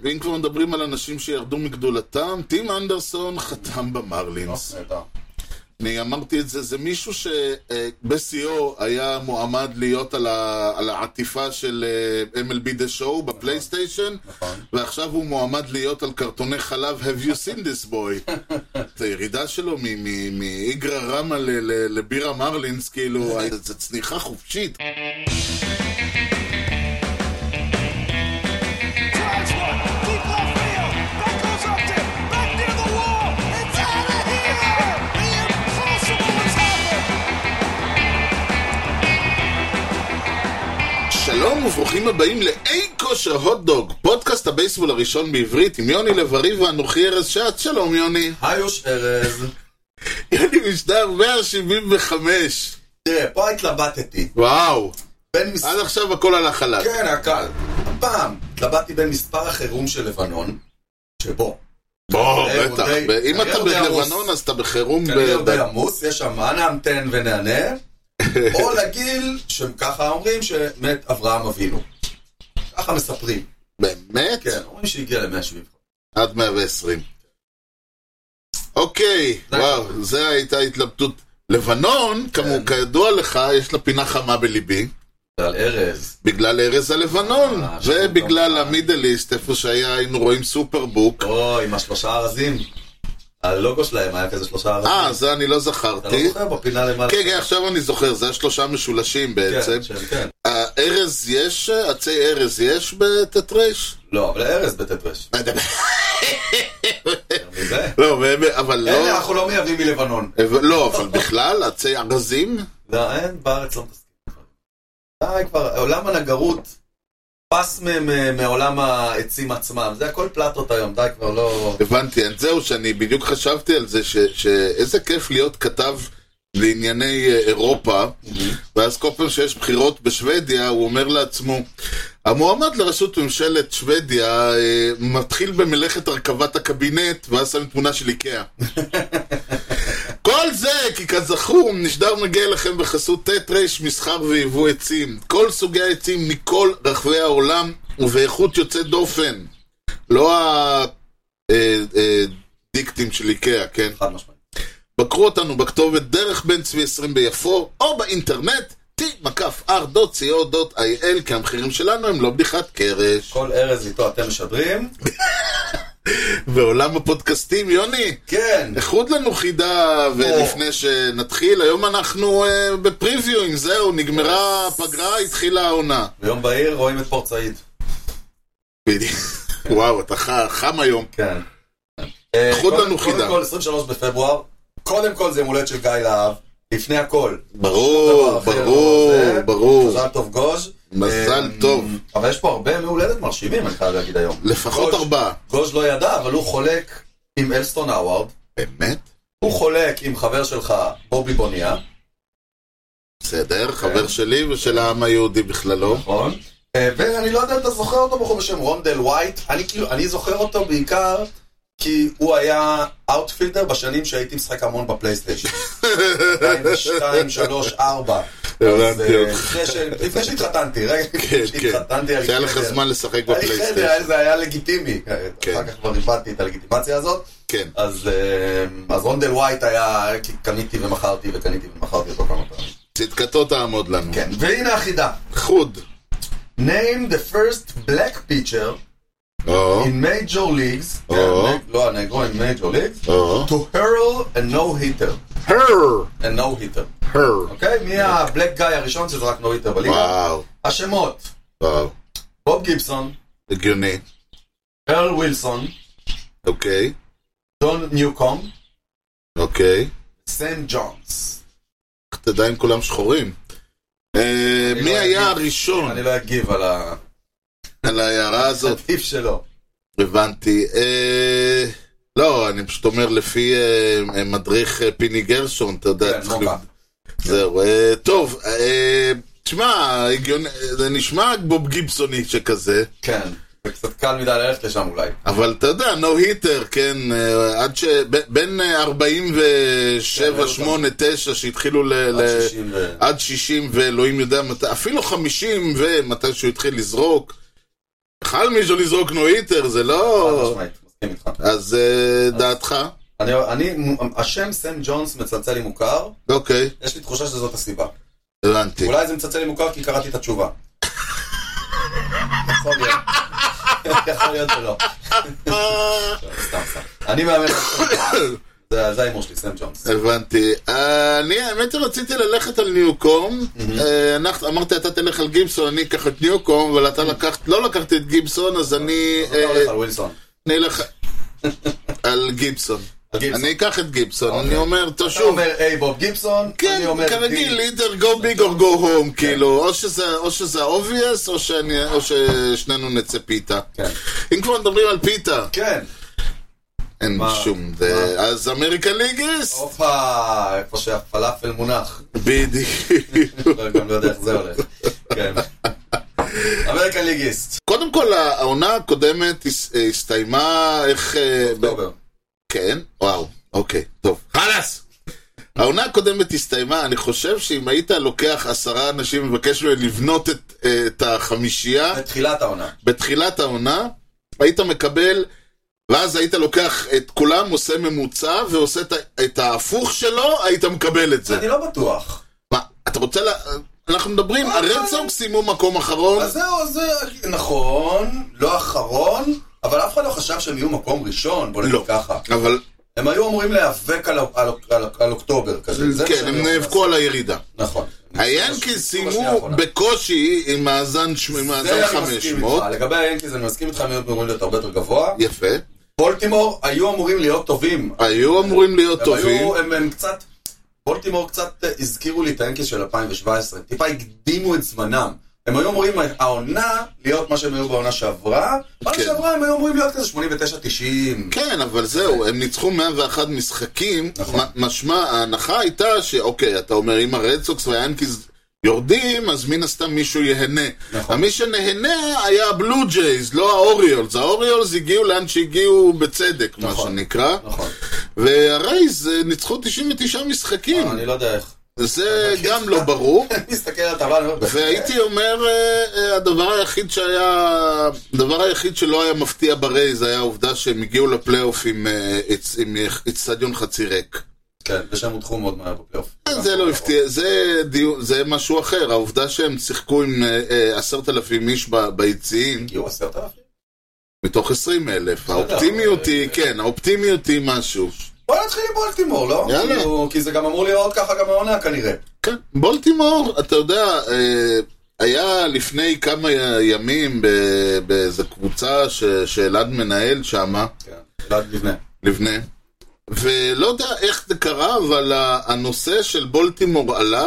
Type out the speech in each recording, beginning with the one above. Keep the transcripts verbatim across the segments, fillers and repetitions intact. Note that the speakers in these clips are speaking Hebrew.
ואם כבר מדברים על אנשים שירדו מגדולתם, טים אנדרסון חתם במרלינס. אני אמרתי את זה, זה מישהו שב-סי או היה מועמד להיות על, ה, על העטיפה של אם אל בי The Show בפלייסטיישן, נכון. ועכשיו הוא מועמד להיות על קרטוני חלב Have you seen this boy? זה הירידה שלו מאיגרא רמא לבירה מרלינס, כאילו, זה צניחה חופשית. שלום וברוכים הבאים לאי כושר הוטדוג, פודקאסט הבייסבול הראשון בעברית עם יוני לב-ארי ואנוכי ארז שץ. שלום יוני. היי ארז. יוני משדר מאה שבעים וחמש. תראה, פה התלבטתי. וואו. מס... עד עכשיו הכל הלך חלק. כן, הקל. הפעם התלבטתי בין מספר החירום של לבנון, שבו. בוא, בטח. אם אתה בלבנון אז אתה בחירום. כנראה די עמוס, יש שם אנה המתן ונענה. או לגיל שככה אומרים שמת אברהם אבינו. ככה מספרים. באמת? כן, אומרים שהגיע ל-מאה שבעים. עד מאה ועשרים. אוקיי, וואו, זה הייתה התלבטות. לבנון, כידוע לך, יש לה פינה חמה בליבי. בגלל ארז. בגלל ארז הלבנון. ובגלל המידל איסט, איפה שהיה, היינו רואים סופרבוק. או, עם השלושה ארזים. הלוגו שלהם היה כזה שלושה ארזים. אה, זה אני לא זכרתי. אתה לא זוכר בפינה למעלה? כן, כן, עכשיו אני זוכר, זה היה שלושה משולשים בעצם. כן, כן. הארז יש, עצי ארז יש בטטרש? לא, אבל הארז בטטרש. לא, אבל לא... אין, אנחנו לא מייבאים מלבנון. לא, אבל בכלל, עצי ארזים? לא, אין, בארץ לא מתסכים. די כבר, עולם הנגרות פס מעולם העצים עצמם, זה הכל פלטות היום, די כבר לא... הבנתי, זהו שאני בדיוק חשבתי על זה, שאיזה כיף להיות כתב לענייני אירופה, ואז כל פעם שיש בחירות בשוודיה, הוא אומר לעצמו, המועמד לראשות ממשלת שוודיה מתחיל במלאכת הרכבת הקבינט, ואז שם תמונה של איקאה. כל זה, כי כזכור, נשדר מגיע לכם בחסות טטרש, מסחר ויבוא עצים. כל סוגי העצים מכל רחבי העולם, ובאיכות יוצאת דופן. לא הדיקטים של איקאה, כן? חד משמעית. בקרו אותנו בכתובת דרך בן צבי עשרים ביפו, או באינטרנט, טי מקף אר דוט סי או דוט איי אל, כי המחירים שלנו הם לא בדיחת קרש. כל ארז איתו אתם משדרים. בעולם הפודקאסטים, יוני. כן. איחוד לנו חידה, ולפני שנתחיל, היום אנחנו uh, בפריוויו, עם זהו, נגמרה הפגרה, התחילה העונה. ביום בהיר רואים את פורצאית. וואו, אתה חם היום. כן. איחוד לנו חידה. קודם כל, עשרים ושלושה בפברואר, קודם כל זה מולד של גיא להב, לפני הכל. ברור, ברור, ברור. מזל טוב גוז'. מזל טוב. אבל יש פה הרבה מהולדת מרשימים, אני חייב להגיד היום. לפחות ארבעה. גוז' לא ידע, אבל הוא חולק עם אלסטון האווארד. באמת? הוא חולק עם חבר שלך, בובי בוניה. בסדר, חבר שלי ושל העם היהודי בכללו. נכון. ואני לא יודע אם אתה זוכר אותו בחור בשם רונדל ווייט. אני זוכר אותו בעיקר כי הוא היה אאוטפילדר בשנים שהייתי משחק המון בפלייסטיישן. אלפיים ושתיים, שלוש, ארבע. לפני שהתחתנתי, רגע, שהתחתנתי, שהיה לך זמן לשחק בפלייסטיישן. זה היה לגיטימי, אחר כך כבר ריבדתי את הלגיטימציה הזאת. אז רונדל ווייט היה, קניתי ומכרתי וקניתי ומכרתי אותו כמה פעמים. צדקתו תעמוד לנו. כן, והנה החידה. חוד. Name the first black pitcher in major leagues, לא הנגרו, in major leagues, to hurl a no-hitter. Hurl. a no-hitter. Hurl. אוקיי? מי הבלק גאי הראשון שזה רק no-hitter בליגה? וואו. השמות. וואו. בוב גיבסון. הגיוני. ארל ווילסון. אוקיי. דון ניוקום. אוקיי. סם ג'ונס. איך תדע אם כולם שחורים? מי היה הראשון? אני לא אגיב על ה... על ההערה הזאת. עדיף שלו. הבנתי. לא, אני פשוט אומר לפי מדריך פיני גרשון, אתה יודע. כן, מוקה. זהו. טוב, תשמע, זה נשמע בוב גיבסוני שכזה. כן. זה קצת קל מדי ללכת לשם אולי. אבל אתה יודע, נו היטר, כן, עד ש... בין ארבעים ושבע, שמונה, תשע שהתחילו ל... עד שישים ואלוהים יודע מתי, אפילו חמישים ומתי שהוא התחיל לזרוק, חל מישהו לזרוק נויטר, זה לא... חד משמעית, מסכים איתך. אז דעתך? אני, אני, השם סם ג'ונס מצלצל לי מוכר. אוקיי. יש לי תחושה שזאת הסיבה. הבנתי. אולי זה מצלצל לי מוכר כי קראתי את התשובה. יכול להיות. יכול להיות שלא. סתם, סתם. אני מאמן את סם ג'ונס. זה האימור שלי, סם ג'ונס. הבנתי. אני, האמת רציתי ללכת על ניוקום. אמרתי, אתה תלך על גיבסון, אני אקח את ניוקום, אבל אתה לא לקחת את גיבסון, אז אני... אז אתה הולך על ווילסון. אני אלך על גיבסון. אני אקח את גיבסון, אני אומר, אתה תשוב. אומר איי בוב גיבסון, אני אומר כן, כרגיל, לידר go big or go home, כאילו, או שזה obvious, או ששנינו נצא פיתה. אם כבר מדברים על פיתה, כן. אין שום, אז אמריקה ליגיס? אופה, איפה שהפלאפל מונח. בדיוק. גם לא יודע איך זה הולך. כן. אמריקה ליגיסט. קודם כל, העונה הקודמת הסתיימה, איך... אוקטובר. כן, וואו, אוקיי, טוב. חלס! העונה הקודמת הסתיימה, אני חושב שאם היית לוקח עשרה אנשים ומבקש לבנות את, את החמישייה... בתחילת העונה. בתחילת העונה, היית מקבל, ואז היית לוקח את כולם, עושה ממוצע, ועושה את, את ההפוך שלו, היית מקבל את זה. אני לא בטוח. מה, אתה רוצה לה... אנחנו מדברים, הרד סוקס סיימו מקום אחרון. אז זהו, זה נכון, לא אחרון, אבל אף אחד לא חשב שהם יהיו מקום ראשון, בוא נגיד ככה. אבל... הם היו אמורים להיאבק על, על, על, על אוקטובר כזה. כן, הם נאבקו על הירידה. נכון. היאנקיז סיימו בקושי עם מאזן חמש מאות. לגבי היאנקיז אני מסכים איתך, הם היו אמורים להיות הרבה יותר גבוה. יפה. בולטימור היו אמורים להיות טובים. היו אמורים להיות טובים. הם, הם קצת, בולטימור קצת הזכירו לי את היאנקיז של אלפיים שבע עשרה. טיפה הקדימו את זמנם. הם היו אמורים העונה להיות מה שהם היו בעונה שעברה. בעונה שעברה הם היו אמורים להיות כזה שמונים ותשע תשעים. כן, אבל זהו, הם ניצחו מאה ואחת משחקים. משמע, ההנחה הייתה שאוקיי, אתה אומר, אם הרד סוקס והיאנקיז יורדים, אז מן הסתם מישהו יהנה. מי שנהנה היה הבלו ג'ייז, לא האוריולס. האוריולס הגיעו לאן שהגיעו בצדק, מה שנקרא. והרייז ניצחו תשעים ותשעה משחקים. אני לא יודע איך. זה גם לא ברור. אני מסתכל על הטבלה. והייתי אומר, הדבר היחיד שהיה, הדבר היחיד שלא היה מפתיע ברייז, היה העובדה שהם הגיעו לפלייאוף עם אצטדיון חצי ריק. כן, ושהם הודחו מאוד מהר בפלייאוף. זה לא הפתיע, זה משהו אחר. העובדה שהם שיחקו עם עשרת אלפים איש ביציעים. הגיעו עשרת אלפים? מתוך עשרים אלף. האופטימיות היא, כן, האופטימיות היא משהו. בוא נתחיל עם בולטימור, לא? יאללה. כי זה גם אמור להיות ככה גם העונה כנראה. כן, בולטימור, אתה יודע, היה לפני כמה ימים באיזו קבוצה שאלעד מנהל שם. כן, אלעד לבנה. לבנה. ולא יודע איך זה קרה, אבל הנושא של בולטימור עלה,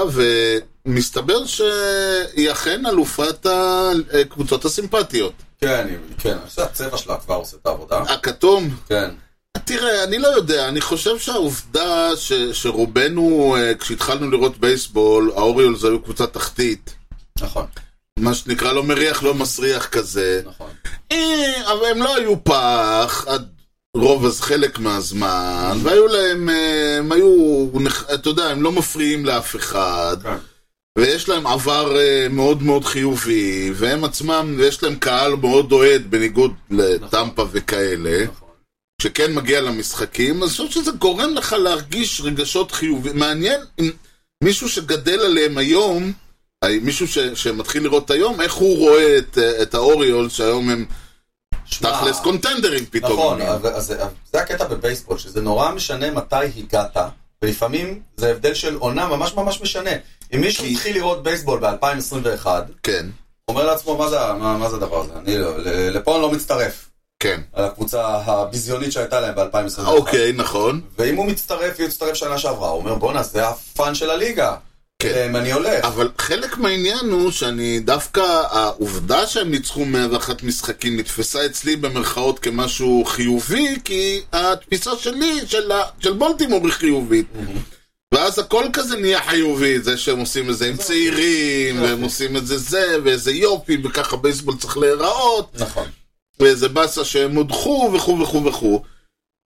ומסתבר שהיא אכן אלופת הקבוצות הסימפטיות. כן, כן, הצבע שלה כבר עושה את העבודה. הכתום. כן. תראה, אני לא יודע, אני חושב שהעובדה ש, שרובנו, כשהתחלנו לראות בייסבול, האוריולס היו קבוצה תחתית. נכון. מה שנקרא לא מריח, לא מסריח כזה. נכון. אבל הם לא היו פח, עד רוב אז חלק מהזמן, והיו להם, הם היו, אתה יודע, הם לא מפריעים לאף אחד. כן. ויש להם עבר מאוד מאוד חיובי, והם עצמם, ויש להם קהל מאוד אוהד, בניגוד לטמפה וכאלה. נכון. שכן מגיע למשחקים, אז אני חושב שזה גורם לך להרגיש רגשות חיובי. מעניין אם מישהו שגדל עליהם היום, מישהו ש, שמתחיל לראות היום, איך הוא רואה את, את האוריולס, שהיום הם תכלס קונטנדרים פתאום. נכון, אז זה, זה הקטע בבייסבול, שזה נורא משנה מתי הגעת, ולפעמים זה הבדל של עונה ממש ממש משנה. אם מישהו כי... התחיל לראות בייסבול ב-אלפיים עשרים ואחת, כן. אומר לעצמו, מה זה, מה, מה זה הדבר הזה? אני לא, לפה אני לא מצטרף. כן. על הקבוצה הביזיונית שהייתה להם ב-אלפיים עשרים ואחת. אוקיי, נכון. ואם הוא מצטרף, הוא יצטרף שנה שעברה. הוא אומר, בוא נעשה, זה הפן של הליגה. כן. אני הולך. אבל חלק מהעניין הוא שאני דווקא, העובדה שהם ניצחו מאה ואחת משחקים נתפסה אצלי במרכאות כמשהו חיובי, כי התפיסה שלי, של, של בולטימור היא חיובית. ואז הכל כזה נהיה חיובי, זה שהם עושים את זה עם צעירים, והם עושים את זה זה, ואיזה יופי, וככה בייסבול צריך להיראות. נכון. ואיזה בסה שהם הודחו וכו' וכו' וכו'.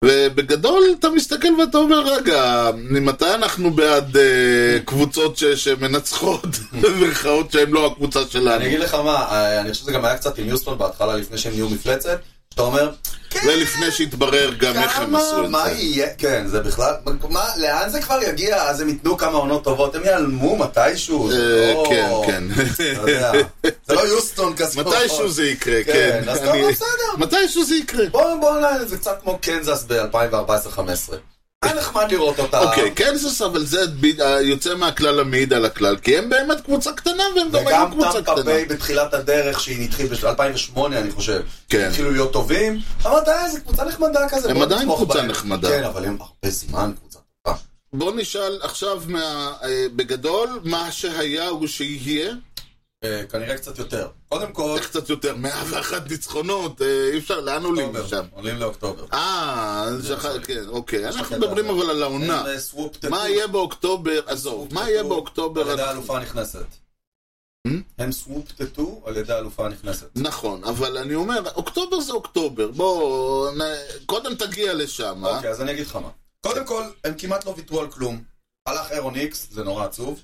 ובגדול אתה מסתכל ואתה אומר, רגע, ממתי אנחנו בעד uh, קבוצות ש- שמנצחות וחאות שהן לא הקבוצה שלנו? אני אגיד לך מה, אני חושב שזה גם היה קצת עם יוסטון בהתחלה, לפני שהם נהיו מפלצת, שאתה אומר, ולפני שהתברר גם איך הם עשו את זה. מה יהיה, כן, זה בכלל, לאן זה כבר יגיע? אז הם ייתנו כמה עונות טובות, הם יעלמו מתישהו. כן, כן. זה לא יוסטון כזה. מתישהו זה יקרה, כן. אז טוב, בסדר. מתישהו זה יקרה. בואו נראה, זה קצת כמו קנזס ב-אלפיים וארבע עשרה חמש עשרה. היה נחמד לראות אותה. אוקיי, קנזס, אבל זה יוצא מהכלל המעיד על הכלל, כי הם באמת קבוצה קטנה, והם גם היו קבוצה קטנה. וגם טמפה ביי בתחילת הדרך, שהיא נתחיל ב-אלפיים ושמונה, אני חושב. כן. התחילו להיות טובים. אמרת, איזה קבוצה נחמדה כזה. הם עדיין קבוצה נחמדה. כן, אבל הם הרבה זמן קבוצה טובה. בוא נשאל עכשיו בגדול, מה שהיה הוא שיהיה? כנראה קצת יותר. קודם כל... קצת יותר, מאה ואחת ניצחונות, אי אפשר, לאן עולים משם? עולים לאוקטובר. אה, כן, אוקיי. אנחנו מדברים אבל על העונה. מה יהיה באוקטובר, עזוב, מה יהיה באוקטובר? על ידי האלופה הנכנסת. הם סוופטטו על ידי האלופה הנכנסת. נכון, אבל אני אומר, אוקטובר זה אוקטובר, בוא, קודם תגיע לשם. אוקיי, אז אני אגיד לך מה. קודם כל, הם כמעט לא ויתרו על כלום. הלך אירון איקס, זה נורא עצוב.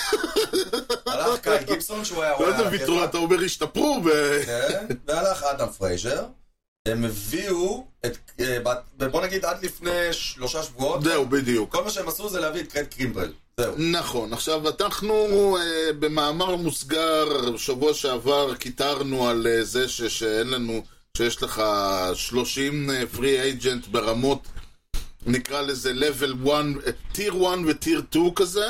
הלך קאי גיבסון שהוא היה... לא יודע ויתרו, אתה אומר השתפרו. כן, והלך אדם פרייזר. הם הביאו, בוא נגיד עד לפני שלושה שבועות. זהו, בדיוק. כל מה שהם עשו זה להביא את קרייט קימברל. זהו. נכון, עכשיו אנחנו במאמר מוסגר, שבוע שעבר כיתרנו על זה שאין לנו, שיש לך שלושים פרי אייג'נט ברמות, נקרא לזה level one, טיר אחת וטיר שתיים כזה,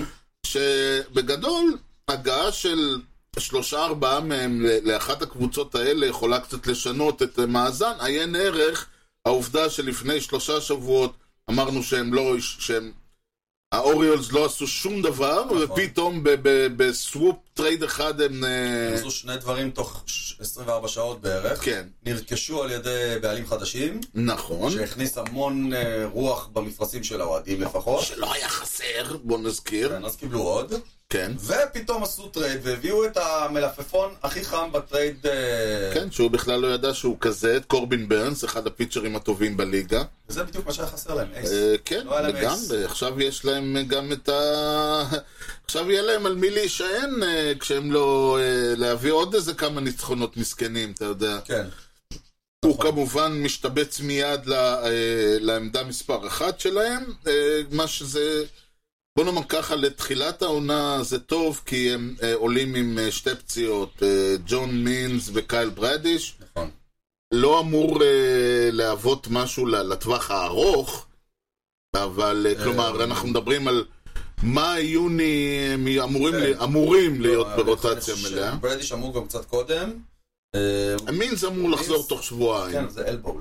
שבגדול הגעה של שלושה ארבעה מהם לאחת הקבוצות האלה יכולה קצת לשנות את מאזן. עיין ערך העובדה שלפני שלושה שבועות אמרנו שהם לא, שהם האוריולס לא עשו שום דבר, ופתאום בסוופ טרייד אחד הם... הם עשו שני דברים תוך עשרים וארבע שעות בערך. כן. נרכשו על ידי בעלים חדשים. נכון. שהכניס המון רוח במפרסים של האוהדים לפחות. שלא היה חסר, בוא נזכיר. כן, אז קיבלו עוד. כן. ופתאום עשו טרייד, והביאו את המלפפון הכי חם בטרייד... כן, שהוא בכלל לא ידע שהוא כזה, את קורבין ברנס, אחד הפיצ'רים הטובים בליגה. וזה בדיוק מה שהיה חסר להם, אייס. כן, וגם, עכשיו יש להם גם את ה... עכשיו יהיה להם על מי להישען, כשהם לא... להביא עוד איזה כמה ניצחונות מסכנים, אתה יודע. כן. הוא כמובן משתבץ מיד לעמדה מספר אחת שלהם, מה שזה... בוא נאמר ככה, לתחילת העונה זה טוב, כי הם אה, עולים עם אה, שתי פציעות, אה, ג'ון מינס וקייל ברדיש. נכון. לא אמור אה, להוות משהו לטווח הארוך, אבל אה, כלומר, אנחנו מדברים על מה יוני אמורים, כן. לי, אמורים לא, להיות ברוטציה מלאה. ברדיש אמור גם קצת קודם. מינס אמור לחזור מינס, תוך שבועיים. כן, זה אלבו.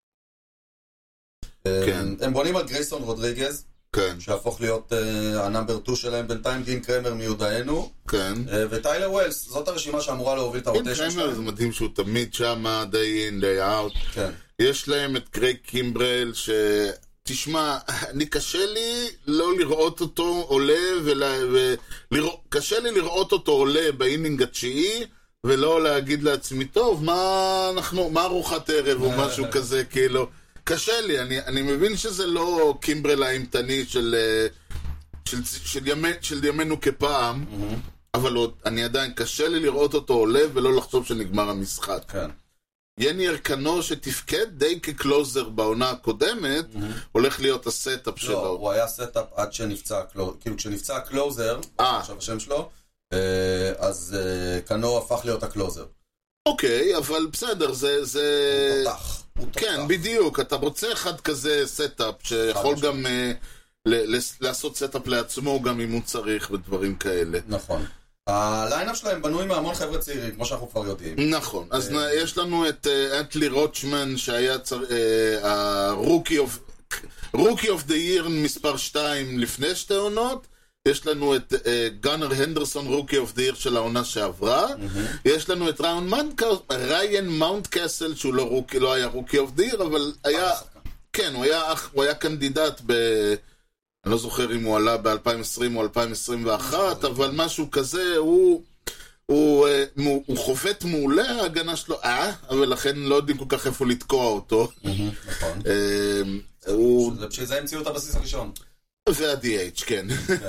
כן. הם בונים על גרייסון רודריגז. כן. שהפוך להיות הנאמבר שתיים שלהם, בינתיים דין קרמר מיודענו. כן. וטיילר ווילס, זאת הרשימה שאמורה להוביל את הרוטיישן שלהם. דין קרמר זה מדהים שהוא תמיד שם, day in, day out. כן. יש להם את קרייג קימברל, ש... תשמע, אני קשה לי לא לראות אותו עולה, וקשה לי לראות אותו עולה באינינג התשיעי, ולא להגיד לעצמי, טוב, מה אנחנו, מה ארוחת ערב או משהו כזה, כאילו... קשה לי, אני, אני מבין שזה לא קימברל האימתני של, של, של, ימי, של ימינו כפעם, mm-hmm. אבל עוד, אני עדיין קשה לי לראות אותו עולה ולא לחשוב שנגמר המשחק. כן. יני ארקנו שתפקד די כקלוזר בעונה הקודמת, mm-hmm. הולך להיות הסטאפ שלו. לא, הוא היה סטאפ עד שנפצע, כאילו כשנפצע הקלוזר, עכשיו השם שלו, אז קנו הפך להיות הקלוזר. אוקיי, אבל בסדר, זה... זה... הוא פתח. כן, בדיוק, אתה רוצה אחד כזה סטאפ שיכול גם לעשות סטאפ לעצמו גם אם הוא צריך ודברים כאלה. נכון. הליינאפ שלהם בנוי מהמון חבר'ה צעירים, כמו שאנחנו כבר יודעים. נכון, אז יש לנו את אנטלי רוטשמן שהיה הרוקי אוף דה ייר מספר שתיים לפני שתי עונות. יש לנו את גאנר הנדרסון, רוקי אוף דה ייר של העונה שעברה. יש לנו את ריין מאונטקסל, שהוא לא היה רוקי אוף דה ייר, אבל היה, כן, הוא היה קנדידט ב... אני לא זוכר אם הוא עלה ב-אלפיים עשרים או אלפיים עשרים ואחת, אבל משהו כזה, הוא הוא, הוא, הוא חובט מעולה, ההגנה שלו, אה, אבל לכן לא יודעים כל כך איפה לתקוע אותו. נכון. זה בשביל זה המציאו את הבסיס הראשון. וה-די אייץ', כן.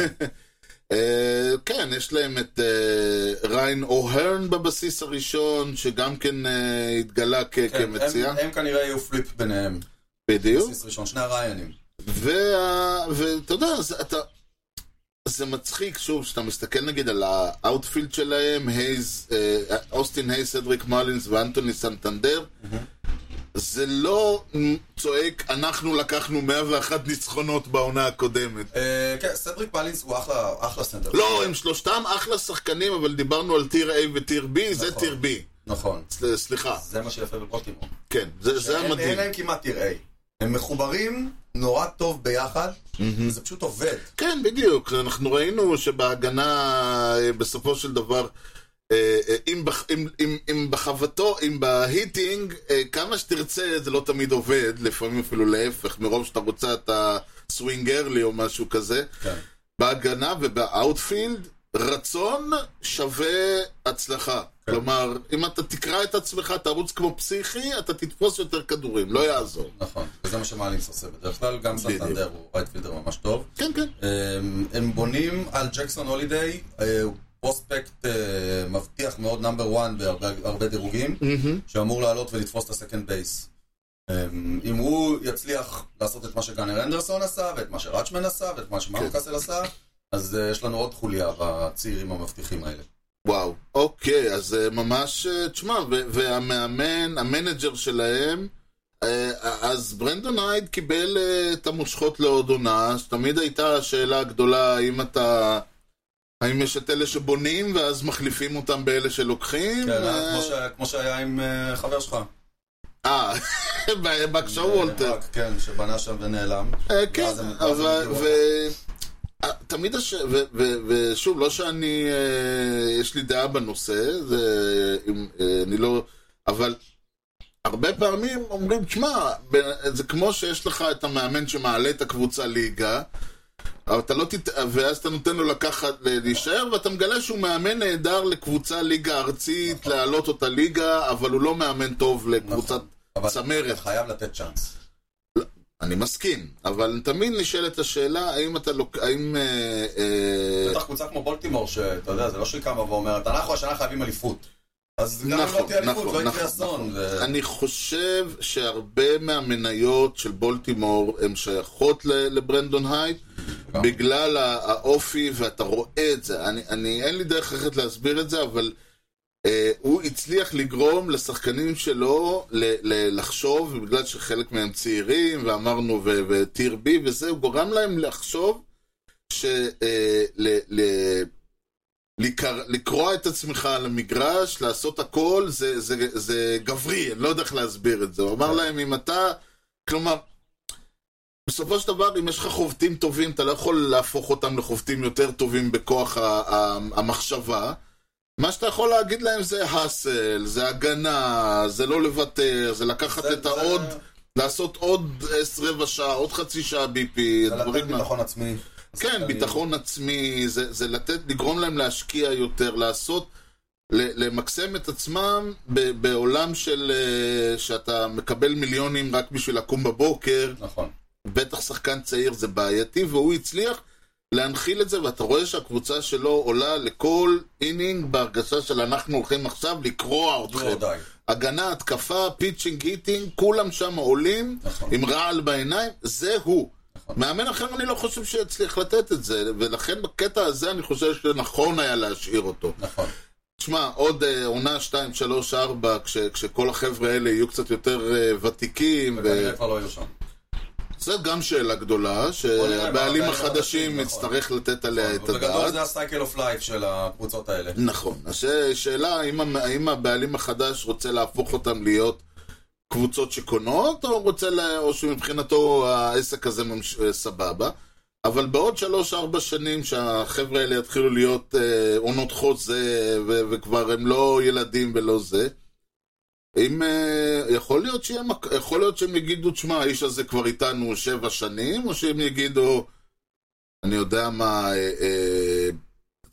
כן, יש להם את ריין אוהרן בבסיס הראשון, שגם כן התגלה כמציע. הם כנראה יהיו פליפ ביניהם. בדיוק. בבסיס ראשון, שני הריינים. ואתה יודע, אתה... זה מצחיק, שוב, שאתה מסתכל נגיד על האוטפילד שלהם, הייז, אוסטין הייז, סדריק מלינס ואנטוני סנטנדר, זה לא צועק, אנחנו לקחנו מאה ואחת ניצחונות בעונה הקודמת. כן, סדריק מלינס הוא אחלה סנטר. לא, הם שלושתם אחלה שחקנים, אבל דיברנו על טיר A וטיר B, זה טיר B. נכון. סליחה. זה מה שיפה בבולטימור. כן, זה המדהים. אין להם כמעט טיר A. הם מחוברים נורא טוב ביחד, וזה פשוט עובד. כן, בדיוק. אנחנו ראינו שבהגנה, בסופו של דבר, אם בחוותו, אם בהיטינג, כמה שתרצה זה לא תמיד עובד, לפעמים אפילו להפך, מרוב שאתה רוצה את הסווינג ארלי או משהו כזה. בהגנה ובאוטפילד, רצון שווה הצלחה. כלומר, אם אתה תקרא את עצמך, תרוץ כמו פסיכי, אתה תתפוס יותר כדורים, לא יעזור. נכון, וזה מה שמאלינס עושה בדרך כלל, גם סנטנדר הוא רייטפילדר ממש טוב. כן, כן. הם בונים על ג'קסון הולידיי, פרוספקט מבטיח מאוד נאמבר אחת בהרבה דירוגים, שאמור לעלות ולתפוס את הסקנד בייס. אם הוא יצליח לעשות את מה שגאנר אנדרסון עשה, ואת מה שראצ'מן עשה, ואת מה שמארקסל עשה, אז יש לנו עוד חוליה בצעירים המבטיחים האלה. וואו, אוקיי, אז ממש, תשמע, והמאמן, המנג'ר שלהם, אז ברנדון הייד קיבל את המושכות לעוד עונה, שתמיד הייתה השאלה הגדולה, האם אתה, האם יש את אלה שבונים, ואז מחליפים אותם באלה שלוקחים? כן, כמו שהיה עם חבר שלך. אה, בקשור וולטר. כן, שבנה שם ונעלם. כן, אבל... תמיד הש... ו- ו- ושוב, לא שאני, יש לי דעה בנושא, זה, אני לא, אבל הרבה פעמים אומרים, תשמע, זה כמו שיש לך את המאמן שמעלה את הקבוצה ליגה, אבל אתה לא תת... ואז אתה נותן לו לקחת, להישאר, ואתה מגלה שהוא מאמן נהדר לקבוצה ליגה ארצית, להעלות אותה ליגה, אבל הוא לא מאמן טוב לקבוצת צמרת. אבל אתה חייב לתת צ'אנס. אני מסכים, אבל תמיד נשאלת השאלה, האם אתה לוק... האם... בטח קבוצה כמו בולטימור, שאתה יודע, זה לא שהיא קמה ואומרת, אנחנו השנה חייבים אליפות. אז גם אם לא תהיה אליפות, לא יקרה אסון. אני חושב שהרבה מהמניות של בולטימור הן שייכות לברנדון הייד, בגלל האופי, ואתה רואה את זה. אני, אין לי דרך אחרת להסביר את זה, אבל... הוא הצליח לגרום לשחקנים שלו לחשוב, ובגלל שחלק מהם צעירים, ואמרנו, וטיר בי וזה, הוא גורם להם לחשוב לקרוא את עצמך על המגרש, לעשות הכל, זה גברי, אני לא יודע איך להסביר את זה. הוא אמר להם, אם אתה, כלומר, בסופו של דבר, אם יש לך חובטים טובים, אתה לא יכול להפוך אותם לחובטים יותר טובים בכוח המחשבה, מה שאתה יכול להגיד להם זה הסל, זה הגנה, זה לא לוותר, זה לקחת זה, את זה... העוד, לעשות עוד עשרה רבע שעה, עוד חצי שעה בי פי. זה לתת ביטחון עצמי. כן, ביטחון עצמי, זה, זה לתת, לגרום להם להשקיע יותר, לעשות, למקסם את עצמם בעולם של, שאתה מקבל מיליונים רק בשביל לקום בבוקר. נכון. בטח שחקן צעיר זה בעייתי, והוא הצליח להנחיל את זה, ואתה רואה שהקבוצה שלו עולה לכל אינינג בהרגשה של אנחנו הולכים עכשיו לקרוע אתכם. הגנה, התקפה, פיצ'ינג, היטינג, כולם שם עולים נכון. עם רעל בעיניים, זה הוא. נכון. מאמן אחר אני לא חושב שיצליח לתת את זה, ולכן בקטע הזה אני חושב שנכון היה להשאיר אותו. נכון. תשמע, עוד עונה שתיים, שלוש, ארבע, כש, כשכל החבר'ה האלה יהיו קצת יותר ותיקים. וכנראה ו... כבר לא יהיו שם. זו גם שאלה גדולה, שהבעלים החדשים יצטרך לתת עליה את הדעת. ובגדול זה הסייקל אוף לייף של הקבוצות האלה. נכון. השאלה, האם הבעלים החדש רוצה להפוך אותם להיות קבוצות שקונות, או רוצה, או שמבחינתו העסק הזה סבבה. אבל בעוד שלוש, ארבע שנים שהחבר'ה האלה יתחילו להיות עונות חוזה, וכבר הם לא ילדים ולא זה, אם יכול להיות שהם, יכול להיות שהם יגידו, תשמע, האיש הזה כבר איתנו שבע שנים, או שהם יגידו, אני יודע מה,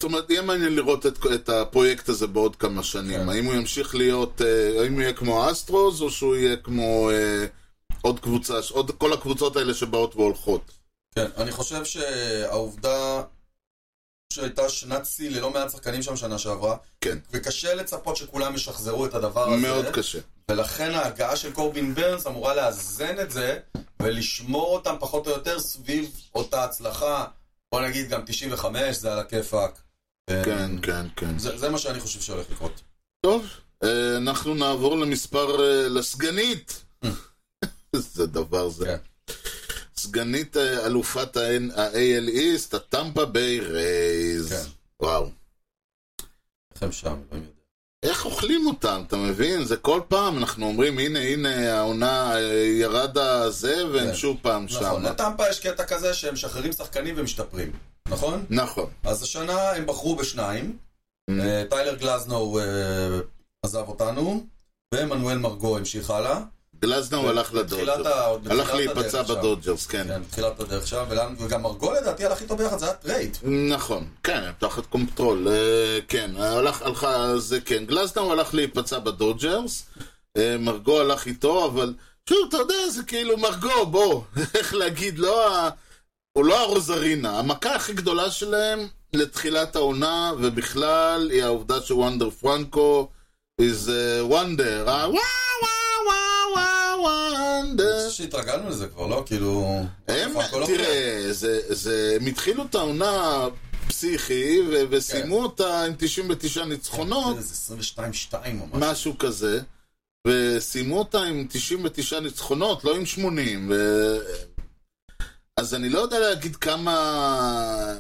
זאת אומרת, יהיה מעניין לראות את, את הפרויקט הזה בעוד כמה שנים. כן. האם הוא ימשיך להיות, האם הוא יהיה כמו אסטרוס, או שהוא יהיה כמו אה, עוד קבוצה, עוד כל הקבוצות האלה שבאות והולכות. כן, אני חושב שהעובדה שהייתה שנת שיא ללא מעט שחקנים שם שנה שעברה, כן. וקשה לצפות שכולם ישחזרו את הדבר הזה. מאוד קשה. ולכן ההגעה של קורבין ברנס אמורה לאזן את זה, ולשמור אותם פחות או יותר סביב אותה הצלחה. בוא נגיד גם תשעים וחמש, זה על הכיפק. כן, כן, כן. זה, זה מה שאני חושב שהולך לקרות. טוב, אנחנו נעבור למספר, לסגנית. זה דבר זה. כן. סגנית אלופת ה-איי אל איסט, הטמפה ביי רייז. כן. וואו. איך הם שם, לא יודע. איך אוכלים אותם, אתה מבין? זה כל פעם, אנחנו אומרים, הנה, הנה, העונה ירד הזה, והם כן. שוב פעם נכון. שם. נכון, לטמפה יש קטע כזה שהם משחררים שחקנים ומשתפרים, נכון? נכון. אז השנה הם בחרו בשניים, mm. טיילר גלזנאו עזב אותנו, ומנואל מרגו המשיך הלאה. גלזנאו הלך לדודג'רס. הלך להיפצע בדודג'רס, כן. כן, תחילת הדרך שם, וגם מרגו לדעתי הלך איתו ביחד, זה היה טרייד. נכון, כן, תחת קונטרול, כן, הלך, זה כן, גלזנאו הלך להיפצע בדודג'רס, מרגו הלך איתו, אבל שוב, אתה יודע, זה כאילו מרגו, בוא, איך להגיד, הוא לא הרוזרינה, המכה הכי גדולה שלהם לתחילת העונה, ובכלל היא העובדה שוונדר פרנקו is a wonder, אה? וואו וואו וואו וונדר. אני חושב שהתרגלנו לזה כבר, לא? כאילו... תראה, הם התחילו את העונה פסיכי, וסיימו אותה עם תשעים ותשע ניצחונות. זה עשרים ושתיים שתיים או משהו. משהו כזה. וסיימו אותה עם תשעים ותשע ניצחונות, לא עם שמונים. אז אני לא יודע להגיד כמה...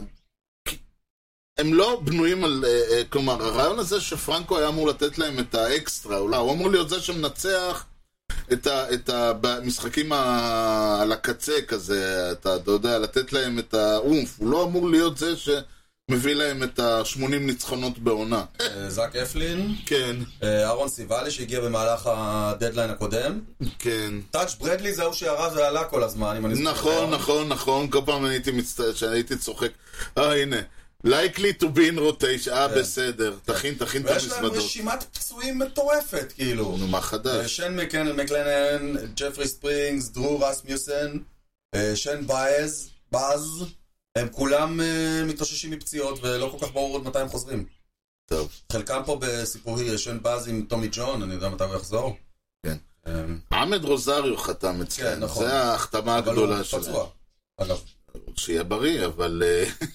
הם לא בנויים על, כלומר, הרעיון הזה שפרנקו היה אמור לתת להם את האקסטרה, אולי, הוא אמור להיות זה שמנצח את, ה, את המשחקים ה, על הקצה כזה, אתה, אתה יודע, לתת להם את האומף, הוא לא אמור להיות זה שמביא להם את ה-שמונים ניצחונות בעונה. זק אפלין, כן. אהרון סיבלי שהגיע במהלך הדדליין הקודם, כן. טאץ' ברדלי זהו שירד ועלה כל הזמן, אם אני זוכר. נכון, נכון, נכון, כל פעם הייתי מצטער, שהייתי צוחק, אה, הנה. likely to be in rotation, אה בסדר, תכין, תכין את המזוודות. ויש להם רשימת פצועים מטורפת, כאילו. נו, מה חדש? שן מקלנן, ג'פרי ספרינגס, דרו רסמיוסן, שן באז, באז, הם כולם מתאוששים מפציעות, ולא כל כך ברור עוד מתי הם חוזרים. טוב. חלקם פה בסיפורי, שן באז עם טומי ג'ון, אני יודע מתי הוא יחזור. כן. עמד רוזריו חתם אצלם. כן, נכון. זה ההחתמה הגדולה שלהם. אבל הוא פצוע, אגב. שיהיה בריא, אבל...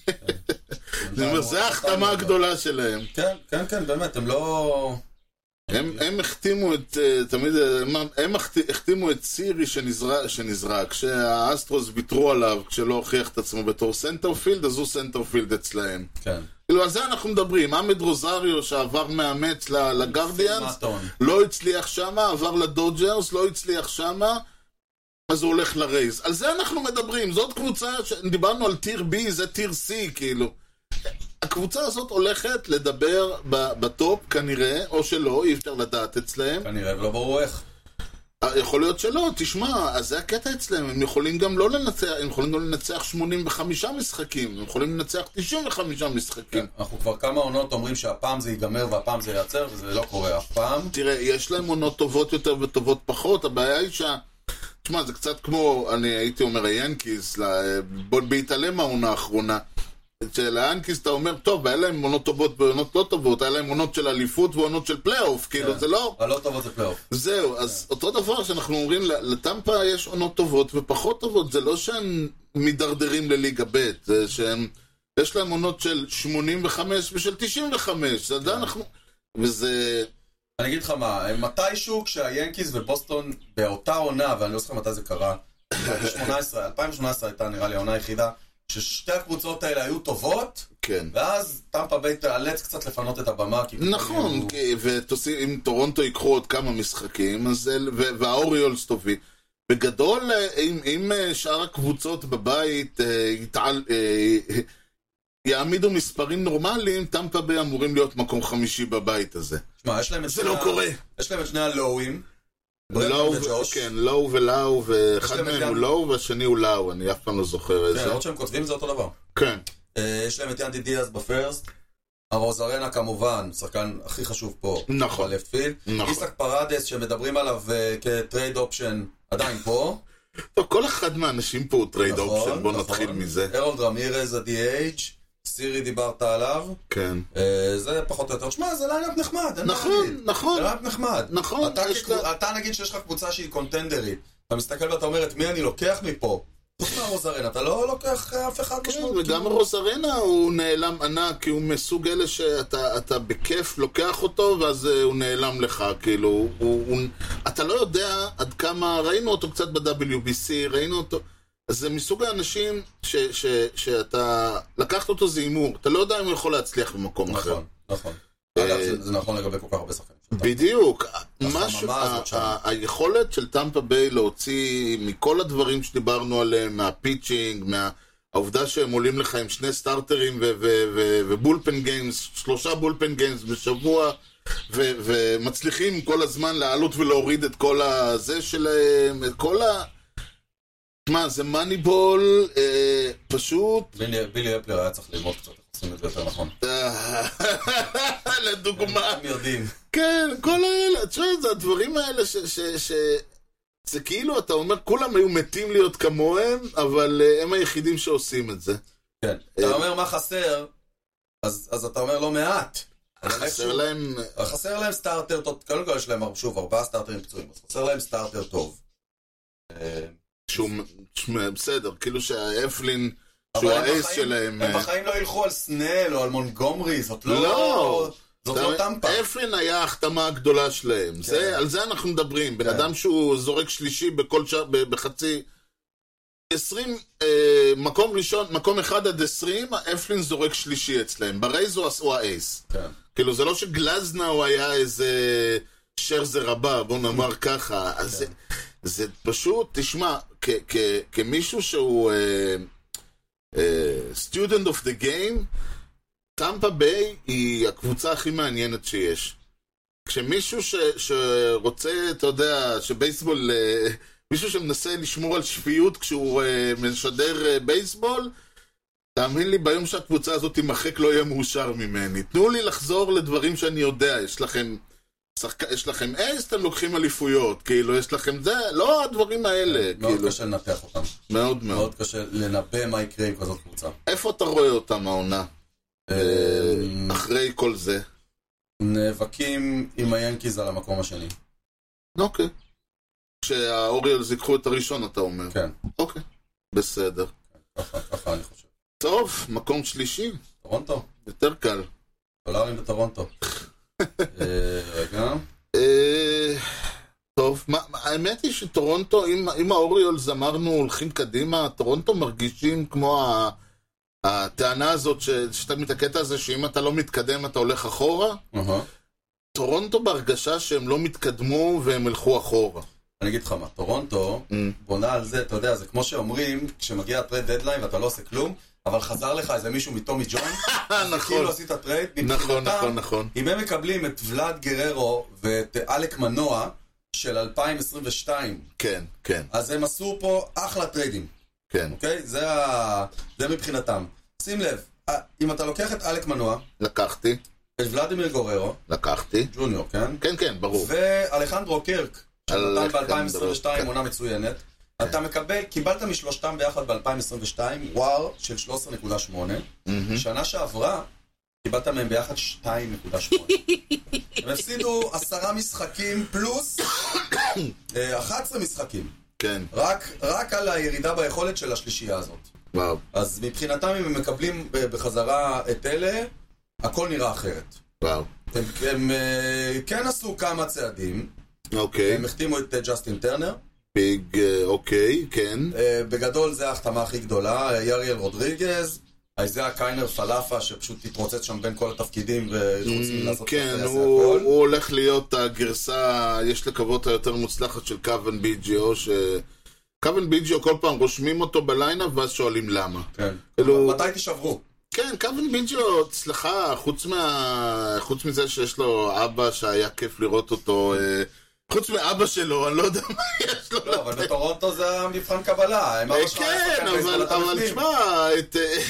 זה ההחתמה הגדולה שלהם. כן, כן, כן, באמת, הם לא... הם החתימו את, תמיד, הם החתימו את סירי שנזרק, כשהאסטרוס ויתרו עליו, כשלא הוכיח את עצמו בתור סנטרפילד, אז הוא סנטרפילד אצלהם. כן. כאילו, על זה אנחנו מדברים. עמד רוזריו שעבר מאמץ לגרדיאנס, לא הצליח שמה, עבר לדודג'רס, לא הצליח שמה, אז הוא הולך לרייז. על זה אנחנו מדברים. זאת קבוצה, דיברנו על טיר בי, זה טיר סי, כאילו. הקבוצה הזאת הולכת לדבר בטופ, כנראה, או שלא, אי אפשר לדעת אצלהם. כנראה, ולא ברור איך. יכול להיות שלא, תשמע, אז זה הקטע אצלהם. הם יכולים גם לא לנצח, הם יכולים גם לנצח שמונים וחמישה משחקים, הם יכולים לנצח תשעים וחמישה משחקים. אנחנו כבר כמה עונות אומרים שהפעם זה ייגמר והפעם זה ייעצר, וזה לא קורה אף פעם. תראה, יש להם עונות טובות יותר וטובות פחות, הבעיה היא שה... תשמע, זה קצת כמו, אני הייתי אומר, היאנקיז, בהתעלם מהעונה האחרונה. של היאנקיז אתה אומר, טוב, היה להם עונות טובות ועונות לא טובות, היה להם עונות של אליפות ועונות של פלייאוף, כאילו זה לא... הלא טובות זה פלייאוף. זהו, אז אותו דבר שאנחנו אומרים, לטמפה יש עונות טובות ופחות טובות, זה לא שהם מדרדרים לליגה ב', זה שהם, יש להם עונות של שמונים וחמש ושל תשעים וחמש, זה אנחנו... וזה... אני אגיד לך מה, מתישהו כשהיאנקיז ובוסטון באותה עונה, ואני לא זוכר מתי זה קרה, אלפיים ושמונה עשרה הייתה נראה לי העונה היחידה, ששתי הקבוצות האלה היו טובות, כן. ואז טמפה ביי תאלץ קצת לפנות את הבמה. נכון, ואם טורונטו ייקחו עוד כמה משחקים, והאוריולס טובים. בגדול, אם שאר הקבוצות בבית יעמידו מספרים נורמליים, טמפה ביי אמורים להיות מקום חמישי בבית הזה. זה לא קורה. יש להם את שני הלואוים. לואו, כן, לואו ולאו, ואחד מהם הוא לואו והשני הוא לאו, אני אף פעם לא זוכר איזה. כן, עוד שהם כותבים זה אותו דבר. כן. יש להם את ינדי דיאז בפרסט, הרוזרנה כמובן, שחקן הכי חשוב פה. נכון. בלפטפילד. נכון. איסק פרדס שמדברים עליו כטרייד אופשן עדיין פה. טוב, כל אחד מהאנשים פה הוא טרייד נכון, אופשן, בוא נכון. נתחיל מזה. הרולד רמירז, ה-די אייץ', סירי דיברת עליו. כן. אה, זה פחות או יותר. שמע, זה ליינאפ נחמד. אין מה נכון, להגיד. נכון. זה ליינאפ נחמד. נכון, אתה, יש כקבוצ- לה- אתה נגיד שיש לך קבוצה שהיא קונטנדרית. אתה מסתכל ואתה אומר, את מי אני לוקח מפה? חוץ מהרוזרנה, אתה לא לוקח אף אחד כן, משמעות. וגם הרוזרנה הוא נעלם ענק, כי הוא מסוג אלה שאתה אתה בכיף לוקח אותו, ואז אה, הוא נעלם לך, כאילו, הוא, הוא, אתה לא יודע עד כמה, ראינו אותו קצת ב-דאבליו בי סי, ראינו אותו, אז זה מסוג האנשים ש, ש, שאתה, לקחת אותו זה הימור, אתה לא יודע אם הוא יכול להצליח במקום אחר. נכון, נכון. אגב, זה- זה נכון לגבי כל כך הרבה שחקנים. בדיוק, משהו, החממה הזאת שם. ה- ה- היכולת של טמפה ביי להוציא מכל הדברים שדיברנו עליהם, מהפיצ'ינג, מהעובדה שהם עולים לך עם שני סטארטרים ו- ו- ו- ובולפן גיימס, שלושה בולפן גיימס בשבוע, ו- ומצליחים כל הזמן לעלות ולהוריד את כל הזה שלהם, את כל ה... מה, זה מאניבול, אה, פשוט... בילי בילי אפלר היה צריך ללמוד קצת, איך עושים את זה יותר נכון. לדוגמה. הם יודעים. כן, כל האלה, תשמע, זה הדברים האלה ש... ש, ש זה כאילו, אתה אומר, כולם היו מתים להיות כמוהם, אבל uh, הם היחידים שעושים את זה. כן. אתה אומר מה חסר, אז אז אתה אומר לא מעט. חסר להם... חסר להם סטארטר טוב, קודם כל יש להם שוב ארבעה סטארטרים פצועים, אז חסר להם סטארטר טוב. שהוא... שמה, בסדר, כאילו שהאפלין, שהוא אבל הם האייס בחיים- שלהם... הם בחיים לא ילכו על סנל או על מונגומרי, זאת לא... לא! זאת לא טמפה. אפלין היה ההחתמה הגדולה שלהם, זה, על זה אנחנו מדברים, בן כן. אדם שהוא זורק שלישי בכל שעה, ב- בחצי עשרים, אה, מקום ראשון, מקום אחד עד עשרים, אפלין זורק שלישי אצלהם, ברייז הוא הוא האייס, כן. כאילו זה לא שגלזנה הוא היה איזה שרזר הבא, בוא נאמר ככה, אז זה, זה פשוט, תשמע, כ- כ- כמישהו שהוא אה, אה, student of the game, טמפה ביי היא הקבוצה הכי מעניינת שיש. כשמישהו ש, שרוצה, אתה יודע, שבייסבול, אה, מישהו שמנסה לשמור על שפיות כשהוא אה, משדר אה, בייסבול, תאמין לי, ביום שהקבוצה הזאת תימחק לא יהיה מאושר ממני. תנו לי לחזור לדברים שאני יודע, יש לכם, שחק... יש לכם אייס, אתם לוקחים אליפויות, כאילו, יש לכם זה, לא הדברים האלה, מאוד כאילו. קשה לנתח אותם. מאוד מאוד. מאוד קשה לנבא מה יקרה עם כזאת קבוצה. איפה אתה רואה אותם העונה? אה, אחרי כל זה. נאבקים עם היאנקיז על המקום השני. אוקיי. כשהאוריולס ייקחו את הראשון, אתה אומר. כן. אוקיי. בסדר. ככה, ככה אני חושב. טוב, מקום שלישי. טורונטו? יותר קל. דולרים בטורונטו. אה, רגע. אה, טוב, מה, האמת היא שטורונטו, אם, אם האוריולס אמרנו הולכים קדימה, טורונטו מרגישים כמו ה... הטענה הזאת ש- שאתה מתקטע הזה שאם אתה לא מתקדם אתה הולך אחורה, אהה. טורונטו בהרגשה שהם לא מתקדמו והם הלכו אחורה. אני אגיד לך מה, טורונטו Mm. בונה על זה, אתה יודע, זה כמו שאומרים, כשמגיע הטרייד דדליין ואתה לא עושה כלום, אבל חזר לך איזה מישהו מטומי ג'ון, אז נכון. כאילו עשית טרייד, נכון, מבחינתם, נכון, נכון. אם הם מקבלים את ולאד גררו ואת אלק מנוע של אלפיים עשרים ושתיים, כן, כן, אז הם עשו פה אחלה טריידים, כן. אוקיי? זה, ה... זה מבחינתם. שים לב, אם אתה לוקח את אלק מנוע, לקחתי, את ולדימיר גוררו, לקחתי. ג'וניור, כן? כן, כן, ברור. ואלחנדרו קירק, שנתן אלחנדרו, ב-אלפיים עשרים ושתיים כן. עונה מצוינת, אתה מקבל, קיבלת משלושתם ביחד ב-אלפיים עשרים ושתיים, וואר של שלוש עשרה נקודה שמונה, מהמם. שנה שעברה, קיבלת מהם ביחד שתיים נקודה שמונה. הם הפסידו עשרה משחקים פלוס אה, אחד עשר משחקים. כן, רק, רק על הירידה ביכולת של השלישייה הזאת. וואו. אז מבחינתם אם הם מקבלים ב- בחזרה את אלה, הכל נראה אחרת. וואו. הם, הם אה, כן עשו כמה צעדים, אוקיי, הם החתימו את אה, ג'סטין טרנר, ביג, אה, אוקיי, כן. אה, בגדול זה ההחתמה הכי גדולה, אה, יריאל רודריגז, איזיה קיינר פלאפה שפשוט תתרוצץ שם בין כל התפקידים וחוץ מלעשות כן, כזה, יעשה הוא הכל. הוא הולך להיות הגרסה, יש לקוות היותר מוצלחת של קוון ביג'יו, ש... קוון ביג'יו כל פעם רושמים אותו בליינאפ ואז שואלים למה. כן. כאילו- מתי תשברו? כן, קוון ביג'יו, סליחה, חוץ מה... חוץ מזה שיש לו אבא שהיה כיף לראות אותו, אה, חוץ מאבא שלו, אני לא יודע מה יש לו. לא, אבל בטורונטו זה המבחן קבלה. הם אבא שלך היה כן, שחקן אבל, בייסבול, אתה אבל בפנים. תשמע, את... אה,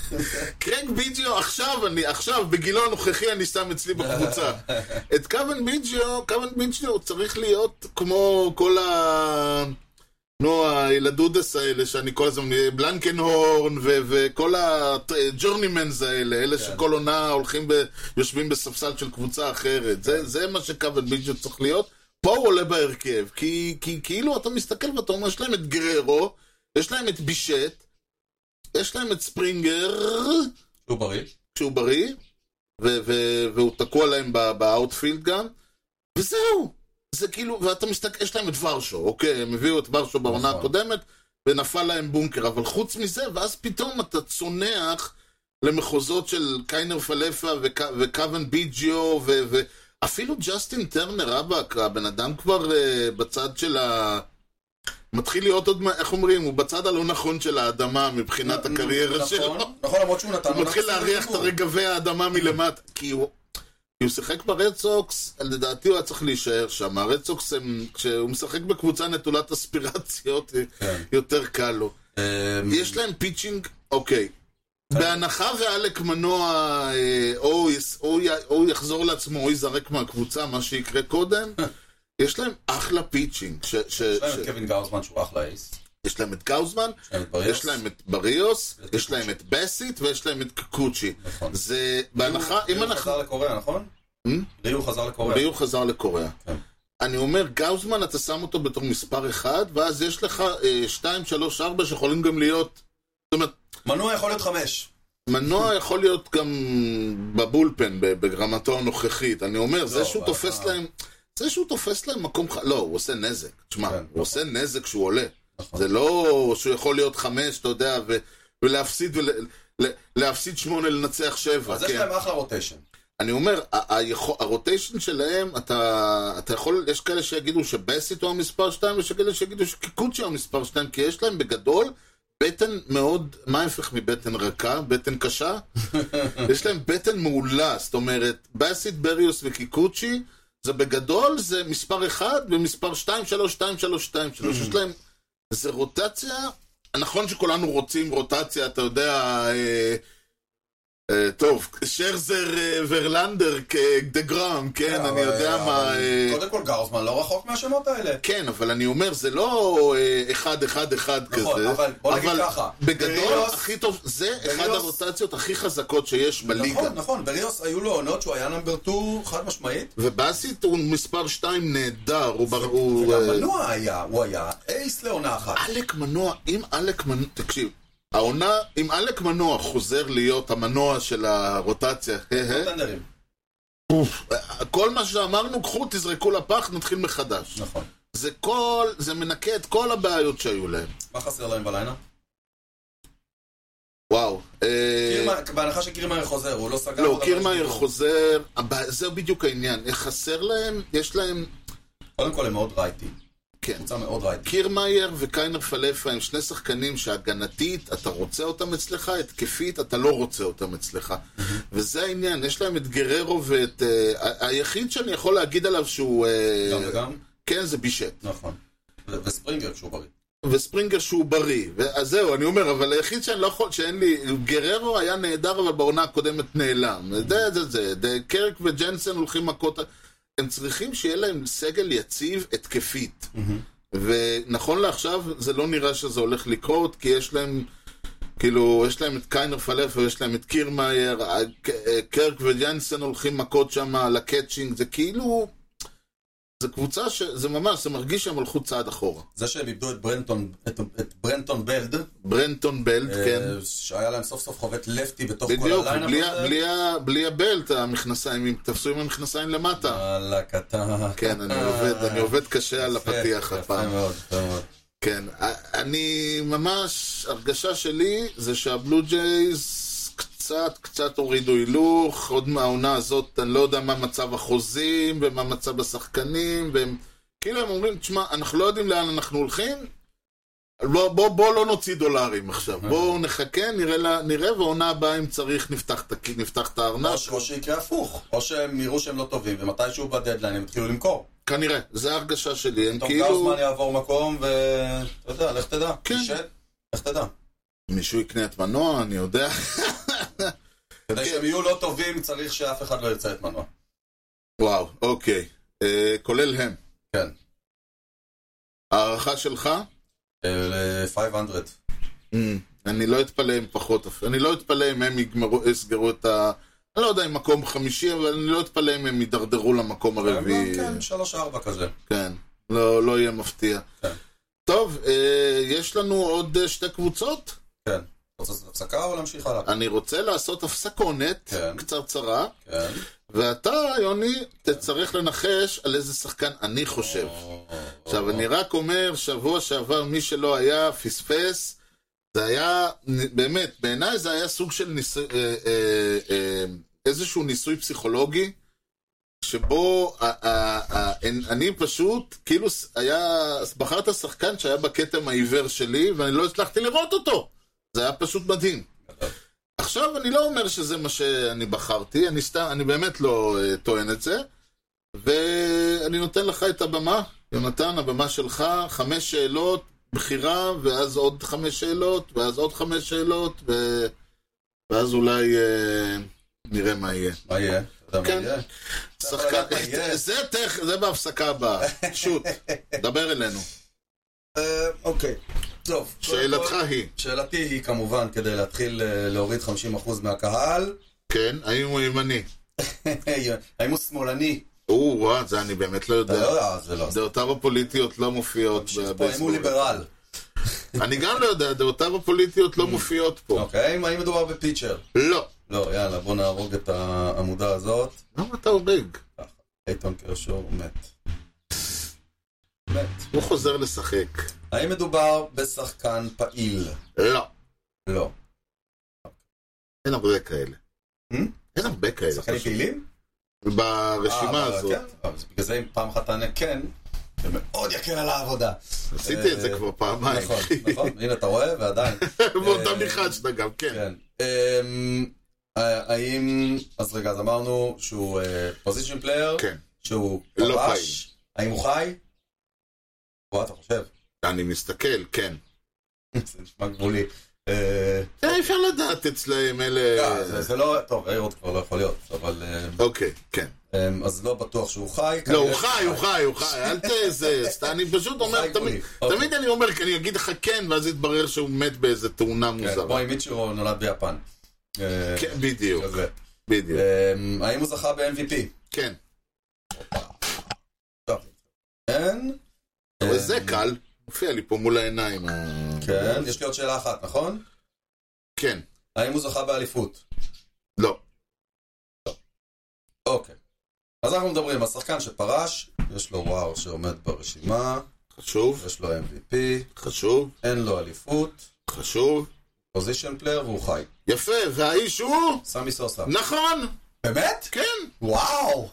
קרייג ביג'יו, עכשיו, אני, עכשיו, בגילו הנוכחי אני שם אצלי בקבוצה. את קווין ביג'יו, קווין ביג'יו צריך להיות כמו כל ה... נו, הילדודס האלה שאני כל הזמן, בלנקנהורן ו- וכל הג'ורנימנס האלה, אלה שכל עונה הולכים ב- יושבים בספסל של קבוצה אחרת. זה, זה מה שקווין ביג'יו צריך להיות. פה הוא עולה בהרכב, כי, כי כאילו אתה מסתכל ואתה אומר, יש להם את גררו, יש להם את בישט, יש להם את ספרינגר, שהוא בריא, שהוא בריא, ו- ו- והוא תקוע להם באוטפילד גם, וזהו. זה כאילו, ואתה מסתכל, יש להם את ורשו, אוקיי, הם הביאו את ורשו בעונה הקודמת, ונפל להם בונקר, אבל חוץ מזה, ואז פתאום אתה צונח למחוזות של קיינר פלפה וקווין ביג'יו, ואפילו ג'סטין טרנר, אבק, הבן אדם כבר בצד של ה... מתחיל להיות עוד, איך אומרים, הוא בצד הלא נכון של האדמה מבחינת הקריירה שלו. נכון, למרות שהוא נתן. הוא מתחיל להריח את רגבי האדמה מלמטה, כי הוא... כי הוא שיחק ברד סוקס, לדעתי הוא היה צריך להישאר שם. הרד סוקס, כשהוא משחק בקבוצה נטולת אספירציות, יותר קל לו. יש להם פיצ'ינג, אוקיי. בהנחה ואלק מנוע, או יחזור לעצמו, או יזרק מהקבוצה, מה שיקרה קודם, יש להם אחלה פיצ'ינג. יש להם את קווין גאוזמן שהוא אחלה איס. יש להם את גאוזמן, יש להם את בריוס, יש להם את בסיט ויש להם את קוקוצ'י. זה בהנחה, אם אנחנו... ריו חזר לקוריאה, נכון? ריו חזר לקוריאה. ריו חזר לקוריאה. אני אומר, גאוזמן אתה שם אותו בתור מספר אחד, ואז יש לך שתיים, שלוש, ארבע שיכולים גם להיות... מנוע יכול להיות חמש. מנוע יכול להיות גם בבולפן, בגרמתו הנוכחית. אני אומר, זה שהוא תופס להם... זה שהוא תופס להם מקום... לא, הוא עושה נזק. תשמע, הוא עושה נזק כשהוא עולה. זה לא שהוא יכול להיות חמש, אתה יודע, ולהפסיד להפסיד שמונה, לנצח שבע. אז יש להם אחלה רוטיישן. אני אומר, הרוטיישן שלהם, אתה יכול, יש כאלה שיגידו שבסיט הוא המספר שתיים, ויש כאלה שיגידו שקיקוצ'י הוא המספר שתיים, כי יש להם בגדול בטן מאוד, מה ההפך מבטן רכה? בטן קשה? יש להם בטן מעולה, זאת אומרת, בסיט, בריוס וקיקוצ'י, זה בגדול, זה מספר אחד, ומספר שתיים, שלוש, שתיים, שלוש, שתיים, שלוש, יש להם, זה רוטציה, נכון שכולנו רוצים רוטציה, אתה יודע, אה, אה, טוב, שרזר אה, ורלנדר כדגרם, כן, אני יודע מה... אה, קודם כל גאוזמן לא רחוק מהשמות האלה. כן, אבל אני אומר, זה לא אה, אחד, אחד, אחד נכון, כזה. אבל בוא נגיד ככה. בגדול, בריוס, הכי טוב, זה בריוס, אחד הרוטציות הכי חזקות שיש בליגה. נכון, נכון, בריוס היו לו עונות שהוא היה נאמבר שתיים חד משמעית. ובאסית הוא מספר שתיים נהדר, הוא בר... וגם מנוע היה, הוא היה אייס לעונה אחת. אלק מנוע, אם אלק מנוע, תקשיב, העונה, אם אלק מנוע חוזר להיות המנוע של הרוטציה, כל מה שאמרנו, קחו, תזרקו לפח, נתחיל מחדש. נכון. זה כל, זה מנקה את כל הבעיות שהיו להם. מה חסר להם בלילה? וואו. בהנחה שקירמאייר חוזר, הוא לא סגר. לא, קירמאייר חוזר, זה בדיוק העניין. חסר להם, יש להם... קודם כל הם מאוד רייטי. כן. קבוצה מאוד רייטי. קירמאייר וקיינר פלפה הם שני שחקנים שהגנתית, אתה רוצה אותם אצלך, התקפית, אתה לא רוצה אותם אצלך. וזה העניין, יש להם את גררו ואת... היחיד שאני יכול להגיד עליו שהוא... גם וגם? כן, זה בישט. נכון. וספרינגר שהוא בריא. וספרינגר שהוא בריא. אז זהו, אני אומר, אבל היחיד שאני לא יכול, שאין לי... גררו היה נהדר, אבל בעונה הקודמת נעלם. זה, זה, זה. זה. קרק וג'נסן הולכים מכות... הם צריכים שיהיה להם סגל יציב התקפית. ונכון לעכשיו, זה לא נראה שזה הולך לקרות, כי יש להם, כאילו, יש להם את קיינר פלפה, ויש להם את קירמאייר, קרק וג'נסן הולכים מכות שם על הקאצ'ינג, זה כאילו, זה קבוצה שזה ממש, זה מרגיש שהם הלכו צעד אחורה. זה שהם איבדו את ברנטון, את, את ברנטון בלד. ברנטון בלד, כן. שהיה להם סוף סוף חובט לפטי בתוך בדיוק, כל הליינאפ הזה. בלי, בלי הבלט, המכנסיים, תפסו עם המכנסיים למטה. על הקטן. כן, אני עובד, אני עובד קשה על הפתיח הפעם. מאוד, מאוד. כן, אני ממש, הרגשה שלי זה שהבלו ג'ייז קצת, קצת הורידו הילוך, עוד מהעונה הזאת, אני לא יודע מה מצב החוזים, ומה מצב השחקנים, והם, כאילו הם אומרים, תשמע, אנחנו לא יודעים לאן אנחנו הולכים, בוא, בוא, בוא לא נוציא דולרים עכשיו, בואו נחכה, נראה, נראה, ועונה הבאה אם צריך, נפתח, נפתח את הארנק. או שיקרה הפוך, או שהם יראו שהם לא טובים, ומתישהו בדדליין הם התחילו למכור. כנראה, זה ההרגשה שלי, הם טוב, כאילו... גאוזמן יעבור מקום, ואתה יודע, לך תדע. כן. לך תדע. מישהו יקנה את מנוע, אני יודע. כדי שהם יהיו לא טובים, צריך שאף אחד לא ירצה את מנוע. וואו, אוקיי. אה, כולל הם. כן. הערכה שלך? ל-חמש מאות. אני לא אתפלא אם פחות, אני לא אתפלא אם הם יסגרו את ה... אני לא יודע אם מקום חמישי, אבל אני לא אתפלא אם הם ידרדרו למקום הרביעי. כן, שלוש ארבע כזה. כן, לא, לא יהיה מפתיע. כן. טוב, אה, יש לנו עוד שתי קבוצות? כן. רוצה לעשות הפסקה או להמשיך הלאה? אני רוצה לעשות הפסקונת, כן. קצרצרה, כן. ואתה, יוני, תצטרך לנחש על איזה שחקן אני חושב. עכשיו, אני רק אומר, שבוע שעבר מי שלא היה, פספס, זה היה, באמת, בעיניי זה היה סוג של ניסוי, אה, אה, אה, איזשהו ניסוי פסיכולוגי, שבו אה, אה, אה, אני פשוט, כאילו, היה, בחרת שחקן שהיה בכתם העיוור שלי, ואני לא הצלחתי לראות אותו. זה היה פשוט מדהים. עכשיו, אני לא אומר שזה מה שאני בחרתי, אני, סתם, אני באמת לא uh, טוען את זה, ואני נותן לך את הבמה, יונתן, הבמה שלך, חמש שאלות, בחירה, ואז עוד חמש שאלות, ואז עוד חמש שאלות, ו... ואז אולי uh, נראה מה יהיה. מה יהיה? אתה יודע כן. מה יהיה? שחקן... זה, תכ... זה בהפסקה הבאה, שוט, דבר אלינו. אוקיי, טוב. שאלתך היא. שאלתי היא כמובן, כדי להתחיל להוריד חמישים אחוז מהקהל. כן, האם הוא ימני? האם הוא שמאלני? או, וואו, זה אני באמת לא יודע. אתה לא יודע, זה לא. דעותיו הפוליטיות לא מופיעות. האם הוא ליברל? אני גם לא יודע, דעותיו הפוליטיות לא מופיעות פה. אוקיי, האם מדובר בפיצ'ר? לא. לא, יאללה, בוא נהרוג את העמודה הזאת. למה אתה הורג? איתון קרשור מת. מת. הוא חוזר לשחק. האם מדובר בשחקן פעיל? לא. לא. אין הרבה כאלה. אין הרבה כאלה. שחקנים פעילים? ברשימה הזאת. בגלל זה אם פעם אחת תענה כן, זה מאוד יקר על העבודה. עשיתי את זה כבר פעמיים. נכון, נכון. הנה אתה רואה, ועדיין. באותה ניחשת גם, כן. האם, אז רגע, אז אמרנו שהוא פוזישן פלייר, שהוא פרש, האם הוא חי? בוא, אתה חושב? אני מסתכל, כן. זה נשמע גבולי. אי אפשר לדעת אצלהם אלה... זה לא, טוב, אירות כבר לא יכול להיות, אבל... אוקיי, כן. אז לא בטוח שהוא חי. לא, הוא חי, הוא חי, הוא חי, אל תזה, אני פשוט אומר, תמיד אני אומר, כי אני אגיד לך כן, ואז יתברר שהוא מת באיזה תאונה מוזרה. בואי, מיצ'ירו נולד ביפן. כן, בדיוק. בדיוק. האם הוא זכה ב-אם וי פי? כן. טוב. כן. וזה קל, מופיע לי פה מול העיניים. כן, יש לי עוד שאלה אחת, נכון? כן. האם הוא זכה באליפות? לא. אוקיי. אז אנחנו מדברים על שחקן שפרש, יש לו וואו שעומד ברשימה. חשוב. יש לו אם וי פי. חשוב. אין לו אליפות. חשוב. פוזישן פלייר והוא חי. יפה, והאיש הוא? סמי סוסה. נכון. באמת? כן. וואו.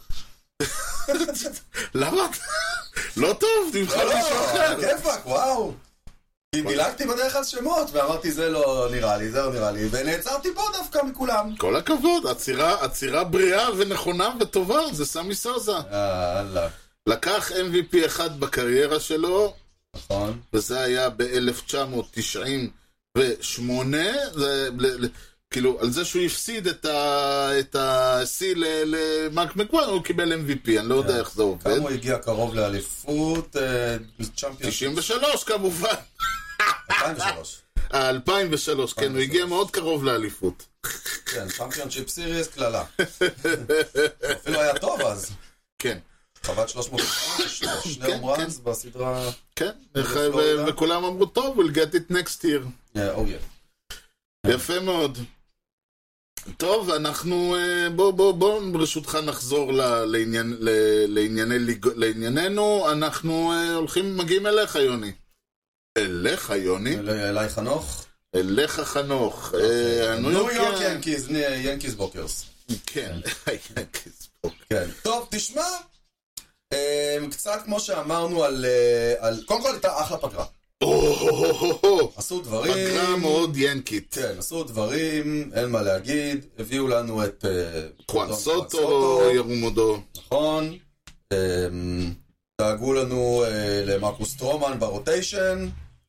למה? לא טוב, נבחר מישהו אחר. כיפק, וואו. דילגתי בדרך על שמות, ואמרתי זה לא נראה לי, זה לא נראה לי, ונעצרתי פה דווקא מכולם. כל הכבוד, עצירה, עצירה בריאה ונכונה וטובה, זה סמי סוזה. יאללה. לקח אם וי פי אחד בקריירה שלו, נכון. וזה היה ב-אלף תשע מאות תשעים ושמונה, זה, ל, ל, כאילו, על זה שהוא הפסיד את ה-C למרק מקוואן, הוא קיבל אם וי פי, אני לא יודע איך זה עובד. כמה הוא הגיע קרוב לאליפות? תשעים ושלוש כמובן. אלפיים ושלוש. אלפיים ושלוש, כן, הוא הגיע מאוד קרוב לאליפות. כן, צ'מפיונשיפ סיריס, כללה. אפילו היה טוב אז. כן. חוות שלוש מאות שני אומרנס בסדרה. כן, וכולם אמרו טוב, we'll get it next year. יפה מאוד. טוב, אנחנו, בוא, בוא, בוא, ברשותך נחזור לעניין, לענייני, לענייננו, אנחנו הולכים, מגיעים אליך, יוני. אליך, יוני. אליי חנוך. אליך חנוך. ניו יורק ינקיז, ינקיז בוקרס. כן, ינקיז בוקרס. כן. טוב, תשמע, קצת כמו שאמרנו על, קודם כל הייתה אחלה פגרה. עשו דברים. פגרה מאוד ינקית. כן, עשו דברים, אין מה להגיד, הביאו לנו את קואן סוטו, ירומודו. נכון. דאגו לנו למרקוס טרומן ברוטיישן.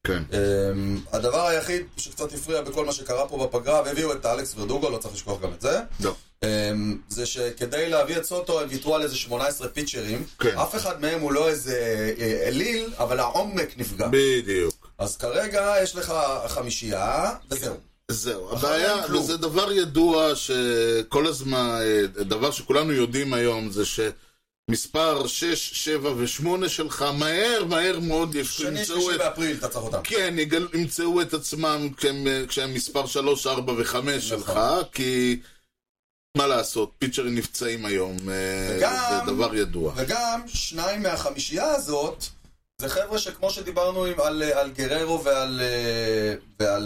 כן. הדבר היחיד שקצת הפריע בכל מה שקרה פה בפגרה, והביאו את אלכס ורדוגו, לא צריך לשכוח גם את זה, לא. זה שכדי להביא את סוטו הם ויתרו על איזה שמונה עשרה פיצ'רים, אף אחד מהם הוא לא איזה אליל, אבל העומק נפגע. בדיוק. אז כרגע יש לך חמישייה, וזהו. זהו, הבעיה, וזה דבר ידוע שכל הזמן, דבר שכולנו יודעים היום זה שמספר שש, שבע ושמונה שלך מהר, מהר מאוד שני, שלישי באפריל אתה צריך אותם. כן, ימצאו את עצמם כשהם מספר שלוש, ארבע וחמש שלך, כי מה לעשות, פיצ'רים נפצעים היום, זה דבר ידוע. וגם שניים מהחמישייה הזאת זה חבר'ה שכמו שדיברנו על, על גררו ועל, ועל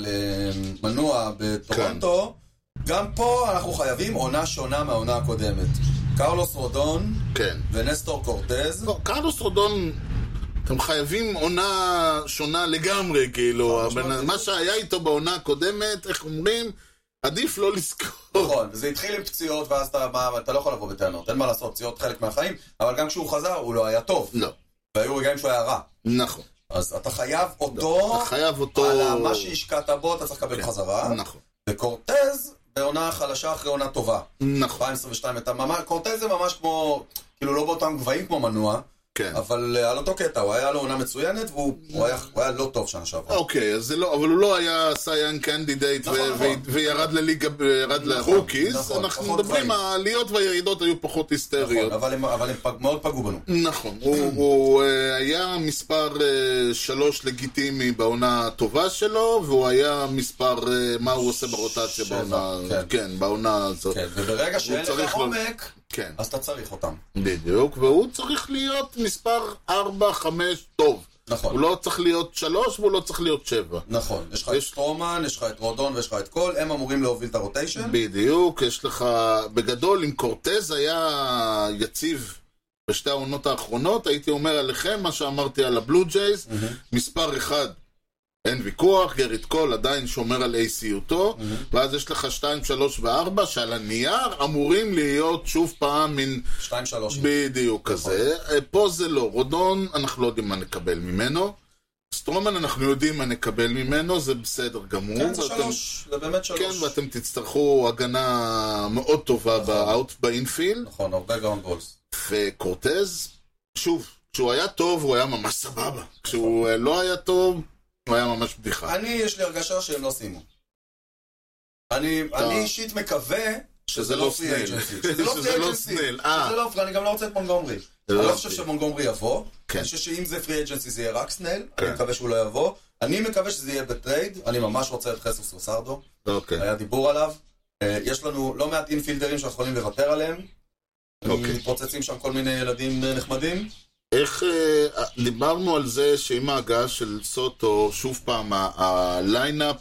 מנוע בטורונטו, כן. גם פה אנחנו חייבים עונה שונה מהעונה הקודמת. קרלוס רודון כן. ונסטור קורטז. לא, קרלוס רודון, אתם חייבים עונה שונה לגמרי, כאילו, הבנ... מה שהיה איתו בעונה הקודמת, איך אומרים, עדיף לא לזכור. נכון, וזה התחיל עם פציעות, ואז אתה, מה, אתה לא יכול לבוא בטענות, אין מה לעשות, פציעות חלק מהחיים, אבל גם כשהוא חזר, הוא לא היה טוב. לא. והיו רגעים שהוא היה רע. נכון. אז אתה חייב אותו, אתה חייב אותו על מה שהשקעת בו, אתה צריך לקבל חזרה. נכון. וקורטז, בעונה חלשה אחרי עונה טובה. נכון. אלפיים עשרים ושתיים, קורטז זה ממש כמו, כאילו לא באותם גבהים כמו מנוע, כן. אבל על אותו קטע, הוא היה לו עונה מצוינת, והוא היה, הוא היה לא טוב שנה שעברה. אוקיי, אז זה לא, אבל הוא לא היה סייאן קנדידייט נכון, ו- נכון. ו- וירד לליגה, ירד נכון, לרוקיז, נכון, אנחנו מדברים, העליות והירידות היו פחות היסטריות. נכון, אבל הם, אבל הם פג, מאוד פגעו בנו. נכון, הוא, הוא uh, היה מספר uh, שלוש לגיטימי בעונה הטובה שלו, והוא היה מספר, uh, מה הוא עושה ברוטציה שבע, בעונה, כן. כן, בעונה הזאת. כן, וברגע שאין לך עומק, לו... כן. אז אתה צריך אותם. בדיוק, והוא צריך להיות מספר ארבע, חמש, טוב. נכון. הוא לא צריך להיות שלוש, והוא לא צריך להיות שבע. נכון, יש לך יש... את סטרומן, יש לך את רודון ויש לך את קול, הם אמורים להוביל את הרוטיישן. בדיוק, יש לך, בגדול, אם קורטז היה יציב בשתי העונות האחרונות, הייתי אומר עליכם מה שאמרתי על הבלו ג'ייז, mm-hmm. מספר אחד, אין ויכוח, גריט קול עדיין שומר על איי-סיותו, mm-hmm. ואז יש לך שתיים, שלוש וארבע, שעל הנייר אמורים להיות שוב פעם מין... שתיים, שלוש. בדיוק כזה. פה זה לא. רודון, אנחנו לא יודעים מה נקבל ממנו. סטרומן, אנחנו יודעים מה נקבל ממנו, זה בסדר גמור. כן, זה שלוש, זה באמת שלוש. כן, ואתם תצטרכו הגנה מאוד טובה באוט, באינפילד. נכון, הרבה גאון גולס. וקורטז, שוב, כשהוא היה טוב, הוא היה ממש סבבה. כשהוא לא היה טוב... הוא היה ממש בדיחה. אני, יש לי הרגשה שהם לא סיימו. אני, אני אישית מקווה שזה לא פרי אייג'נסי. שזה לא פרי אייג'נסי. שזה לא פרי, אני גם לא רוצה את מונגומרי. אני לא חושב שמונגומרי יבוא. אני חושב שאם זה פרי אייג'נסי זה יהיה רק סנל. אני מקווה שהוא לא יבוא. אני מקווה שזה יהיה בטרייד. אני ממש רוצה את חסוס רוסרדו. היה דיבור עליו. יש לנו לא מעט אינפילדרים שאנחנו יכולים לוותר עליהם. מתפוצצים שם כל מיני ילדים נחמדים. איך, דיברנו על זה שעם ההגעה של סוטו, שוב פעם, הליינאפ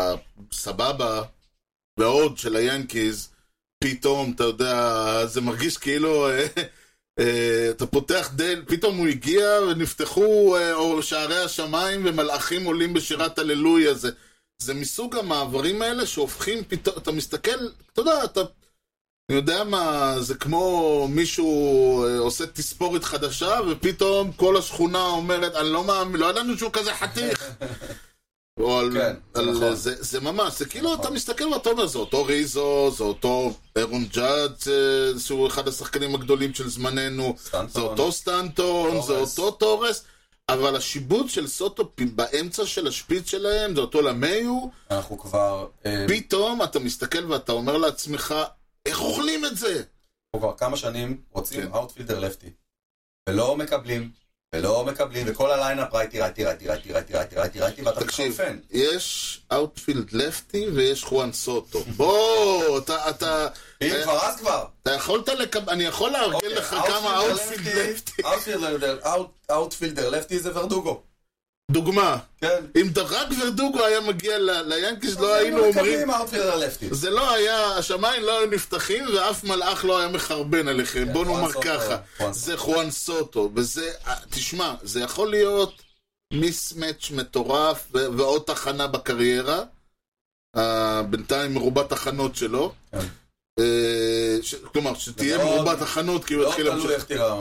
הסבבה ועוד של היאנקיז, פתאום, אתה יודע, זה מרגיש כאילו, אתה פותח דל, פתאום הוא הגיע ונפתחו שערי השמיים ומלאכים עולים בשירת הללויה, זה, זה מסוג המעברים האלה שהופכים, פתאום, אתה מסתכל, אתה יודע, אתה... אני יודע מה, זה כמו מישהו עושה תספורת חדשה, ופתאום כל השכונה אומרת, אני לא מאמין, לא ידענו שהוא כזה חתיך. זה ממש, זה כאילו אתה מסתכל ואתה אומר, זה אותו ריזו, זה אותו אירון ג'אד, שהוא אחד השחקנים הגדולים של זמננו, זה אותו סטנטון, זה אותו טורס, אבל השיבוט של סוטו באמצע של השפיץ שלהם, זה אותו למיו, אנחנו כבר... פתאום אתה מסתכל ואתה אומר לעצמך, איך אוכלים את זה? אנחנו כבר כמה שנים רוצים אאוטפילדר לפטי, ולא מקבלים, ולא מקבלים, וכל הליינאפ רייטי, רייטי, רייטי, רייטי, רייטי, רייטי, רייטי, רייטי, ואתה מתחלפן. יש אאוטפילד לפטי ויש חואן סוטו. בוא, אתה, אתה... אם כבר אז כבר. אתה יכולת לקבל, אני יכול להרגל לך כמה אאוטפילד לפטי. אאוטפילדר לפטי זה ורדוגו. דוגמה, כן. אם רק ורדוגו היה מגיע ליאנקיז לא היינו אומרים, זה לא היה, השמיים לא היו נפתחים ואף מלאך לא היה מחרבן עליכם, בוא נאמר ככה, זה חואן סוטו, וזה, תשמע, זה יכול להיות מיסמץ' מטורף ועוד תחנה בקריירה, בינתיים מרובת תחנות שלו, כלומר שתהיה מרובת תחנות, לא תלוי איך תראה העונה הזאת.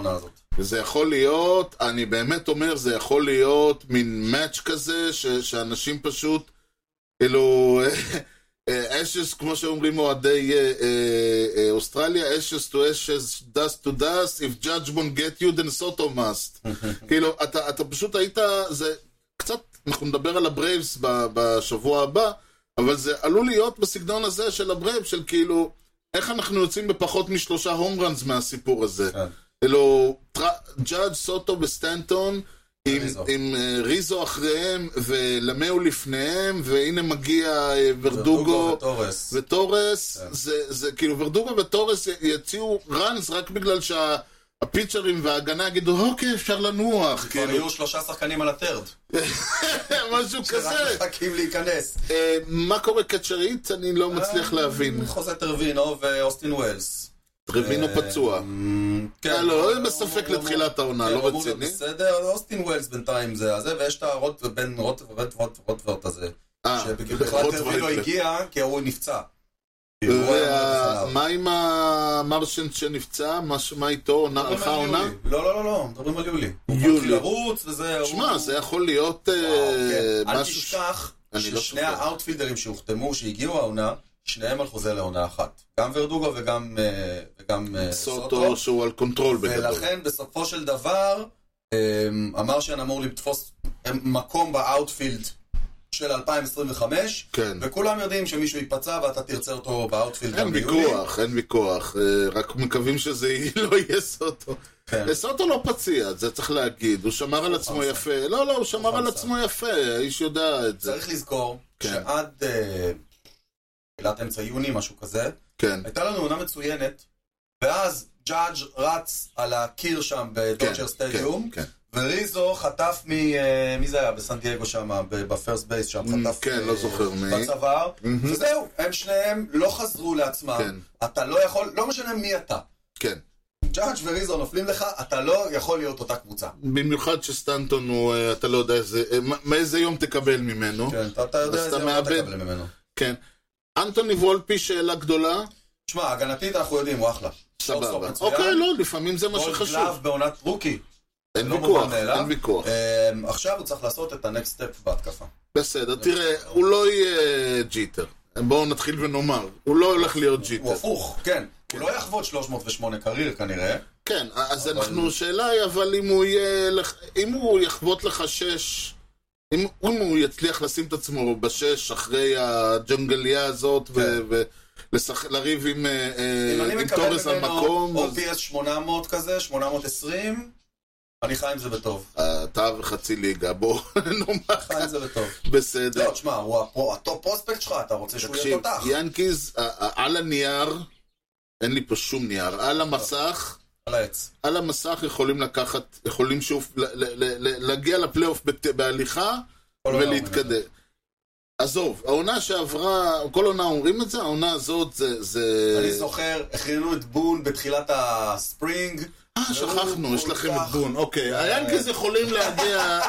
וזה יכול להיות, אני באמת אומר, זה יכול להיות מין מאץ' כזה, ש, שאנשים פשוט, כאילו, אשס, כמו שאומרים אוהדי אוסטרליה, אשס to ashes, dust to dust, if judge won't get you, then Soto must. כאילו, אתה, אתה פשוט היית, זה קצת, אנחנו נדבר על הברייבס בשבוע הבא, אבל זה עלול להיות בסגנון הזה של הברייבס, של כאילו, איך אנחנו יוצאים בפחות משלושה הום ראנס מהסיפור הזה. אלו, ג'אדג', סוטו וסטנטון, עם, עם uh, ריזו אחריהם ולמאו לפניהם, והנה מגיע uh, ורדוגו וטורס, וטורס yeah. זה, זה כאילו ורדוגו וטורס יציעו ראנס רק בגלל שהפיצ'רים וההגנה יגידו אוקיי אפשר לנוח, כבר כאילו היו שלושה שחקנים על הטרד משהו כזה שרק מחכים להיכנס. uh, מה קורה קצ'רית? אני לא מצליח להבין. חוזה טרווינו ואוסטין ווילס. טרווינו פצוע. כן, לא, בספק לתחילת העונה, לא רציני. בסדר, אוסטין ווילס בינתיים זה הזה, ויש את הרוט ובין רוטוורט הזה, שבכלל טרווינו הגיע, כי הוא נפצע. מה עם המרשנט שנפצע? מה איתו? הלכה עונה? לא, לא, לא, לא, מדברים על יולי. הוא מתחיל לרוץ וזה... שמע, זה יכול להיות משהו... אל תשכח ששני האוטפילדרים שהוחתמו, שהגיעו העונה, שניהם על חוזה לעונה אחת. גם ורדוגו וגם, וגם סוטו, שהוא על קונטרול בגדול. ולכן בסופו של דבר, אמר שאני אמור לתפוס מקום באוטפילד של אלפיים עשרים וחמש, כן. וכולם יודעים שמישהו ייפצע ואתה תרצה אותו באוטפילד גם ביולי. אין ויכוח, אין ויכוח. רק מקווים שזה לא יהיה סוטו. כן. סוטו לא פציע, זה צריך להגיד. הוא שמר על עצמו יפה. לא, לא, הוא שמר על עצמו יפה. האיש יודע את זה. צריך לזכור שעד... תחילת אמצע יוני, משהו כזה. כן. הייתה לנו עונה מצוינת, ואז ג'אדג' רץ על הקיר שם בדודג'ר סטדיום, כן, כן. וריזו חטף מ... מי זה היה? בסן דייגו שם, בפרסט בייס שם, חטף... כן, לא זוכר מי. בצוואר, וזהו, הם שניהם לא חזרו לעצמם. אתה לא יכול, לא משנה מי אתה. כן. ג'אדג' וריזו נופלים לך, אתה לא יכול להיות אותה קבוצה. במיוחד שסטנטון הוא, אתה לא יודע, מאיזה יום תקבל ממנו. כן, אתה יודע איזה יום תקבל ממנו. כן. אנטוני וולפי, שאלה גדולה. תשמע, הגנתית אנחנו יודעים, הוא אחלה. סבבה. אוקיי, לא, לפעמים זה מה שחשוב. גולד גלאב בעונת רוקי. אין ויכוח, אין ויכוח. עכשיו הוא צריך לעשות את הנקסט סטפ בהתקפה. בסדר, תראה, הוא לא יהיה ג'יטר. בואו נתחיל ונאמר, הוא לא הולך להיות ג'יטר. הוא הפוך, כן. הוא לא יחוות שלוש מאות ושמונה קריר כנראה. כן, אז אנחנו, שאלה היא, אבל אם הוא יהיה, אם הוא יחוות לך שש... אם הוא יצליח לשים את עצמו בשש אחרי הג'נגליה הזאת ולריב עם טורס על מקום, או פי אס שמונה מאות כזה, שמונה מאות ועשרים, אני חי עם זה בטוב. אתה וחצי ליגה, בוא נאמר. חי עם זה בטוב. בסדר. לא, תשמע, הוא הטופ פרוספקט שלך, אתה רוצה שהוא יהיה תותח. ינקיז, על הנייר, אין לי פה שום נייר, על המסך, על העץ. על המסך יכולים לקחת, יכולים שוב להגיע לפלייאוף בהליכה ולהתקדם. עזוב, העונה שעברה, כל עונה אומרים את זה, העונה הזאת זה... אני זוכר, הכרינו את בון בתחילת הספרינג. אה, שכחנו, יש לכם את בון, אוקיי. היאנקיז יכולים להגיע...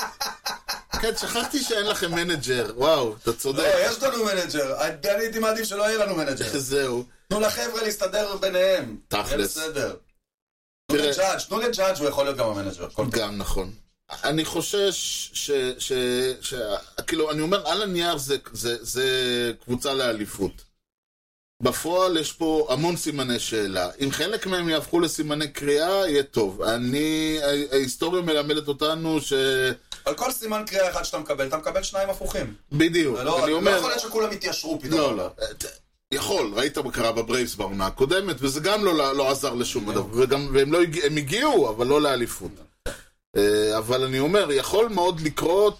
כן, שכחתי שאין לכם מנג'ר, וואו, אתה צודק. לא, יש לנו מנג'ר, אני הייתי מעדיף שלא יהיה לנו מנג'ר. זהו. תנו לחבר'ה להסתדר ביניהם. תכלס. בסדר. תנו לג'אדג', תנו לג'אדג' הוא יכול להיות גם המנג'ר. גם נכון. אני חושש ש... ש... ש... כאילו, אני אומר, על הנייר זה, זה, זה קבוצה לאליפות. בפועל יש פה המון סימני שאלה. אם חלק מהם יהפכו לסימני קריאה, יהיה טוב. אני... ההיסטוריה מלמדת אותנו ש... על כל סימן קריאה אחד שאתה מקבל, אתה מקבל שניים הפוכים. בדיוק. ולא, אני אומר... לא יכול להיות שכולם יתיישרו פתאום. לא, לא. יכול, ראית מה קרה בברייבס בעונה הקודמת, וזה גם לא, לא עזר לשום דבר. וגם, והם לא הגיע, הם הגיעו, אבל לא לאליפות. אבל אני אומר, יכול מאוד לקרות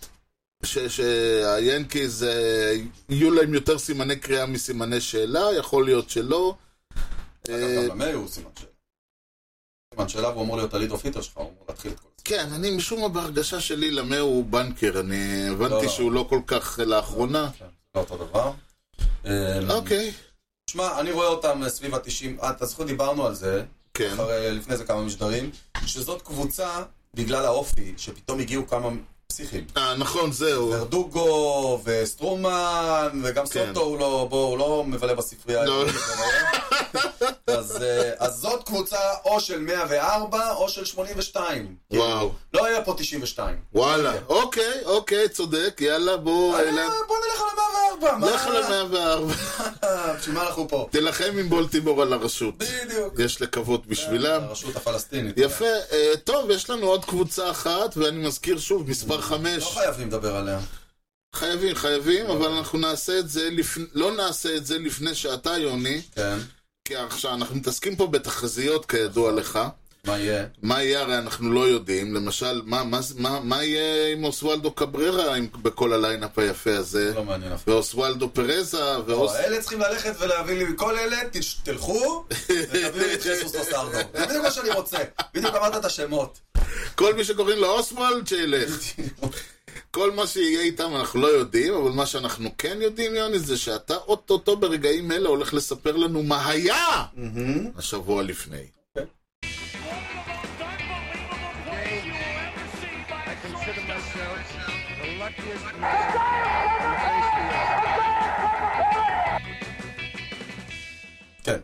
שהיאנקיז יהיו להם יותר סימני קריאה מסימני שאלה, יכול להיות שלא. גם למי הוא סימן שאלה. סימן שאלה הוא אמור להיות הליד אופיטר שלך, הוא אמור להתחיל את כל זה. כן, אני משום מה בהרגשה שלי למי הוא בנקר, אני הבנתי שהוא לא כל כך לאחרונה. לא אותו דבר. אוקיי. תשמע, אני רואה אותם סביב ה-תשעים, אתה זוכר דיברנו על זה, לפני זה כמה משדרים, שזאת קבוצה בגלל האופי, שפתאום הגיעו כמה פסיכים. אה, נכון, זהו. ורדוגו וסטרומן, וגם סוטו הוא לא, בוא, הוא לא מבלה בספרייה. אז, אז זאת קבוצה או של מאה וארבע או של שמונים ושתיים. וואו. לא היה פה תשעים ושתיים. וואלה, אוקיי, אוקיי, צודק, יאללה, בוא... בוא נלך על ה-מאה וארבע. לך על ה-מאה וארבע. בשביל מה אנחנו פה? תלחם עם בולטימור על הרשות. בדיוק. יש לקוות בשבילם. הרשות הפלסטינית. יפה, טוב, יש לנו עוד קבוצה אחת, ואני מזכיר שוב, מספר חמש. לא חייבים לדבר עליה. חייבים, חייבים, אבל אנחנו נעשה את זה, לא נעשה את זה לפני שעתה, יוני. כן. כי עכשיו אנחנו מתעסקים פה בתחזיות כידוע לך. מה יהיה? מה יהיה הרי אנחנו לא יודעים. למשל, מה, מה, מה, מה יהיה עם אוסוולדו קבררה בכל הליינאפ היפה הזה? לא מעניין אפילו. ואוסוולדו פרזה. ואוס... אלה צריכים ללכת ולהביא לי, כל אלה תלכו ותביאו לי את חיסוס לוסרדו. זה בדיוק מה שאני רוצה. בדיוק אמרת את השמות. כל מי שקוראים לו אוסוולד שילך. כל מה שיהיה איתם אנחנו לא יודעים, אבל מה שאנחנו כן יודעים, יוני, זה שאתה אוטוטו ברגעים אלה הולך לספר לנו מה היה השבוע לפני. כן.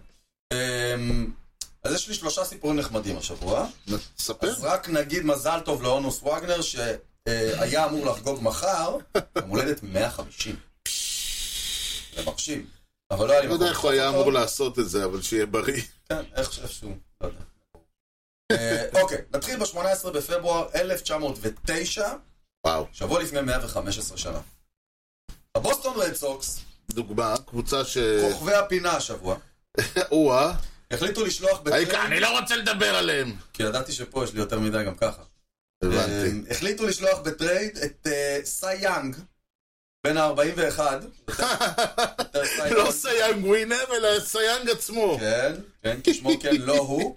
אז יש לי שלושה סיפורים נחמדים השבוע. ספר. אז רק נגיד מזל טוב לאונוס ווגנר, שהיה אמור לחגוג מחר, המולדת מאה וחמישים. זה מרשים. אבל לא היה לי לא יודע איך הוא היה אמור לעשות את זה, אבל שיהיה בריא. כן, איכשהו, לא יודע. אוקיי, נתחיל ב-שמונה עשרה בפברואר אלף תשע מאות ותשע, וואו. שבוע לפני מאה וחמש עשרה שנה. הבוסטון רד סוקס, דוגמה, קבוצה ש... כוכבי הפינה השבוע, וואה. החליטו לשלוח בטרייד... אני לא רוצה לדבר עליהם. כי ידעתי שפה יש לי יותר מדי גם ככה. הבנתי. החליטו לשלוח בטרייד את סי יאנג, בין ה-ארבעים ואחת. לא סייאנג ווינר, אלא סייאנג עצמו. כן, כן, כשמו כן, לא הוא.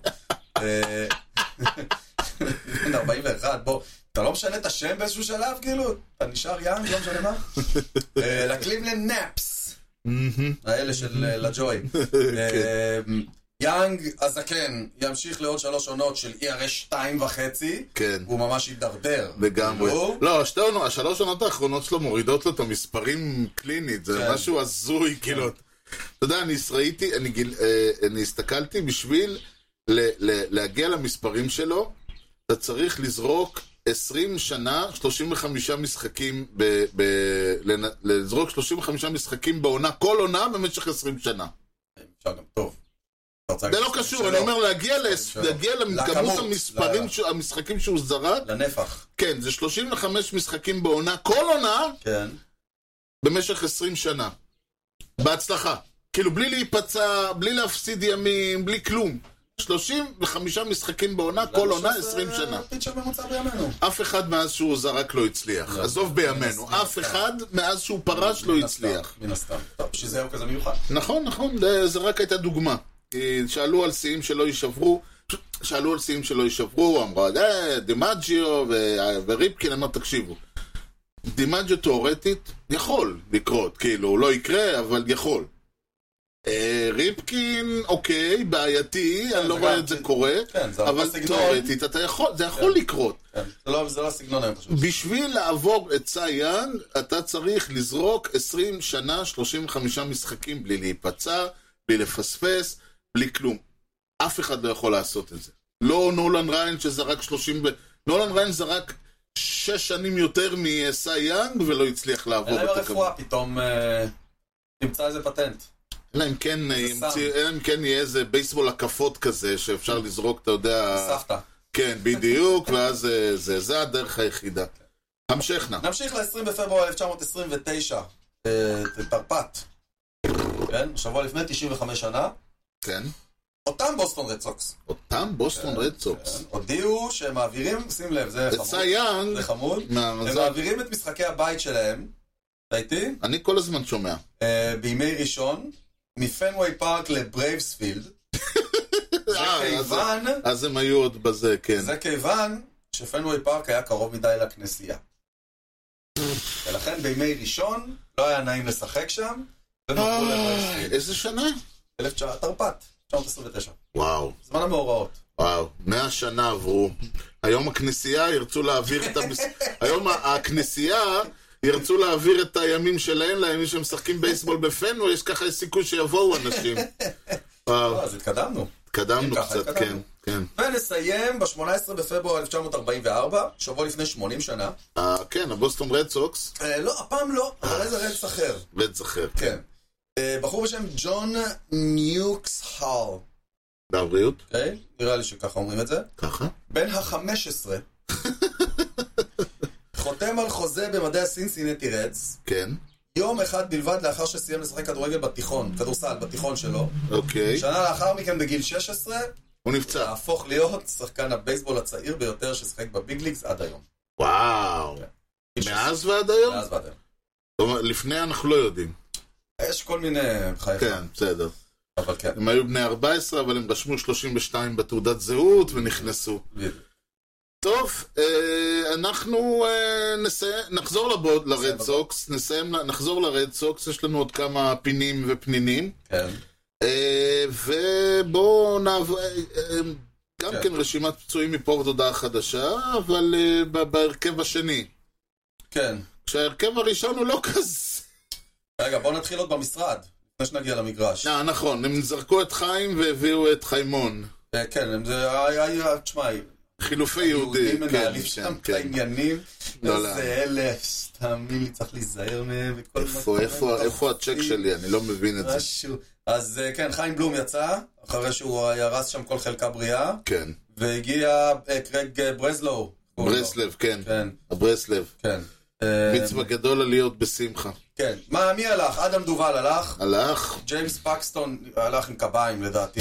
בין ארבעים ואחת, בוא, אתה לא משנה את השם באיזשהו שלב, כאילו? אתה נשאר יאנג, לא משנה מה? לקליבלנד נאפס. האלה של לג'וי. יאנג הזקן ימשיך לעוד שלוש עונות של אי אר אס שתיים וחצי. כן. הוא ממש יידרדר. לגמרי. לא, השלוש עונות האחרונות שלו מורידות לו את המספרים קלינית. זה משהו הזוי, כאילו. אתה יודע, אני ראיתי, אני הסתכלתי בשביל להגיע למספרים שלו, אתה צריך לזרוק עשרים שנה, שלושים וחמישה משחקים, לזרוק שלושים וחמישה משחקים בעונה, כל עונה במשך עשרים שנה. אפשר גם טוב. זה לא קשור, אני אומר להגיע לכמות המספרים, המשחקים שהוא זרק. לנפח. כן, זה שלושים וחמישה משחקים בעונה, כל עונה, במשך עשרים שנה. בהצלחה. כאילו בלי להיפצע, בלי להפסיד ימים, בלי כלום. שלושים וחמישה משחקים בעונה, כל עונה עשרים שנה. פיצ'ר ממוצע בימינו. אף אחד מאז שהוא זרק לא הצליח. עזוב בימינו. אף אחד מאז שהוא פרש לא הצליח. מן הסתם. טוב, שזה הוא כזה מיוחד. נכון, נכון. זה רק הייתה דוגמה. שאלו על שיאים שלא יישברו, שאלו על שיאים שלא יישברו, אמרו, דימג'יו וריפקין, אמר, תקשיבו. דימג'יו תיאורטית יכול לקרות, כאילו, הוא לא יקרה, אבל יכול. ריפקין, אוקיי, בעייתי, אני לא רואה את זה קורה, אבל תיאורטית, זה יכול לקרות. זה לא הסגנון היום פשוט. בשביל לעבור את סייאן, אתה צריך לזרוק עשרים שנה, שלושים וחמישה משחקים, בלי להיפצע, בלי לפספס, בלי כלום. אף אחד לא יכול לעשות את זה. לא נולן ריין שזרק שלושים... נולן ריין זרק שש שנים יותר מסי יאנג, ולא הצליח לעבור את הכבוד. אלא הרפואה פתאום תמצא איזה פטנט. אלא אם כן יהיה איזה בייסבול הקפות כזה, שאפשר לזרוק, אתה יודע... סבתא. כן, בדיוק, ואז זה, זה הדרך היחידה. המשכנה. נמשיך ל-עשרים בפברואר אלף תשע מאות עשרים ותשע, תרפ"ט. כן, שבוע לפני תשעים וחמש שנה. כן. אותם בוסטון רד סוקס. אותם בוסטון רד סוקס. הודיעו שהם מעבירים, שים לב, זה חמוד. זה חמוד. הם מעבירים את משחקי הבית שלהם. אתה איתי? אני כל הזמן שומע. בימי ראשון, מפנווי פארק לברייבספילד. זה כיוון... אז הם היו עוד בזה, כן. זה כיוון שפנווי פארק היה קרוב מדי לכנסייה. ולכן בימי ראשון לא היה נעים לשחק שם. איזה שנה? אלף תשע מאות תרפ"ט, תשע מאות עשרים ותשע. וואו. זמן המאורעות. וואו, מאה שנה עברו. היום הכנסייה ירצו להעביר את המס... היום הכנסייה ירצו להעביר את הימים שלהם לימים שהם משחקים בייסבול בפנו, יש ככה סיכוי שיבואו אנשים. וואו, אז התקדמנו. התקדמנו ככה, קצת, התקדמנו. כן, כן. ונסיים ב-שמונה עשרה בפברואר אלף תשע מאות ארבעים וארבע, שבוע לפני שמונים שנה. אה, כן, הבוסטון רד סוקס. אה, לא, הפעם לא, אבל איזה רדס אחר. רדס אחר. כן. אה, בחור בשם ג'ון ניוקס הל. בבריאות. אוקיי? נראה לי שככה אומרים את זה. ככה. בן ה-חמש עשרה. חותם על חוזה במדעי הסינסינטי רדס. כן. יום אחד בלבד לאחר שסיים לשחק כדורגל בתיכון, כדורסל בתיכון שלו. אוקיי. שנה לאחר מכן בגיל שש עשרה, הוא נפצע. להפוך להיות שחקן הבייסבול הצעיר ביותר ששחק בביג ליגס עד היום. וואו. כן. מאז ועד היום? מאז ועד היום. זאת אומרת, לפני אנחנו לא יודעים. יש כל מיני חייך. כן, בסדר. אבל כן. הם היו בני ארבע עשרה, אבל הם רשמו שלושים ושתיים בתעודת זהות ונכנסו. טוב, אנחנו נחזור לרד סוקס, נחזור לרד סוקס, יש לנו עוד כמה פינים ופנינים. כן. ובואו נעבור, גם כן רשימת פצועים מפה ותודה חדשה, אבל בהרכב השני. כן. כשההרכב הראשון הוא לא כזה. רגע, בואו נתחיל עוד במשרד, לפני שנגיע למגרש. אה, נכון, הם זרקו את חיים והביאו את חיימון. כן, זה היה, תשמע, חילופי יהודים. יהודים מנהלים שם את העניינים. לא, איזה אלה, תאמין לי, צריך להיזהר מהם. איפה הצ'ק שלי? אני לא מבין את זה. אז כן, חיים בלום יצא, אחרי שהוא ירס שם כל חלקה בריאה. כן. והגיע קרג ברזלו. ברסלב, כן. כן. הברסלב. כן. מצווה גדול עליות בשמחה. כן. מה, מי הלך? אדם דובל הלך. הלך. ג'יימס פקסטון הלך עם קביים לדעתי.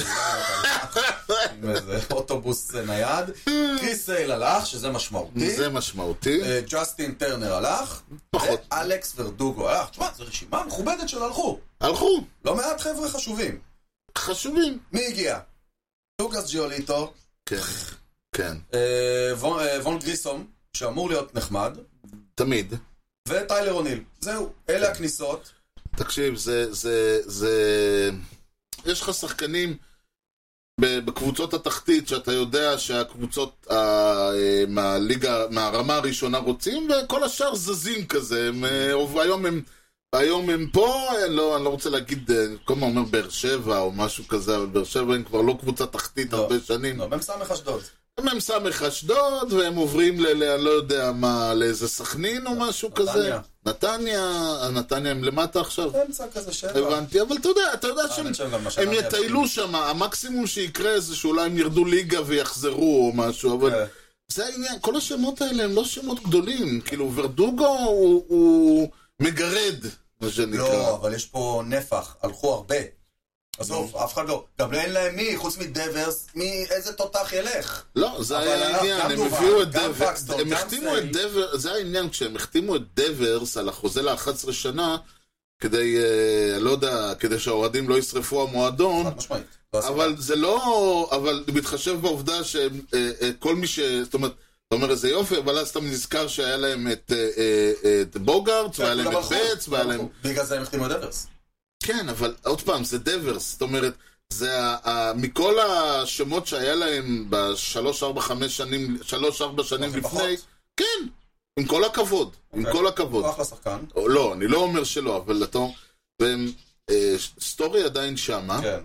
עם איזה אוטובוס נייד. קריס סייל הלך, שזה משמעותי. זה משמעותי. ג'סטין טרנר הלך. פחות. ואלכס ורדוגו הלך. תשמע, זו רשימה מכובדת של הלכו. הלכו. לא מעט חבר'ה חשובים. חשובים. מי הגיע? לוקאס ג'יוליטו. כן. כן. וון גריסום, שאמור להיות נחמד. תמיד. וטיילר אוניל. זהו, אלה הכניסות. תקשיב, זה, זה, זה... יש לך שחקנים בקבוצות התחתית שאתה יודע שהקבוצות מהליגה, מהרמה הראשונה רוצים, וכל השאר זזים כזה. הם, היום הם, היום הם פה, לא, אני לא רוצה להגיד, כל מה אומר באר שבע או משהו כזה, אבל באר שבע הם כבר לא קבוצה תחתית לא, הרבה שנים. לא, במסמך אשדוד. הם סמך אשדוד, והם עוברים ל... לא יודע מה, לאיזה סכנין או משהו כזה. נתניה. נתניה הם למטה עכשיו. באמצע כזה שבע. הבנתי, אבל אתה יודע, אתה יודע שהם יטיילו שם, המקסימום שיקרה זה שאולי הם ירדו ליגה ויחזרו או משהו, אבל זה העניין, כל השמות האלה הם לא שמות גדולים, כאילו ורדוגו הוא מגרד, מה שנקרא. לא, אבל יש פה נפח, הלכו הרבה. עזוב, אף אחד לא. גם אין להם מי, חוץ מדברס, מי, איזה תותח ילך. לא, זה היה העניין, הם הביאו את דברס, הם החתימו את דברס, זה העניין, כשהם החתימו את דברס על החוזה ל-אחת עשרה שנה, כדי, לא יודע, כדי שהאוהדים לא ישרפו המועדון, אבל זה לא, אבל מתחשב בעובדה שכל מי ש... זאת אומרת, אתה אומר איזה יופי, אבל אז אתה נזכר שהיה להם את בוגארט, והיה להם את בץ, והיה להם... בגלל זה הם החתימו את דברס. כן, אבל עוד פעם, זה דברס, זאת אומרת, זה ה- מכל השמות שהיה להם בשלוש, ארבע, חמש שנים, שלוש, ארבע שנים לפני, כן, עם כל הכבוד, עם כל הכבוד. אחלה שחקן. לא, אני לא אומר שלא, אבל אתה, והם, סטורי עדיין שמה. כן.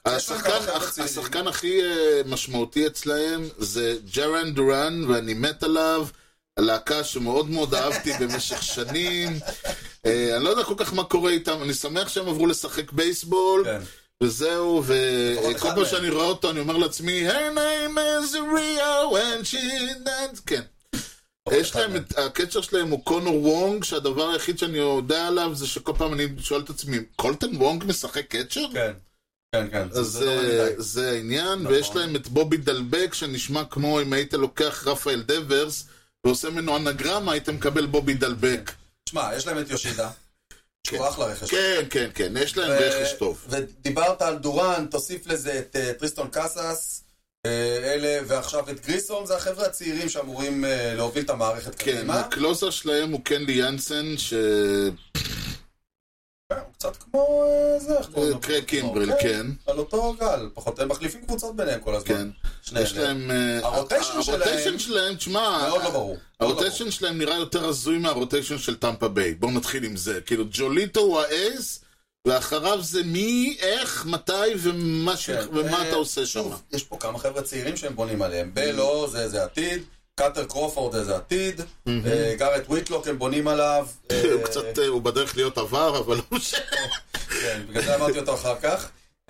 השחקן הכי משמעותי אצלהם זה ג'רן דורן, ואני מת עליו. הלהקה שמאוד מאוד אהבתי במשך שנים. אני לא יודע כל כך מה קורה איתם, אני שמח שהם עברו לשחק בייסבול, וזהו, וכל פעם שאני רואה אותו אני אומר לעצמי, her name is Rio and she dance, כן. יש להם, הקצ'ר שלהם הוא קונור וונג, שהדבר היחיד שאני יודע עליו זה שכל פעם אני שואל את עצמי, קולטן וונג משחק קצ'ר? כן. כן, כן. אז זה העניין, ויש להם את בובי דלבק, שנשמע כמו אם היית לוקח רפאל דברס, ועושה ממנו אנגרמה, היית מקבל בובי דלבק. תשמע, יש להם את יושידה, שהוא אחלה רכש. כן, כן, כן, יש להם רכש טוב. ודיברת על דורן, תוסיף לזה את טריסטון קאסס, אלה, ועכשיו את גריסום, זה החבר'ה הצעירים שאמורים להוביל את המערכת קדימה. כן, הקלוזר שלהם הוא קנלי ינסן, ש... הוא קצת כמו זה, קרייג קימברל, כן. על אותו גל, פחות, הם מחליפים קבוצות ביניהם כל הזמן. כן, יש להם... הרוטיישן שלהם, תשמע, מאוד לא ברור. הרוטיישן שלהם נראה יותר הזוי מהרוטיישן של טמפה ביי. בואו נתחיל עם זה. כאילו, ג'וליטו הוא האייס, ואחריו זה מי, איך, מתי ומה, ש... כן, ומה אה, אתה עושה שוב, שם. יש פה כמה חבר'ה צעירים שהם בונים עליהם. בלו זה איזה עתיד, קאטר קרופורד זה עתיד, אה, גארט וויטלוק הם בונים עליו. הוא קצת, הוא בדרך להיות עבר, אבל לא משנה. כן, בגלל זה אמרתי אותו אחר כך.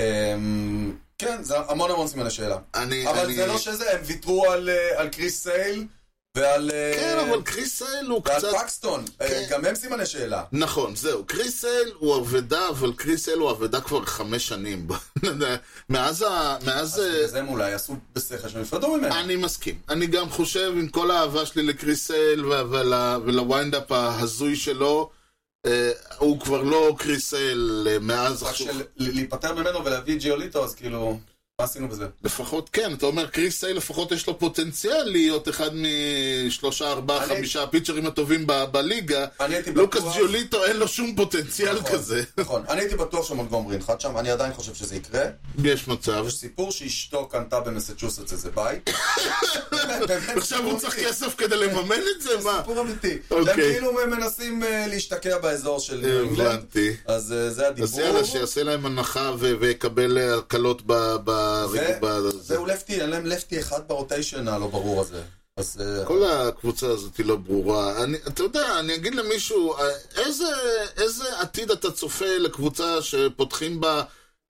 כן, זה המון המון סימן השאלה. אבל זה לא שזה, הם ויתרו על קריס סייל ועל... כן, אבל קריס סייל הוא קצת... ועל פקסטון, גם הם סימני שאלה. נכון, זהו, קריס סייל הוא עבדה, אבל קריס סייל הוא עבדה כבר חמש שנים. מאז ה... אז בגלל זה הם אולי עשו בשכל שנפרדו ממנו. אני מסכים. אני גם חושב, עם כל האהבה שלי לקריס סייל ולוויינדאפ ההזוי שלו, הוא כבר לא קריס סייל מאז... רק של להיפטר ממנו ולהביא ג'יוליטו, אז כאילו... מה עשינו בזה? לפחות כן, אתה אומר קריס סייל לפחות יש לו פוטנציאל להיות אחד משלושה, ארבעה, חמישה הפיצ'רים הטובים בליגה. לוקאס ג'יוליטו אין לו שום פוטנציאל כזה. נכון, אני הייתי בטוח שמונטגומרי ינחת שם, אני עדיין חושב שזה יקרה. יש מצב. יש סיפור שאשתו קנתה במסצ'וסטס איזה בית. עכשיו הוא צריך כסף כדי לממן את זה? מה? סיפור אמיתי. הם כאילו מנסים להשתקע באזור של אינגלנד. אז זה הדיבור. אז יאללה, שיעשה להם הנחה ויקבל הקלות ב... זהו לפטי, אין להם לפטי אחד ברוטיישן הלא ברור הזה. כל הקבוצה הזאת היא לא ברורה. אתה יודע, אני אגיד למישהו, איזה עתיד אתה צופה לקבוצה שפותחים בה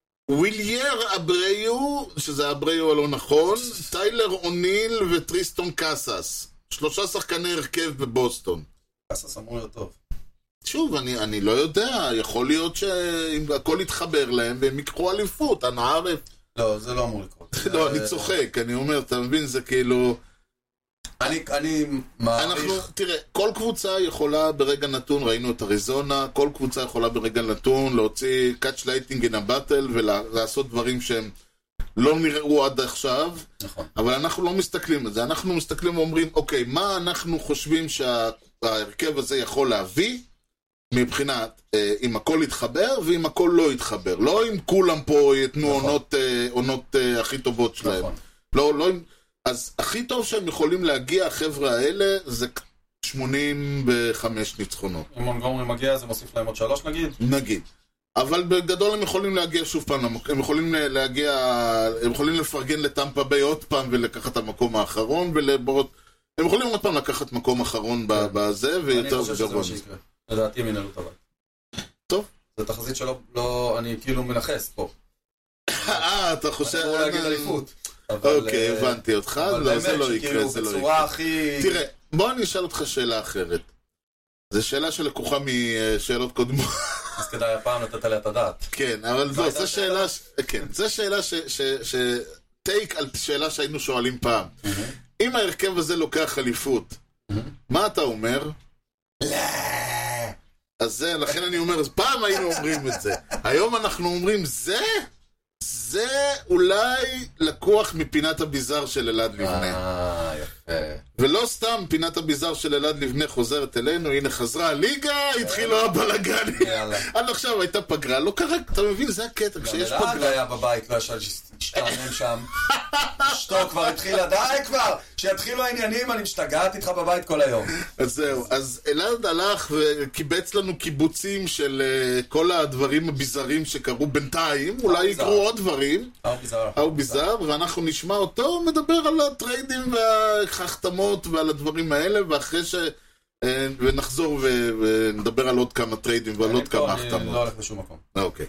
ווילייר אבריו, שזה אבריו הלא נכון, טיילר אוניל וטריסטון קאסס. שלושה שחקני הרכב בבוסטון. קאסס אמור להיות טוב. שוב, אני, אני לא יודע, יכול להיות שאם הכל יתחבר להם והם יקחו אליפות, אנא ערף. לא, זה לא אמור לקרות. לא, אני צוחק, אני אומר, אתה מבין, זה כאילו... אני, אני מעריך... תראה, כל קבוצה יכולה ברגע נתון, ראינו את אריזונה, כל קבוצה יכולה ברגע נתון להוציא catch lighting in a battle ולעשות דברים שהם לא נראו עד עכשיו, נכון. אבל אנחנו לא מסתכלים על זה, אנחנו מסתכלים ואומרים, אוקיי, מה אנחנו חושבים שההרכב הזה יכול להביא? מבחינת, אה, אם הכל יתחבר ואם הכל לא יתחבר. לא אם כולם פה יתנו נכון. עונות, אה, עונות אה, הכי טובות שלהם. נכון. לא, לא, אז הכי טוב שהם יכולים להגיע, החבר'ה האלה, זה שמונים וחמש ניצחונות. אם מונטגומרי מגיע, זה מוסיף להם עוד שלוש נגיד? נגיד. אבל בגדול הם יכולים להגיע שוב פעם, הם יכולים להגיע, הם יכולים לפרגן לטמפה ביי עוד פעם ולקחת את המקום האחרון, ולברות, הם יכולים עוד פעם לקחת מקום אחרון כן. בזה, ויותר אני חושב שזה מה שיקרה. לדעתי הם ינהלו את הבית. טוב. זה תחזית שלא, לא, אני כאילו מנחס פה. אה, אתה חושב... אני אמור להגיד אליפות. אוקיי, הבנתי אותך, זה לא יקרה, זה לא יקרה. הכי... תראה, בוא אני אשאל אותך שאלה אחרת. זו שאלה שלקוחה משאלות קודמות. אז כדאי הפעם לתת עליה את הדעת. כן, אבל זו שאלה... כן, זו שאלה ש... טייק על שאלה שהיינו שואלים פעם. אם ההרכב הזה לוקח אליפות, מה אתה אומר? לא. אז זה, לכן אני אומר, אז פעם היינו אומרים את זה. היום אנחנו אומרים, זה, זה אולי לקוח מפינת הביזר של אלעד לבנה. אה, יפה. ולא סתם פינת הביזר של אלעד לבנה חוזרת אלינו, הנה חזרה הליגה, התחילו הבלגן. עד עכשיו הייתה פגרה, לא קרה, אתה מבין, זה הקטע, כשיש פגרה. אלעד היה בבית, לא ישאל שתשתענן שם. אשתו כבר התחילה, די כבר, שיתחילו העניינים, אני משתגעת איתך בבית כל היום. אז זהו, אז אלעד הלך וקיבץ לנו קיבוצים של כל הדברים הביזרים שקרו בינתיים, אולי יקרו עוד דברים. אהו ביזר, ואנחנו נשמע אותו מדבר על הטריידים והחתמות ועל הדברים האלה, ואחרי ש... ונחזור ונדבר על עוד כמה טריידים ועל עוד כמה החתמות. אני לא הולך בשום מקום. אוקיי.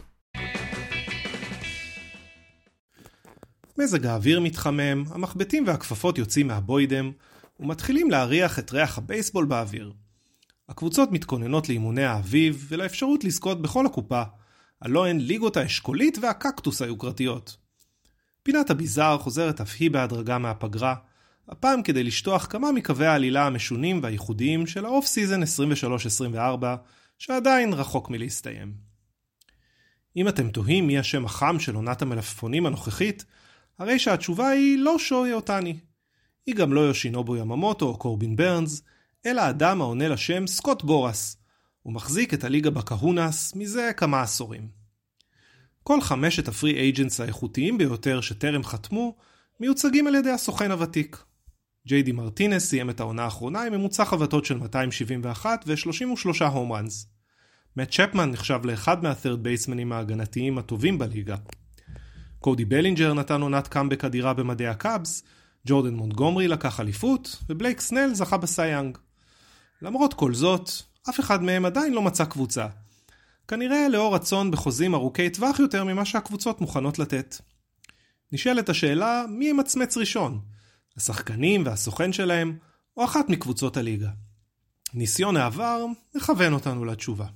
מזג האוויר מתחמם, המחבטים והכפפות יוצאים מהבוידם, ומתחילים להריח את ריח הבייסבול באוויר. הקבוצות מתכוננות לאימוני האביב ולאפשרות לזכות בכל הקופה, הלא הן ליגות האשכולית והקקטוס היוקרתיות. פינת הביזר חוזרת אף היא בהדרגה מהפגרה, הפעם כדי לשטוח כמה מקווי העלילה המשונים והייחודיים של האוף סיזן עשרים ושלוש עשרים וארבע, שעדיין רחוק מלהסתיים. אם אתם תוהים מי השם החם של עונת המלפפונים הנוכחית, הרי שהתשובה היא לא שוי אותני. היא גם לא יושינובו יממוטו או קורבין ברנס, אלא אדם העונה לשם סקוט בורס, ומחזיק את הליגה בקהונס מזה כמה עשורים. כל חמשת הפרי אייג'נטס האיכותיים ביותר שטרם חתמו, מיוצגים על ידי הסוכן הוותיק. ג'יי די מרטינס סיים את העונה האחרונה עם ממוצע חבטות של מאתיים שבעים ואחת ו-שלושים ושלושה הום ראנס. מאט צ'פמן נחשב לאחד מהת'רד בייסמנים ההגנתיים הטובים בליגה. קודי בלינג'ר נתן עונת קאמבק אדירה במדעי הקאבס, ג'ורדן מונטגומרי לקח אליפות, ובלייק סנל זכה בסייאנג. למרות כל זאת, אף אחד מהם עדיין לא מצא קבוצה. כנראה לאור רצון בחוזים ארוכי טווח יותר ממה שהקבוצות מוכנות לתת. נשאלת השאלה מי ימצמץ ראשון, השחקנים והסוכן שלהם, או אחת מקבוצות הליגה. ניסיון העבר מכוון אותנו לתשובה.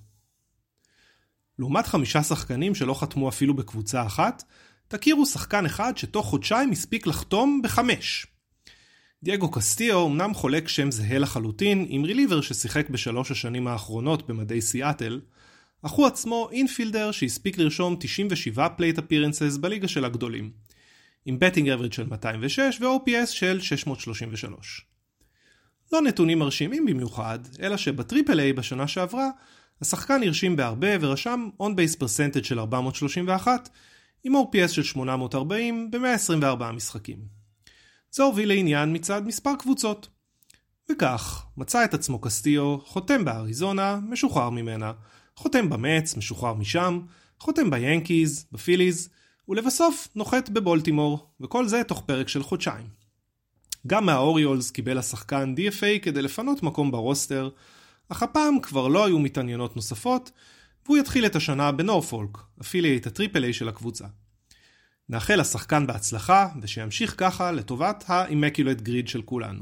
לעומת חמישה שחקנים שלא חתמו אפילו בקבוצה אחת, תכירו שחקן אחד שתוך חודשיים הספיק לחתום בחמש. דייגו קסטיו אמנם חולק שם זהה לחלוטין עם ריליבר ששיחק בשלוש השנים האחרונות במדי סיאטל, אך הוא עצמו אינפילדר שהספיק לרשום תשעים ושבע פלייט אפירנסס בליגה של הגדולים, עם בטינג אברד של מאתיים ושש ו-או פי אס של שש מאות שלושים ושלוש. לא נתונים מרשימים במיוחד, אלא שבטריפל איי בשנה שעברה, השחקן הרשים בהרבה ורשם on base percentage של ארבע מאות שלושים ואחת, עם או פי אס של שמונה מאות ארבעים ב-מאה עשרים וארבעה משחקים. זה הוביל לעניין מצד מספר קבוצות. וכך, מצא את עצמו קסטיו, חותם באריזונה, משוחרר ממנה, חותם במץ, משוחרר משם, חותם ביאנקיז, בפיליז, ולבסוף נוחת בבולטימור, וכל זה תוך פרק של חודשיים. גם מהאוריולס קיבל השחקן די אף איי כדי לפנות מקום ברוסטר, אך הפעם כבר לא היו מתעניינות נוספות, והוא יתחיל את השנה בנורפולק, אפילייט הטריפל איי של הקבוצה. נאחל לשחקן בהצלחה, ושימשיך ככה לטובת ה-Immaculate Grid של כולנו.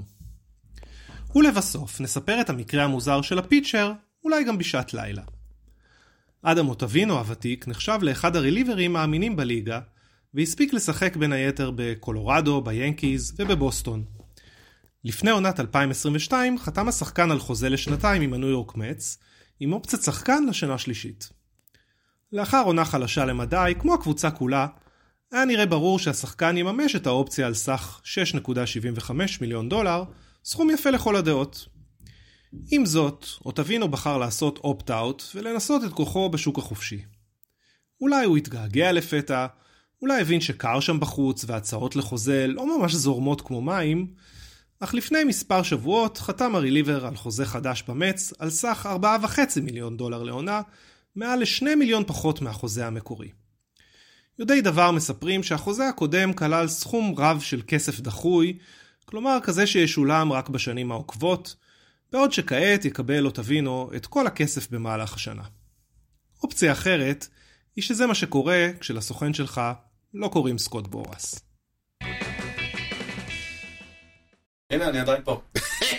ולבסוף, נספר את המקרה המוזר של הפיצ'ר, אולי גם בשעת לילה. אדם אוטבינו הוותיק נחשב לאחד הרליברים האמינים בליגה, והספיק לשחק בין היתר בקולורדו, ביאנקיז ובבוסטון. לפני עונת אלפיים עשרים ושתיים חתם השחקן על חוזה לשנתיים עם הניו יורק מצ, עם אופציית שחקן לשנה שלישית. לאחר עונה חלשה למדי, כמו הקבוצה כולה, היה נראה ברור שהשחקן יממש את האופציה על סך שש נקודה שבעים וחמש מיליון דולר, סכום יפה לכל הדעות. עם זאת, אוטבינו בחר לעשות אופט-אוט ולנסות את כוחו בשוק החופשי. אולי הוא התגעגע לפתע, אולי הבין שקר שם בחוץ והצעות לחוזה לא ממש זורמות כמו מים, אך לפני מספר שבועות חתם הרליבר על חוזה חדש במץ על סך ארבעה וחצי מיליון דולר לעונה, מעל לשני מיליון פחות מהחוזה המקורי. יודעי דבר מספרים שהחוזה הקודם כלל סכום רב של כסף דחוי, כלומר כזה שישולם רק בשנים העוקבות, בעוד שכעת יקבל אוטבינו את כל הכסף במהלך השנה. אופציה אחרת היא שזה מה שקורה כשלסוכן שלך לא קוראים סקוט בורס. הנה, אני עדיין פה.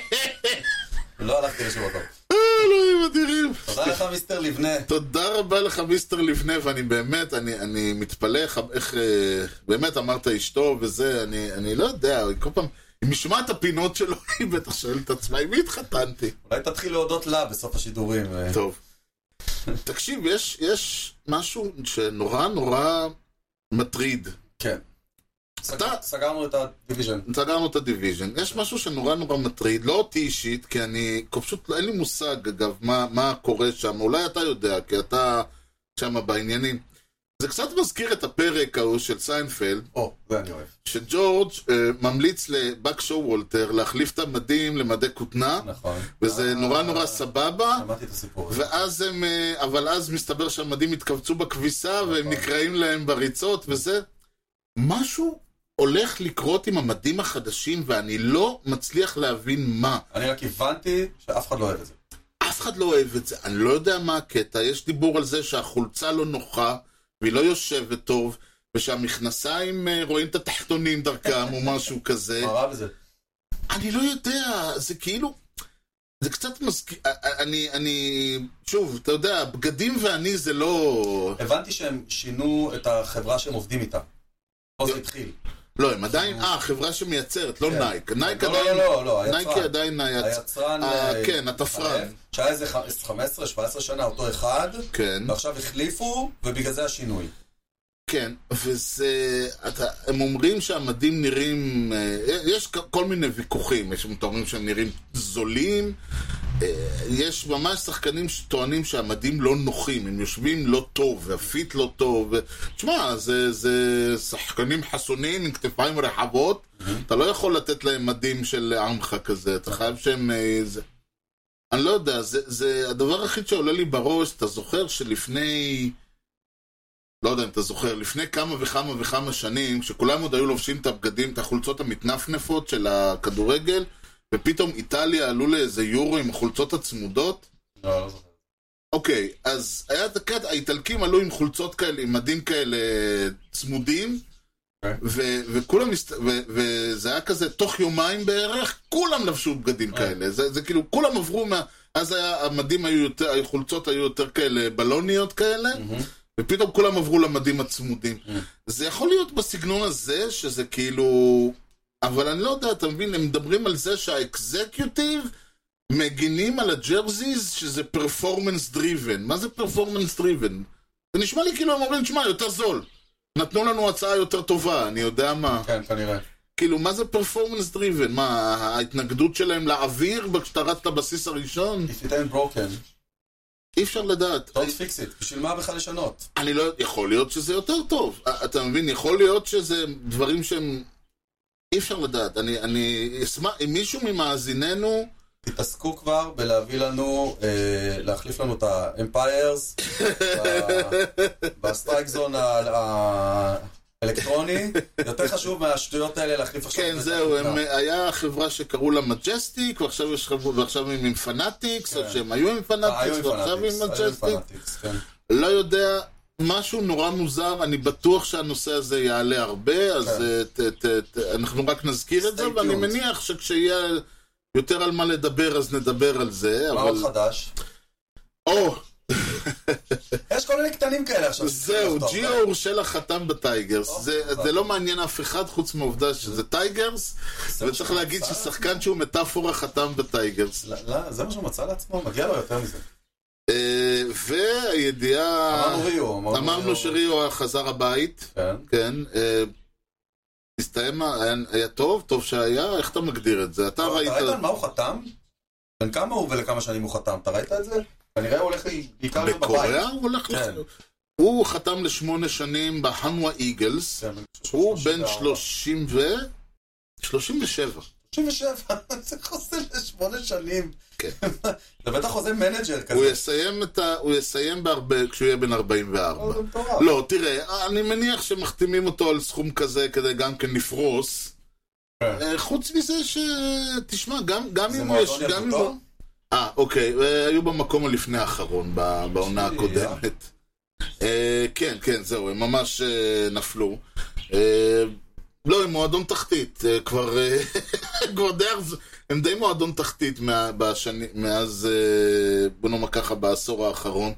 לא הלכתי לשום מקום. אלוהים אדירים. תודה לך מיסטר לבנה. תודה רבה לך מיסטר לבנה, ואני באמת, אני, אני מתפלא איך, באמת אמרת אשתו וזה, אני, אני לא יודע, כל פעם, אם נשמע את הפינות שלו, היא בטח שואלת את עצמה, עם מי התחתנתי? אולי תתחיל להודות לה בסוף השידורים. טוב. תקשיב, יש, יש משהו שנורא נורא מטריד. כן. סגרנו את הדיוויז'ן. סגרנו את הדיוויז'ן. יש משהו שנורא נורא מטריד, לא אותי אישית, כי אני פשוט, אין לי מושג, אגב, מה, מה קורה שם. אולי אתה יודע, כי אתה שם בעניינים. זה קצת מזכיר את הפרק ההוא של סיינפלד. או, זה אני אוהב. שג'ורג' אה, ממליץ לבק שואו וולטר להחליף את המדים למדי כותנה. נכון. וזה נורא נורא סבבה. שמעתי את הסיפור. ואז הם, אה, אבל אז מסתבר שהמדים התכווצו בכביסה, והם נקראים להם בריצות, וזה משהו הולך לקרות עם המדים החדשים, ואני לא מצליח להבין מה. אני רק הבנתי שאף אחד לא אוהב את זה. אף אחד לא אוהב את זה. אני לא יודע מה הקטע. יש דיבור על זה שהחולצה לא נוחה, והיא לא יושבת טוב, ושהמכנסיים רואים את התחתונים דרכם, או משהו כזה. מה רע בזה? אני לא יודע. זה כאילו, זה קצת מזכיר, אני, אני, שוב, אתה יודע, בגדים ואני זה לא... הבנתי שהם שינו את החברה שהם עובדים איתה. פה זה התחיל. לא, הם עדיין, אה, חברה שמייצרת, לא נייק. נייק עדיין, לא, לא, לא, נייקי עדיין היצרן, כן, התפרן. שהיה איזה חמש עשרה שבע עשרה שנה, אותו אחד, כן. ועכשיו החליפו, ובגלל זה השינוי. כן, וזה, אתה, הם אומרים שהמדים נראים, יש כל מיני ויכוחים, יש אומרים שהם נראים זולים, יש ממש שחקנים שטוענים שהמדים לא נוחים, הם יושבים לא טוב, והפיט לא טוב, תשמע, זה, זה שחקנים חסונים עם כתפיים רחבות, אתה לא יכול לתת להם מדים של עמך כזה, אתה חייב שהם, זה... אני לא יודע, זה, זה הדבר הכי שעולה לי בראש, אתה זוכר שלפני, לא יודע אם אתה זוכר, לפני כמה וכמה וכמה שנים, שכולם עוד היו לובשים את הבגדים, את החולצות המתנפנפות של הכדורגל, ופתאום איטליה עלו לאיזה יורו עם החולצות הצמודות? לא, לא זוכר. אוקיי, אז היה את הקטע, האיטלקים עלו עם חולצות כאלה, עם מדים כאלה צמודים, ו- וכולם, ו- וזה היה כזה, תוך יומיים בערך, כולם לבשו בגדים כאלה, זה, זה כאילו, כולם עברו מה, אז היה, המדים היו יותר, החולצות היו יותר כאלה, בלוניות כאלה, ופתאום כולם עברו למדים הצמודים. זה יכול להיות בסגנון הזה, שזה כאילו, אבל אני לא יודע, אתה מבין, הם מדברים על זה שהאקזקיוטיב מגינים על הג'רזיז, שזה פרפורמנס דריבן. מה זה פרפורמנס דריבן? זה נשמע לי כאילו הם אומרים, תשמע, יותר זול. נתנו לנו הצעה יותר טובה, אני יודע מה. כן, כנראה. כאילו, מה זה פרפורמנס דריבן? מה, ההתנגדות שלהם לאוויר כשאתה רץ את הבסיס הראשון? If it ain't broken. אי אפשר לדעת. Don't fix it. בשביל מה בכלל לשנות? אני לא, יכול להיות שזה יותר טוב. אתה מבין, יכול להיות שזה דברים שהם, אי אפשר לדעת. אני, אני אשמח, אם מישהו ממאזיננו, תתעסקו כבר בלהביא לנו, אה, להחליף לנו את האמפיירס, בסטרייק זון האלקטרוני, יותר חשוב מהשטויות האלה להחליף עכשיו. כן, זהו, הם, היה חברה שקראו לה מג'סטיק, ועכשיו יש חברה, ועכשיו הם עם פנאטיקס, או שהם היו עם פנאטיקס, ועכשיו עם מג'סטיק. לא יודע, משהו נורא מוזר, אני בטוח שהנושא הזה יעלה הרבה, אז אנחנו רק נזכיר את זה, ואני מניח שכשיהיה יותר על מה לדבר, אז נדבר על זה. מה עוד חדש? או! יש כל מיני קטנים כאלה עכשיו. זהו, ג'יו אורשלה חתם בטייגרס. זה לא מעניין אף אחד חוץ מהעובדה שזה טייגרס, וצריך להגיד ששחקן שהוא מטאפורה חתם בטייגרס. לא, זה מה שהוא מצא לעצמו, מגיע לו יותר מזה. והידיעה... אמרנו ריו. אמרנו שריו חזר הבית. כן. כן. הסתיים, היה טוב, טוב שהיה, איך אתה מגדיר את זה? אתה ראית... אתה ראית על מה הוא חתם? בין כמה הוא ולכמה שנים הוא חתם? אתה ראית את זה? כנראה הוא הולך בעיקר להיות בבית. בקוריאה הוא הולך... הוא חתם לשמונה שנים בהנווה איגלס. הוא בן שלושים ו... שלושים ושבע. שלושים ושבע, זה חוזה לשמונה שנים. כן. זה בטח חוזה מנג'ר כזה. הוא יסיים את ה... הוא יסיים בהרבה... כשהוא יהיה בן ארבעים וארבע. זה מטורף. לא, תראה, אני מניח שמחתימים אותו על סכום כזה כדי גם כן לפרוס. חוץ מזה ש... תשמע, גם אם יש... זה מועדון ילדותו? אה, אוקיי, היו במקום הלפני האחרון, בעונה הקודמת. כן, כן, זהו, הם ממש נפלו. לא, הם מועדון תחתית, כבר הם די מועדון תחתית מאז, בוא נאמר ככה, בעשור האחרון.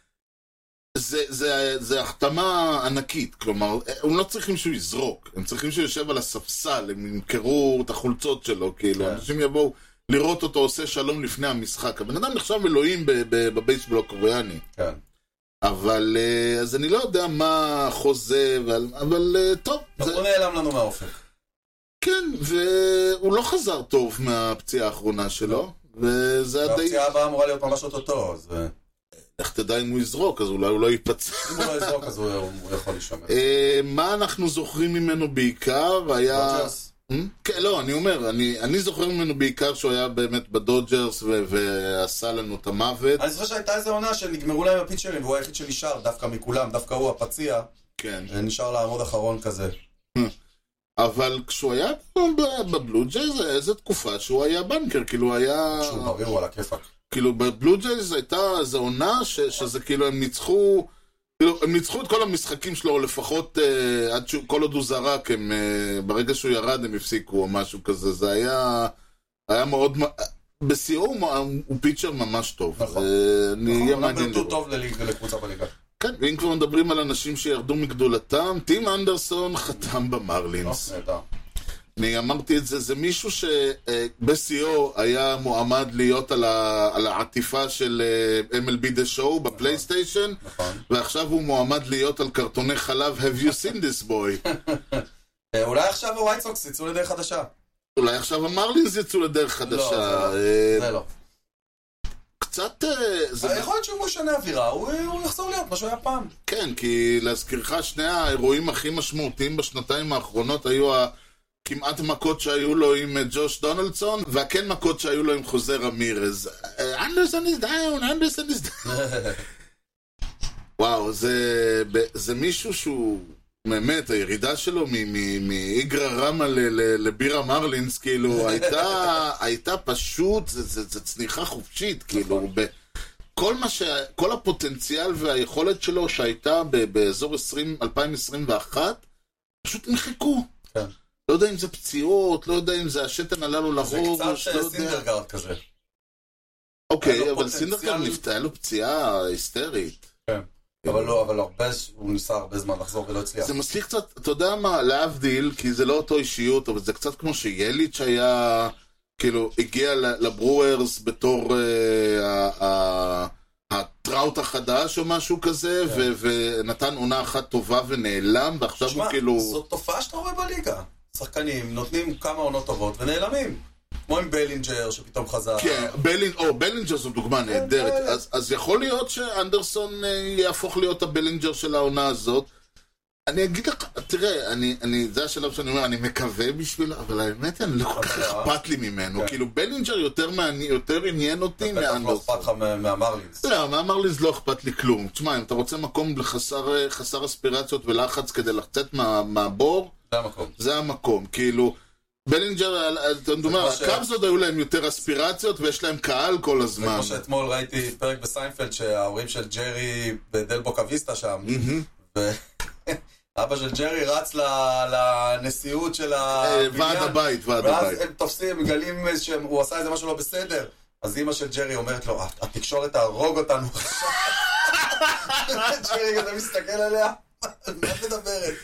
זה החתמה ענקית, כלומר, הם לא צריכים שהוא יזרוק, הם צריכים שהוא יושב על הספסל, הם ימכרו את החולצות שלו, כאילו, אנשים יבואו לראות אותו עושה שלום לפני המשחק. הבן אדם נחשב אלוהים בבייסבול הקוריאני. כן. אבל, אז אני לא יודע מה חוזה, אבל טוב. הוא נעלם לנו מהאופק. כן, והוא לא חזר טוב מהפציעה האחרונה שלו. והפציעה הבאה אמורה להיות ממש אותו, אז... איך תדע אם הוא יזרוק, אז אולי הוא לא ייפצע. אם הוא לא יזרוק, אז הוא יכול להישמר. מה אנחנו זוכרים ממנו בעיקר? היה... כן, לא, אני אומר, אני, אני זוכר ממנו בעיקר שהוא היה באמת בדודג'רס ועשה לנו את המוות. אני זוכר שהייתה איזו עונה שנגמרו להם הפיצ'רים, והוא היחיד שנשאר, דווקא מכולם, דווקא הוא הפציע. כן. נשאר לעמוד אחרון כזה. אבל כשהוא היה בבלו ג'ייז, איזו תקופה שהוא היה בנקר, כאילו היה... שהוא בריר הוא על הכיפק. כאילו בבלו ג'ייז הייתה איזו עונה שזה כאילו הם ניצחו... הם ניצחו את כל המשחקים שלו, לפחות uh, עד שהוא, כל עוד הוא זרק, הם, uh, ברגע שהוא ירד הם הפסיקו או משהו כזה, זה היה, היה מאוד, בסיום הוא, הוא פיצ'ר ממש טוב. נכון, uh, נכון, הוא נברטו טוב לליגה, לקבוצה בליגה. כן, ואם כבר מדברים על אנשים שירדו מגדולתם, טים אנדרסון חתם במרלינס. נהדר. אני אמרתי את זה, זה מישהו שב-סי או היה מועמד להיות על, ה, על העטיפה של אם אל בי The Show בפלייסטיישן, נכון. ועכשיו הוא מועמד להיות על קרטוני חלב Have you seen this boy? אולי עכשיו הווייט סוקס יצאו לדרך חדשה. אולי עכשיו המרלינס יצאו לדרך חדשה. לא, זה לא. קצת... יכול להיות שהוא משנה אווירה, הוא יחזור להיות מה שהוא היה פעם. כן, כי להזכירך, שני האירועים הכי משמעותיים בשנתיים האחרונות היו ה... כמעט מכות שהיו לו עם ג'וש דונלדסון, והכן מכות שהיו לו עם חוזה רמירז. אנדרסון is down, אנדרסון is down. וואו, זה, זה מישהו שהוא, באמת, הירידה שלו מאיגרא רמא לבירה מרלינס, כאילו, הייתה, הייתה פשוט, זה, זה, זה צניחה חופשית, כאילו, כל מה ש... כל הפוטנציאל והיכולת שלו שהייתה באזור אלפיים עשרים ואחת, פשוט נחקו. כן. לא יודע אם זה פציעות, לא יודע אם זה השתן עלה לו לרוג. זה קצת סינדרגרד כזה. אוקיי, אבל סינדרגרד נפתע, היה לו פציעה היסטרית. כן. אבל לא, אבל הרבה, הוא ניסה הרבה זמן לחזור ולא הצליח. זה מסליח קצת, אתה יודע מה, להבדיל, כי זה לא אותו אישיות, אבל זה קצת כמו שיליץ' היה, כאילו, הגיע לברוארס בתור הטראוט החדש או משהו כזה, ונתן עונה אחת טובה ונעלם, ועכשיו הוא כאילו... זאת תופעה שאתה רואה בליגה. שחקנים נותנים כמה עונות טובות ונעלמים. כמו עם בלינג'ר שפתאום חזר. כן, בלינג'ר זו דוגמה נהדרת. אז יכול להיות שאנדרסון יהפוך להיות הבלינג'ר של העונה הזאת. אני אגיד לך, תראה, זה השלב שאני אומר, אני מקווה בשביל, אבל האמת אני לא כל כך אכפת לי ממנו. כאילו בלינג'ר יותר עניין אותי מאנדרסון. בטח לא אכפת לך מהמרלינס. לא, מהמרלינס לא אכפת לי כלום. תשמע, אם אתה רוצה מקום לחסר אספירציות ולחץ כדי לצאת מהבור, זה המקום. זה המקום, כאילו... בלינג'ר, אתה אומר, הקאבס עוד היו להם יותר אספירציות ויש להם קהל כל הזמן. כמו שאתמול ראיתי פרק בסיינפלד שההורים של ג'רי בדל בוקה-ויסטה שם, ואבא של ג'רי רץ לנשיאות של הבניין, ועד הבית, ועד הבית. ואז הם תופסים, מגלים שהוא עשה איזה משהו לא בסדר, אז אמא של ג'רי אומרת לו, התקשורת תהרוג אותנו. ג'רי אתה מסתכל עליה, מה את מדברת?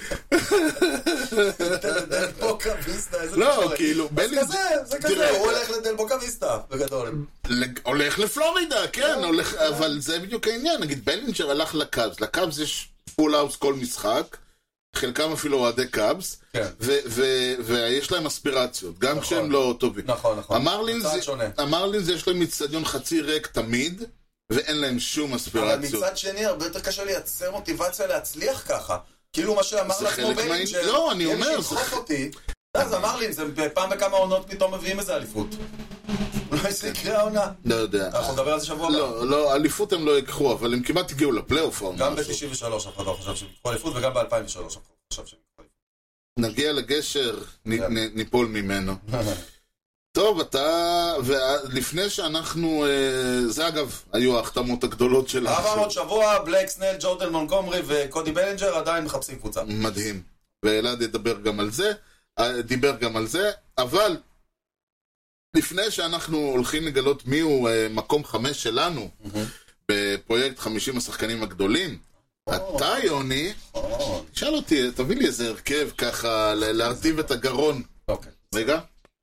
דל בוקה ויסטה, איזה תקשורת. לא, כאילו, זה כזה, זה כזה, הוא הולך לדל בוקה ויסטה, בגדול. הולך לפלורידה, כן, אבל זה בדיוק העניין. נגיד, בלינג'ר הלך לקאבס, לקאבס יש פול האוס כל משחק, חלקם אפילו אוהדי קאבס, ויש להם אספירציות, גם כשהם לא טובים. נכון, נכון. המרלינס יש להם מצטדיון חצי ריק תמיד, ואין להם שום אספירציות. אבל מצד שני, הרבה יותר קשה לייצר מוטיבציה להצליח ככה. כאילו מה שאמר לעצמו בלינג'ר, לא, אני אומר, שידחוף אותי, אז המרלינס, הם פעם בכמה עונות פתאום מביאים איזה אליפות. אולי זה יקרה העונה. לא יודע. אנחנו נדבר על זה שבוע הבא. לא, לא, אליפות הם לא יקחו, אבל הם כמעט הגיעו לפלייאוף. גם ב-תשעים ושלוש אף אחד לא חשב שהם יקחו אליפות, וגם ב-אלפיים ושלוש אף אחד לא חשב שהם יקחו אליפות. נגיע לגשר, ניפול ממנו. טוב, אתה, ולפני שאנחנו, זה אגב, היו ההחתמות הגדולות של... ארבע מאות שבוע, בלייק סנל, ג'ורדן מונגומרי וקודי בלינג'ר עדיין מחפשים קבוצה. מדהים. ואלעד ידבר גם על זה, דיבר גם על זה, אבל לפני שאנחנו הולכים לגלות מי הוא מקום חמש שלנו, בפרויקט חמישים השחקנים הגדולים, אתה, יוני, שאל אותי, תביא לי איזה הרכב ככה, להרטיב את הגרון. אוקיי. רגע.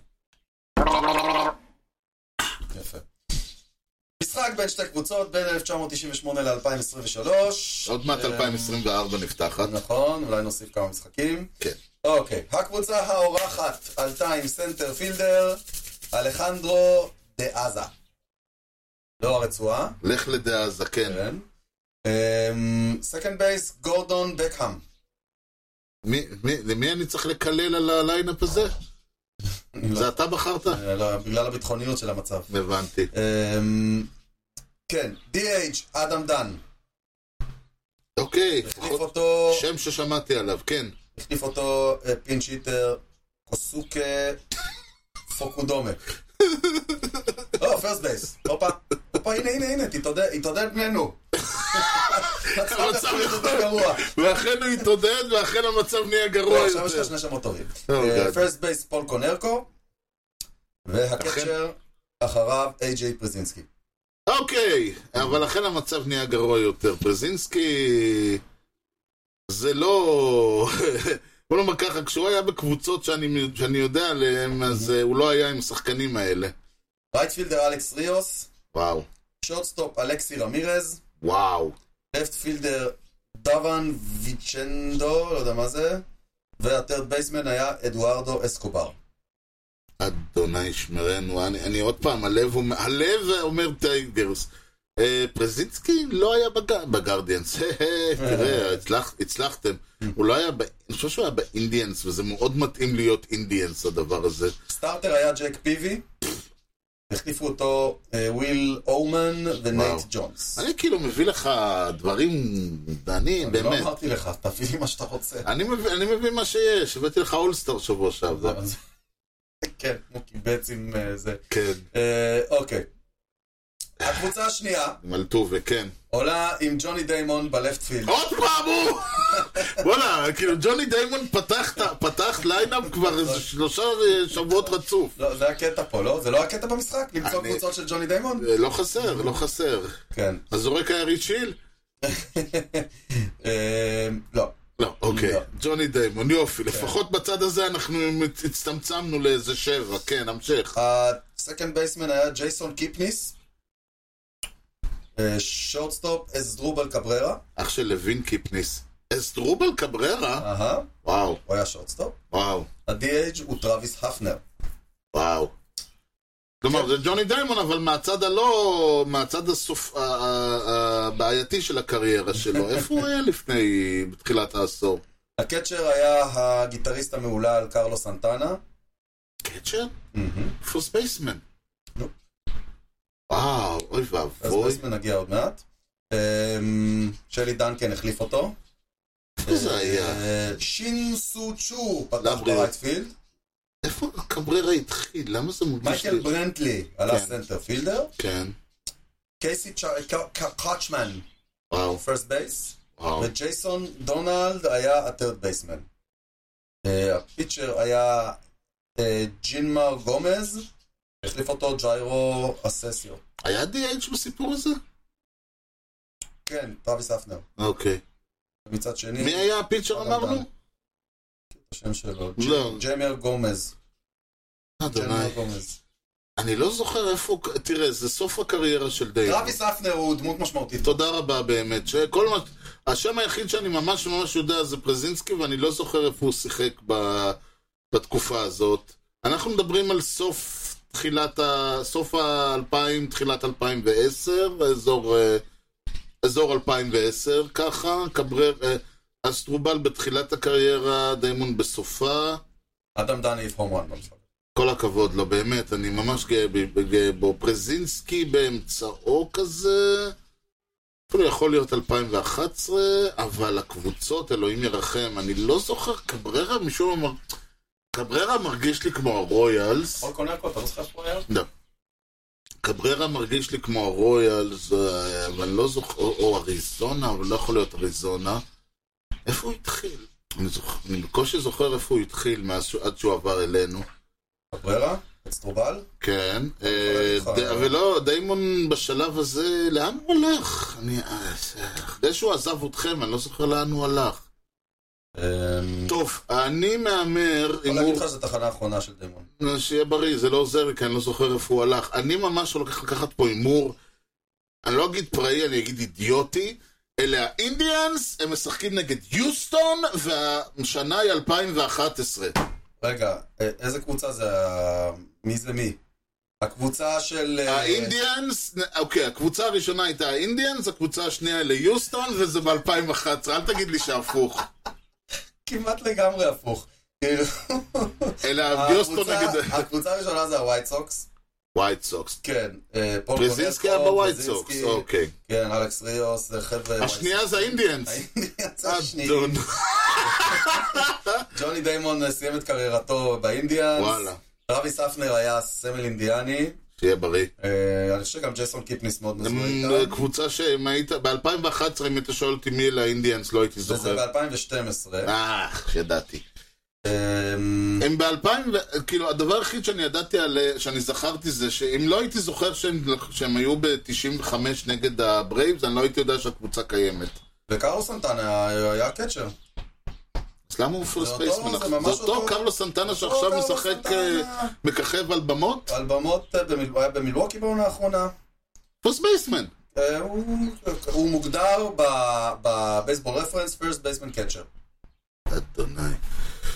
יפה. משחק בין שתי קבוצות בין אלף תשע מאות תשעים ושמונה ל-אלפיים עשרים ושלוש. עוד מעט אלפיים עשרים וארבע נפתחת. נכון, אולי נוסיף כמה משחקים. כן. אוקיי, הקבוצה האורחת עלתה עם סנטר פילדר אלחנדרו דאזה. לא הרצועה. לך לדאזה, כן. סקנד בייס גורדון בקהאם. למי אני צריך לקלל על הליינאפ הזה? זה אתה בחרת? בגלל הביטחוניות של המצב. הבנתי. כן, די אייץ' אדם דן. אוקיי. החליף אותו... שם ששמעתי עליו, כן. החליף אותו פינצ'יטר קוסוקה פוקודומה. או, פרסט בייס. הופה, הופה, הנה, הנה, הנה, תתעודד בנינו. המצב יותר גרוע. ואכן הוא התעודד, ואכן המצב נהיה גרוע יותר. עכשיו יש לך שני שמות טובים. פרסט בייס פול קונרקו, והקצ'ר אחריו איי-ג'יי פרזינסקי. אוקיי, אבל לכן המצב נהיה גרוע יותר. פרזינסקי זה לא... בוא נאמר ככה, כשהוא היה בקבוצות שאני, שאני יודע עליהם, אז הוא לא היה עם השחקנים האלה. רייטפילדר אלכס ריוס. וואו. שורטסטופ אלכסי רמירז. וואו. לפט פילדר דוון ויצ'נדו, לא יודע מה זה. והטרד בייסמן היה אדוארדו אסקובר. אדוני שמרנו, אני, אני עוד פעם, הלב אומר, הלב אומר טייגרס. פרזינסקי לא היה בגרדיאנס, תראה, הצלחתם. הוא לא היה, אני חושב שהוא היה באינדיאנס, וזה מאוד מתאים להיות אינדיאנס, הדבר הזה. סטארטר היה ג'ק פיבי, החליפו אותו וויל אומן ונייט ג'ונס. אני כאילו מביא לך דברים, אני באמת. אני לא אמרתי לך, תביא לי מה שאתה רוצה. אני מביא מה שיש, הבאתי לך אולסטאר שבוע שעבר. כן, כמו קיבץ עם זה. כן. אוקיי. הקבוצה השנייה מלטובה, כן, עולה עם ג'וני דיימון בלפט פילד. עוד פעם הוא! וואלה, כאילו ג'וני דיימון פתח ליינאפ כבר איזה שלושה שבועות רצוף. לא, זה הקטע פה, לא? זה לא הקטע במשחק? למצוא קבוצות של ג'וני דיימון? לא חסר, לא חסר. כן. אז זורק היה ריצ'יל? לא. לא, אוקיי. ג'וני דיימון, יופי. לפחות בצד הזה אנחנו הצטמצמנו לאיזה שבע. כן, המשך. הסקנד בייסמן היה ג'ייסון קיפניס. שורטסטופ, אסדרובל קבררה. אח של לוין קיפניס. אסדרובל קבררה? אהה. וואו. הוא היה שורטסטופ. וואו. ה-די אייג' הוא טרוויס הפנר. וואו. כלומר, זה ג'וני דיימון, אבל מהצד הלא, מהצד הסוף, הבעייתי של הקריירה שלו. איפה הוא היה לפני, בתחילת העשור? הקצ'ר היה הגיטריסט המעולה על קרלו סנטנה. קצ'ר? פוס בייסמן. וואו, אוי ואבוי. פוס בייסמן נגיע עוד מעט. שלי דנקן החליף אותו. איפה זה היה? שין סו צ'ו פתח ברייטפילד. איפה קבררה התחיל? למה זה מודגיש לי? מייקל ברנטלי עלה סנטר פילדר. כן. קייסי קאצ'מן. וואו. פרסט בייס. וואו. וג'ייסון דונלד היה הטרד בייסמן. הפיצ'ר היה ג'ינמר גומז. החליף אותו ג'יירו אססיו. היה די אייץ' בסיפור הזה? כן, טרוויס אפנר. אוקיי. מצד שני... מי היה הפיצ'ר אמרנו? השם שלו. לא. ג'יימר גומז. אדוני. אני לא זוכר איפה... תראה, זה סוף הקריירה של דיימון. טרוויס אפנר הוא דמות משמעותית. תודה רבה באמת. שכל מה... השם היחיד שאני ממש ממש יודע זה פרזינסקי, ואני לא זוכר איפה הוא שיחק ב... בתקופה הזאת. אנחנו מדברים על סוף תחילת ה... סוף ה-אלפיים, תחילת אלפיים ועשר, אזור... אזור אלפיים ועשר, ככה, קברר... אסטרובל בתחילת הקריירה, דיימון בסופה. אדם דני פרומואן במשחק. כל הכבוד, לא באמת, אני ממש גאה בו. פרזינסקי באמצעו כזה, אפילו יכול להיות אלפיים ואחת עשרה, אבל הקבוצות, אלוהים ירחם, אני לא זוכר, קבררה משום אמר, קבררה מרגיש לי כמו הרויאלס. עוד קונקו, אתה לא זוכר רויאלס? לא. קבררה מרגיש לי כמו הרויאלס, אבל לא זוכר, או אריזונה, אבל לא יכול להיות אריזונה. איפה הוא התחיל? אני, זוכ... אני בקושי זוכר איפה הוא התחיל מאז עד שהוא עבר אלינו. קבררה? אסטרובל? כן. אה, ד... אבל לא, דיימון בשלב הזה, לאן הוא הלך? אני... אחרי שהוא עזב אתכם, אני לא זוכר לאן הוא הלך. טוב, אני מאמר... יכול להגיד לך שזו תחנה האחרונה של דיימון. שיהיה בריא, זה לא עוזר לי, כי אני לא זוכר איפה הוא הלך. אני ממש הולך לקחת פה אימור, אני לא אגיד פראי, אני אגיד אידיוטי. אלה האינדיאנס, הם משחקים נגד יוסטון, והשנה היא אלפיים ואחת עשרה. רגע, איזה קבוצה זה? מי זה מי? הקבוצה של... האינדיאנס, אוקיי, הקבוצה הראשונה הייתה האינדיאנס, הקבוצה השנייה היא ליוסטון, וזה ב-אלפיים ואחת עשרה, אל תגיד לי שהפוך. כמעט לגמרי הפוך. אלה יוסטון נגד... הקבוצה הראשונה זה הווייט סוקס. ווייט סוקס. כן. פרזינסקי היה בווייט סוקס, אוקיי. כן, אלכס ריוס, חבר'ה... השנייה זה האינדיאנס. האינדיאנס השנייה. ג'וני דיימון סיים את קריירתו באינדיאנס. וואלה. טרוויס אפנר היה סמל אינדיאני. שיהיה בריא. אני חושב שגם ג'ייסון קיפניס מאוד מזוהה איתם. קבוצה שהיית... ב-אלפיים ואחת עשרה, אם אתה שואל אותי מי אלה האינדיאנס, לא הייתי זוכר. וזה ב-אלפיים ושתים עשרה. אה, שידעתי. הם ב-אלפיים, כאילו הדבר הכי שאני ידעתי עליה, שאני זכרתי זה שאם לא הייתי זוכר שהם, שהם היו ב-תשעים וחמש נגד הברייבס, אני לא הייתי יודע שהקבוצה קיימת. וקרלו סנטנה היה קצ'ר. אז למה הוא פרסט בייסמן? זה אותו קרלו סנטנה שעכשיו משחק, מככב על במות? על במות, היה במילווקי בעונה האחרונה. פרסט בייסמן. הוא מוגדר בבייסבול רפרנס, פרסט בייסמן קצ'ר. אדוני.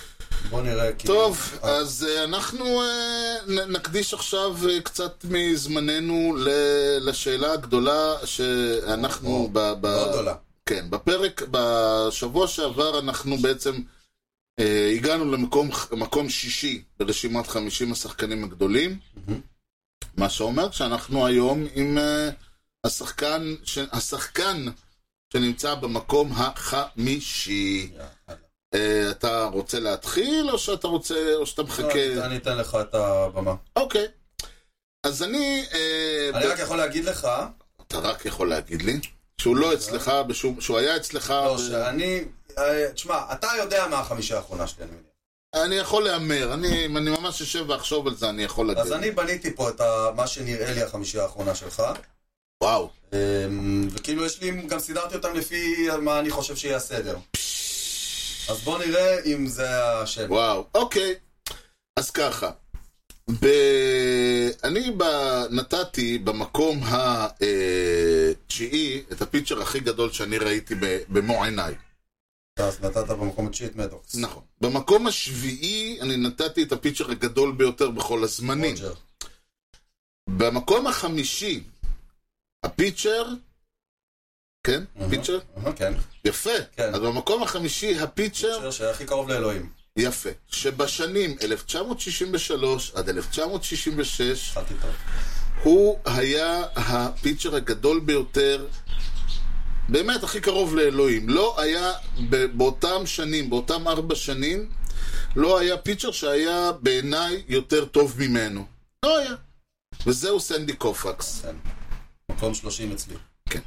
בוא נראה. טוב, אז אנחנו נקדיש עכשיו קצת מזמננו לשאלה הגדולה שאנחנו... לא גדולה. כן, בפרק, בשבוע שעבר אנחנו בעצם הגענו למקום שישי ברשימת חמישים השחקנים הגדולים, מה שאומר שאנחנו היום עם השחקן, השחקן שנמצא במקום החמישי. אתה רוצה להתחיל או שאתה רוצה, או שאתה מחכה? אני אתן לך את הבמה. אוקיי. אז אני... אני רק יכול להגיד לך... אתה רק יכול להגיד לי שהוא לא אצלך, שהוא היה אצלך... לא, שאני... תשמע, אתה יודע מה החמישה האחרונה שלי, אני מניח. אני יכול לאמר, אני ממש יושב ואחשוב על זה, אני יכול להגיד. אז אני בניתי פה את מה שנראה לי החמישה האחרונה שלך. וואו. וכאילו יש לי, גם סידרתי אותם לפי מה אני חושב שיהיה הסדר. אז בוא נראה אם זה השם. וואו, אוקיי. אז ככה. ב... אני ב... נתתי במקום התשיעי את הפיצ'ר הכי גדול שאני ראיתי במו עיניי. אז נתת במקום התשיעי את מדוקס. נכון. במקום השביעי אני נתתי את הפיצ'ר הגדול ביותר בכל הזמנים. רוג'ר. במקום החמישי הפיצ'ר, כן? פיצ'ר? כן. יפה. אז במקום החמישי הפיצ'ר... פיצ'ר שהיה הכי קרוב לאלוהים. יפה. שבשנים אלף תשע מאות שישים ושלוש עד אלף תשע מאות שישים ושש הוא היה הפיצ'ר הגדול ביותר, באמת הכי קרוב לאלוהים. לא היה באותם שנים, באותם ארבע שנים, לא היה פיצ'ר שהיה בעיניי יותר טוב ממנו. לא היה. וזהו סנדי קופקס. כן. מקום שלושים אצלי. כן.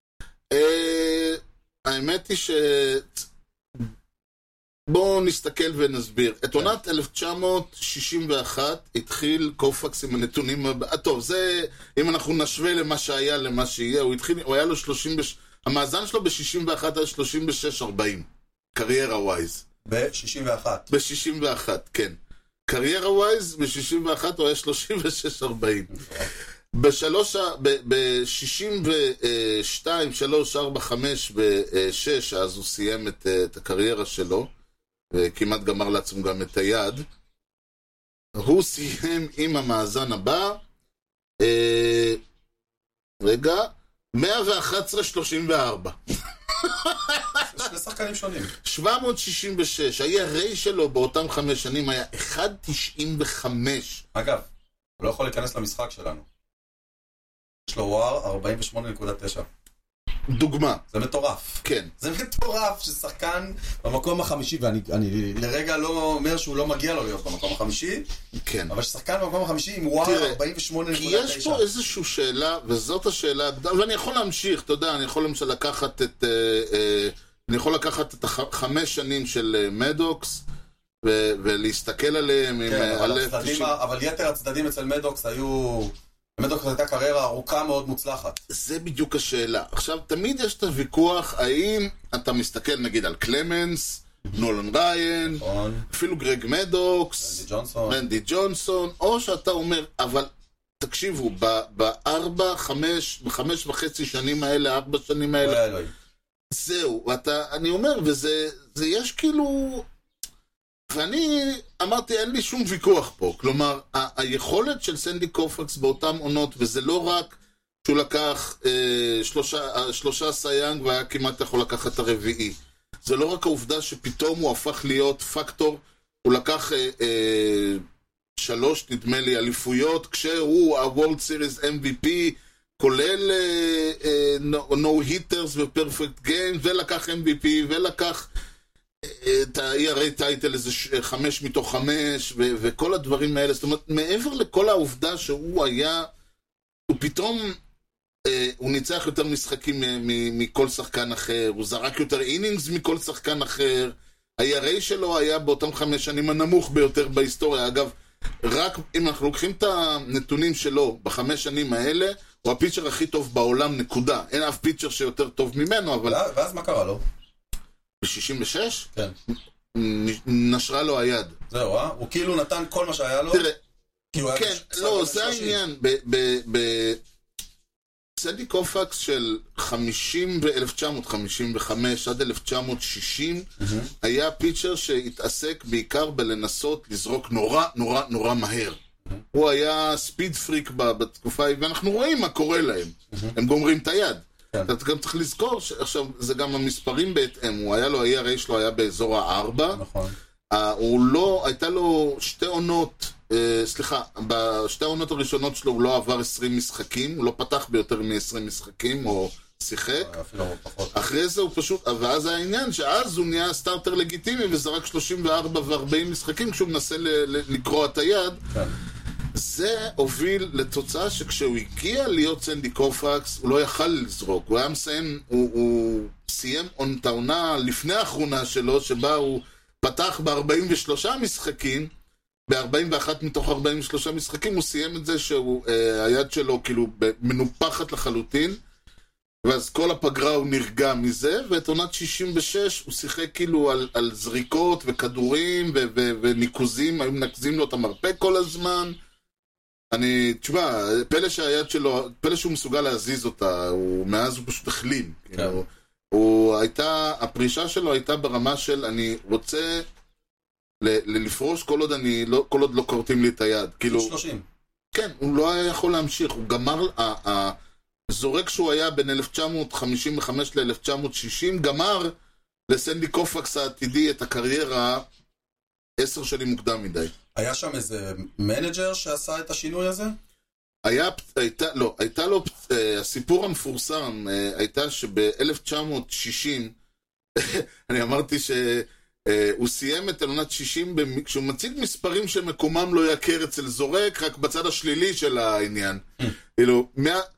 האמת היא ש... בואו נסתכל ונסביר. את עונת אלף תשע מאות שישים ואחת התחיל קופקס עם הנתונים... טוב, זה... אם אנחנו נשווה למה שהיה למה שיהיה, הוא התחיל... הוא היה לו שלושים... המאזן שלו ב-שישים ואחת עד שלושים ושש ארבעים. קריירה ווייז. ב-שישים ואחת. ב-שישים ואחת, כן. קריירה ווייז ב-שישים ואחת הוא היה שלושים ושש ארבעים. בשלוש, ב-שישים ושתיים, שלוש, ארבע, חמש ו-שש, אז הוא סיים את, את הקריירה שלו, וכמעט גמר לעצמו גם את היד. הוא סיים עם המאזן הבא, אה, רגע, מאה ואחת עשרה שלושים וארבע. שני שחקנים שונים. שבע מאות שישים ושש, ה-אר איי שלו באותם חמש שנים היה אחת נקודה תשעים וחמש. אגב, הוא לא יכול להיכנס למשחק שלנו. יש לו וואר ארבעים ושמונה נקודה תשע. דוגמה. זה מטורף. כן. זה מטורף ששחקן במקום החמישי, ואני אני לרגע לא אומר שהוא לא מגיע לו להיות במקום החמישי, כן. אבל ששחקן במקום החמישי עם וואר ארבעים ושמונה נקודה תשע. כי יש פה איזושהי שאלה, וזאת השאלה הגדולה, ואני יכול להמשיך, אתה יודע, אני יכול למשל לקחת את, אה, אה, אני יכול לקחת את החמש שנים של מדוקס, ו- ולהסתכל עליהם. כן, עם, אבל, על הצדדים, תשעים... אבל יתר הצדדים אצל מדוקס היו... מדוקס הייתה קריירה ארוכה מאוד מוצלחת. זה בדיוק השאלה. עכשיו, תמיד יש את הוויכוח, האם אתה מסתכל נגיד על קלמנס, נולן ריין, אפילו גרג מדוקס, רנדי ג'ונסון. רנדי ג'ונסון, או שאתה אומר, אבל תקשיבו, בארבע, חמש, בחמש וחצי שנים האלה, ארבע שנים האלה, זהו, ואתה, אני אומר, וזה, זה יש כאילו... ואני אמרתי, אין לי שום ויכוח פה. כלומר, ה- היכולת של סנדי קופקס באותם עונות, וזה לא רק שהוא לקח אה, שלושה, שלושה סייאנג והיה כמעט יכול לקחת את הרביעי. זה לא רק העובדה שפתאום הוא הפך להיות פקטור, הוא לקח אה, אה, שלוש, נדמה לי, אליפויות, כשהוא ה-World Series אם וי פי, כולל אה, אה, no hitters ו-perfect games, ולקח אם וי פי, ולקח... את ה-אר איי טייטל איזה חמש מתוך חמש ו- וכל הדברים האלה. זאת אומרת, מעבר לכל העובדה שהוא היה, הוא פתאום אה, הוא ניצח יותר משחקים מ- מכל שחקן אחר, הוא זרק יותר אינינגס מכל שחקן אחר. ה-אר איי שלו היה באותם חמש שנים הנמוך ביותר בהיסטוריה. אגב, רק אם אנחנו לוקחים את הנתונים שלו בחמש שנים האלה, הוא הפיצ'ר הכי טוב בעולם, נקודה. אין אף פיצ'ר שיותר טוב ממנו, אבל... ואז מה קרה לו? ב-שישים ושש? כן. נשרה לו היד. זהו, אה? הוא כאילו נתן כל מה שהיה לו? תראה, כאילו כן, לא, זה העניין. סנדי קופקס של חמישים ו-אלף תשע מאות חמישים וחמש עד אלף תשע מאות שישים היה פיצ'ר שהתעסק בעיקר בלנסות לזרוק נורא נורא נורא מהר. הוא היה ספיד פריק בתקופה, ואנחנו רואים מה קורה להם. הם גומרים את היד. אתה גם צריך לזכור, עכשיו זה גם המספרים בהתאם, הוא היה לו, ה-E R A שלו היה באזור הארבע. נכון. הוא לא, הייתה לו שתי עונות, סליחה, בשתי העונות הראשונות שלו הוא לא עבר עשרים משחקים, הוא לא פתח ביותר מ-עשרים משחקים, או שיחק. אחרי זה הוא פשוט, ואז העניין שאז הוא נהיה סטארטר לגיטימי, וזה רק שלושים וארבע ו-ארבעים משחקים כשהוא מנסה לקרוא את היד. זה הוביל לתוצאה שכשהוא הגיע להיות סנדי קופקס, הוא לא יכל לזרוק. הוא היה מסיים, הוא, הוא סיים את העונה לפני האחרונה שלו, שבה הוא פתח ב-ארבעים ושלושה משחקים, ב-ארבעים ואחת מתוך ארבעים ושלושה משחקים, הוא סיים את זה שהיד שלו כאילו מנופחת לחלוטין, ואז כל הפגרה הוא נרגע מזה, ואת עונת שישים ושש הוא שיחק כאילו על, על זריקות וכדורים ו- ו- וניקוזים, היו מנקזים לו את המרפק כל הזמן. אני, תשמע, פלא שהיד שלו, פלא שהוא מסוגל להזיז אותה, הוא, מאז הוא פשוט החלים. כן. כאילו, הוא הייתה, הפרישה שלו הייתה ברמה של אני רוצה ל- לפרוש כל עוד אני, לא, כל עוד לא קורטים לי את היד. כאילו, שלושים. כן, הוא לא היה יכול להמשיך, הוא גמר, הזורק שהוא היה בין אלף תשע מאות חמישים וחמש ל-אלף תשע מאות שישים, גמר לסנדי קופקס העתידי את הקריירה עשר שנים מוקדם מדי. היה שם איזה מנג'ר שעשה את השינוי הזה? היה, הייתה, לא, הייתה לו, הסיפור המפורסם הייתה שב-אלף תשע מאות שישים, אני אמרתי שהוא סיים את עונת שישים, כשהוא מציג מספרים שמקומם לא יכר אצל זורק, רק בצד השלילי של העניין. כאילו,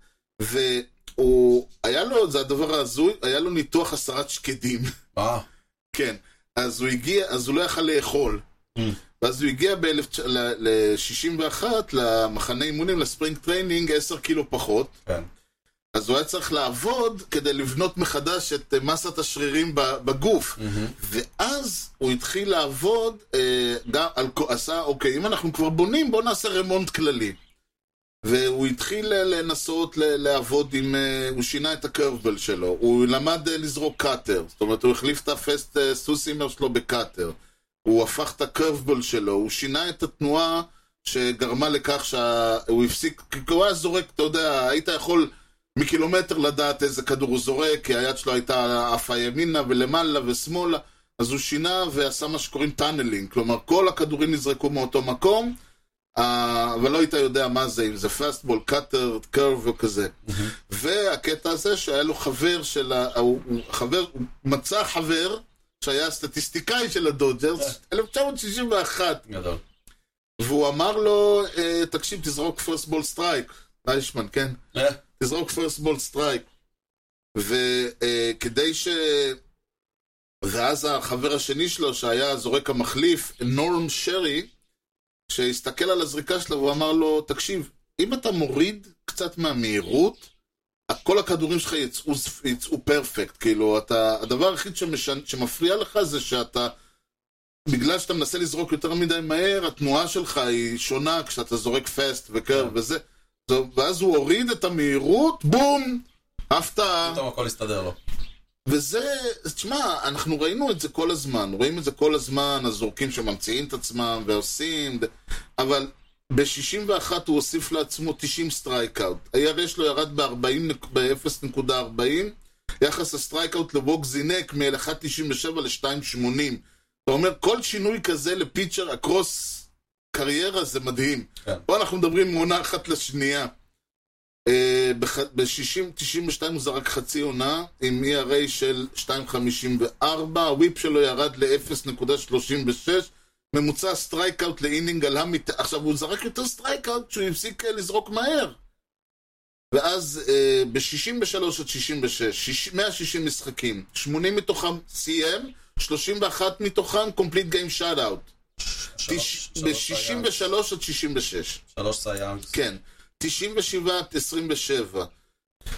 והוא, היה לו, זה הדבר הזוי, היה לו ניתוח הסרת שקדים. אה. כן, אז הוא הגיע, אז הוא לא יכל לאכול. ואז הוא הגיע ב-שישים ואחת למחנה אימונים, לספרינג טריינינג, עשר קילו פחות. כן. אז הוא היה צריך לעבוד כדי לבנות מחדש את מסת השרירים בגוף. ואז הוא התחיל לעבוד, עשה, אוקיי, אם אנחנו כבר בונים, בוא נעשה רמונט כללי. והוא התחיל לנסות לעבוד עם, הוא שינה את הקרבל שלו, הוא למד לזרוק קאטר, זאת אומרת, הוא החליף את הפסט סוסימר שלו בקאטר. הוא הפך את הקרבל שלו, הוא שינה את התנועה שגרמה לכך שהוא הפסיק, כי הוא היה זורק, אתה יודע, היית יכול מקילומטר לדעת איזה כדור הוא זורק, כי היד שלו הייתה עפה ימינה ולמעלה ושמאלה, אז הוא שינה ועשה מה שקוראים טאנלינג, כלומר כל הכדורים נזרקו מאותו מקום, אבל לא היית יודע מה זה, אם זה פסטבול, קאטר, קרב וכזה. והקטע הזה שהיה לו חבר של, הוא חבר, הוא מצא חבר, שהיה סטטיסטיקאי של הדודג'רס, אלף תשע מאות שישים ואחת. גדול. והוא אמר לו, תקשיב, תזרוק פרסט בול סטרייק. איישמן, כן? תזרוק פרסט בול סטרייק. וכדי ש... ואז החבר השני שלו, שהיה זורק המחליף, נורם שרי, שהסתכל על הזריקה שלו, הוא אמר לו, תקשיב, אם אתה מוריד קצת מהמהירות, כל הכדורים שלך יצאו, יצאו פרפקט, כאילו, אתה, הדבר הכי שמשנ... שמפריע לך זה שאתה, בגלל שאתה מנסה לזרוק יותר מדי מהר, התנועה שלך היא שונה כשאתה זורק פסט וקרב וזה, ואז הוא הוריד את המהירות, בום, הפתעה. פתאום הכל הסתדר לו. וזה, תשמע, אנחנו ראינו את זה כל הזמן, רואים את זה כל הזמן, הזורקים שממציאים את עצמם ועושים, אבל ב-שישים ואחת הוא הוסיף לעצמו תשעים סטרייקאוט. ה-E R A שלו ירד ב-אפס נקודה ארבעים, יחס הסטרייקאוט לבוק זינק מ-אחת נקודה תשעים ושבע ל-שתיים נקודה שמונים. אתה אומר, כל שינוי כזה לפיצ'ר אקרוס קריירה זה מדהים. כן. פה אנחנו מדברים מעונה אחת לשנייה. ב-שישים תשעים ושתיים הוא זרק חצי עונה עם E R A של שתיים נקודה חמישים וארבע, הוויפ שלו ירד ל-אפס נקודה שלושים ושש, ממוצע סטרייקאוט לאינינג על המת... עכשיו הוא זרק יותר סטרייקאוט שהוא הפסיק לזרוק מהר. ואז ב-שישים ושלוש עד שישים ושש, מאה ושישים משחקים, שמונים מתוכם סיים, שלושים ואחת מתוכם complete game shutout. ב-שישים ושלוש עד שישים ושש. שלוש סייאנגס. כן. תשעים ושבע עד עשרים ושבע.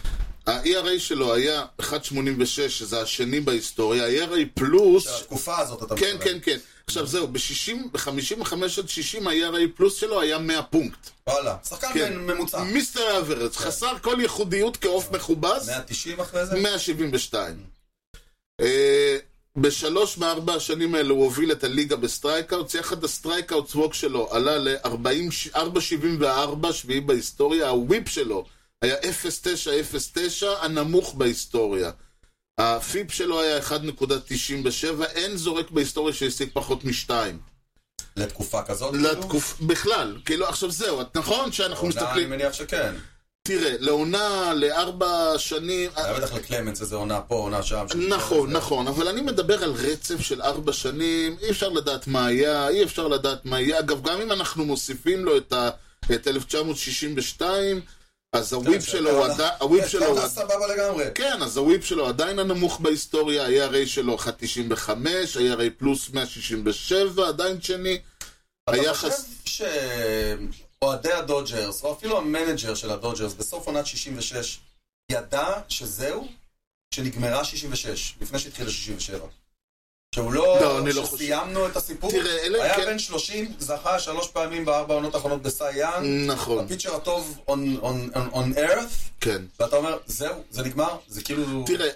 ה-E R A שלו היה אחת נקודה שמונים ושש, שזה השני בהיסטוריה, ה-E R A פלוס... שהתקופה הזאת אתה כן, משלם. כן, כן. עכשיו זהו, ב-חמישים וחמש עד שישים ה-E R A פלוס שלו היה מאה פונקט. וואלה, שחקן כן. ממוצע. מיסטר אברג', חסר כל ייחודיות כעוף מכובס, מאה תשעים אחרי זה? מאה שבעים ושתיים. אה, בשלוש מארבע השנים האלה הוא הוביל את הליגה בסטרייקאוטס, יחד הסטרייקאוטס ווק שלו עלה ל-ארבע שבעים וארבע, שביעי בהיסטוריה, הוויפ שלו היה אפס נקודה תשע אפס תשע, הנמוך בהיסטוריה. הפיפ שלו היה אחת נקודה תשעים ושבע, אין זורק בהיסטוריה שהשיג פחות משתיים. לתקופה כזאת? לתקוף, בכלל, כאילו עכשיו זהו, נכון שאנחנו מסתכלים... אני מניח שכן. תראה, לעונה, לארבע שנים... היה בטח לקלמנס איזה עונה פה, עונה שם. נכון, נכון, אבל אני מדבר על רצף של ארבע שנים, אי אפשר לדעת מה היה, אי אפשר לדעת מה היה. אגב, גם אם אנחנו מוסיפים לו את, ה, את אלף תשע מאות שישים ושתיים, אז הוויפ שלו עדיין... הוויפ שלו... סבבה לגמרי. כן, אז הוויפ שלו עדיין הנמוך בהיסטוריה, ה-E R A שלו אחת נקודה תשעים וחמש, ה-E R A פלוס מאה שישים ושבע, עדיין שני. אתה חושב שאוהדי הדודג'רס, או אפילו המנג'ר של הדודג'רס, בסוף עונת שישים ושש, ידע שזהו, שנגמרה שישים ושש, לפני שהתחילה שישים ושבע. שהוא לא, שסיימנו את הסיפור, היה בן שלושים, זכה שלוש פעמים בארבע עונות האחרונות בסייאן, נכון. הפיצ'ר הטוב on earth, כן. ואתה אומר, זהו, זה נגמר, זה כאילו... תראה,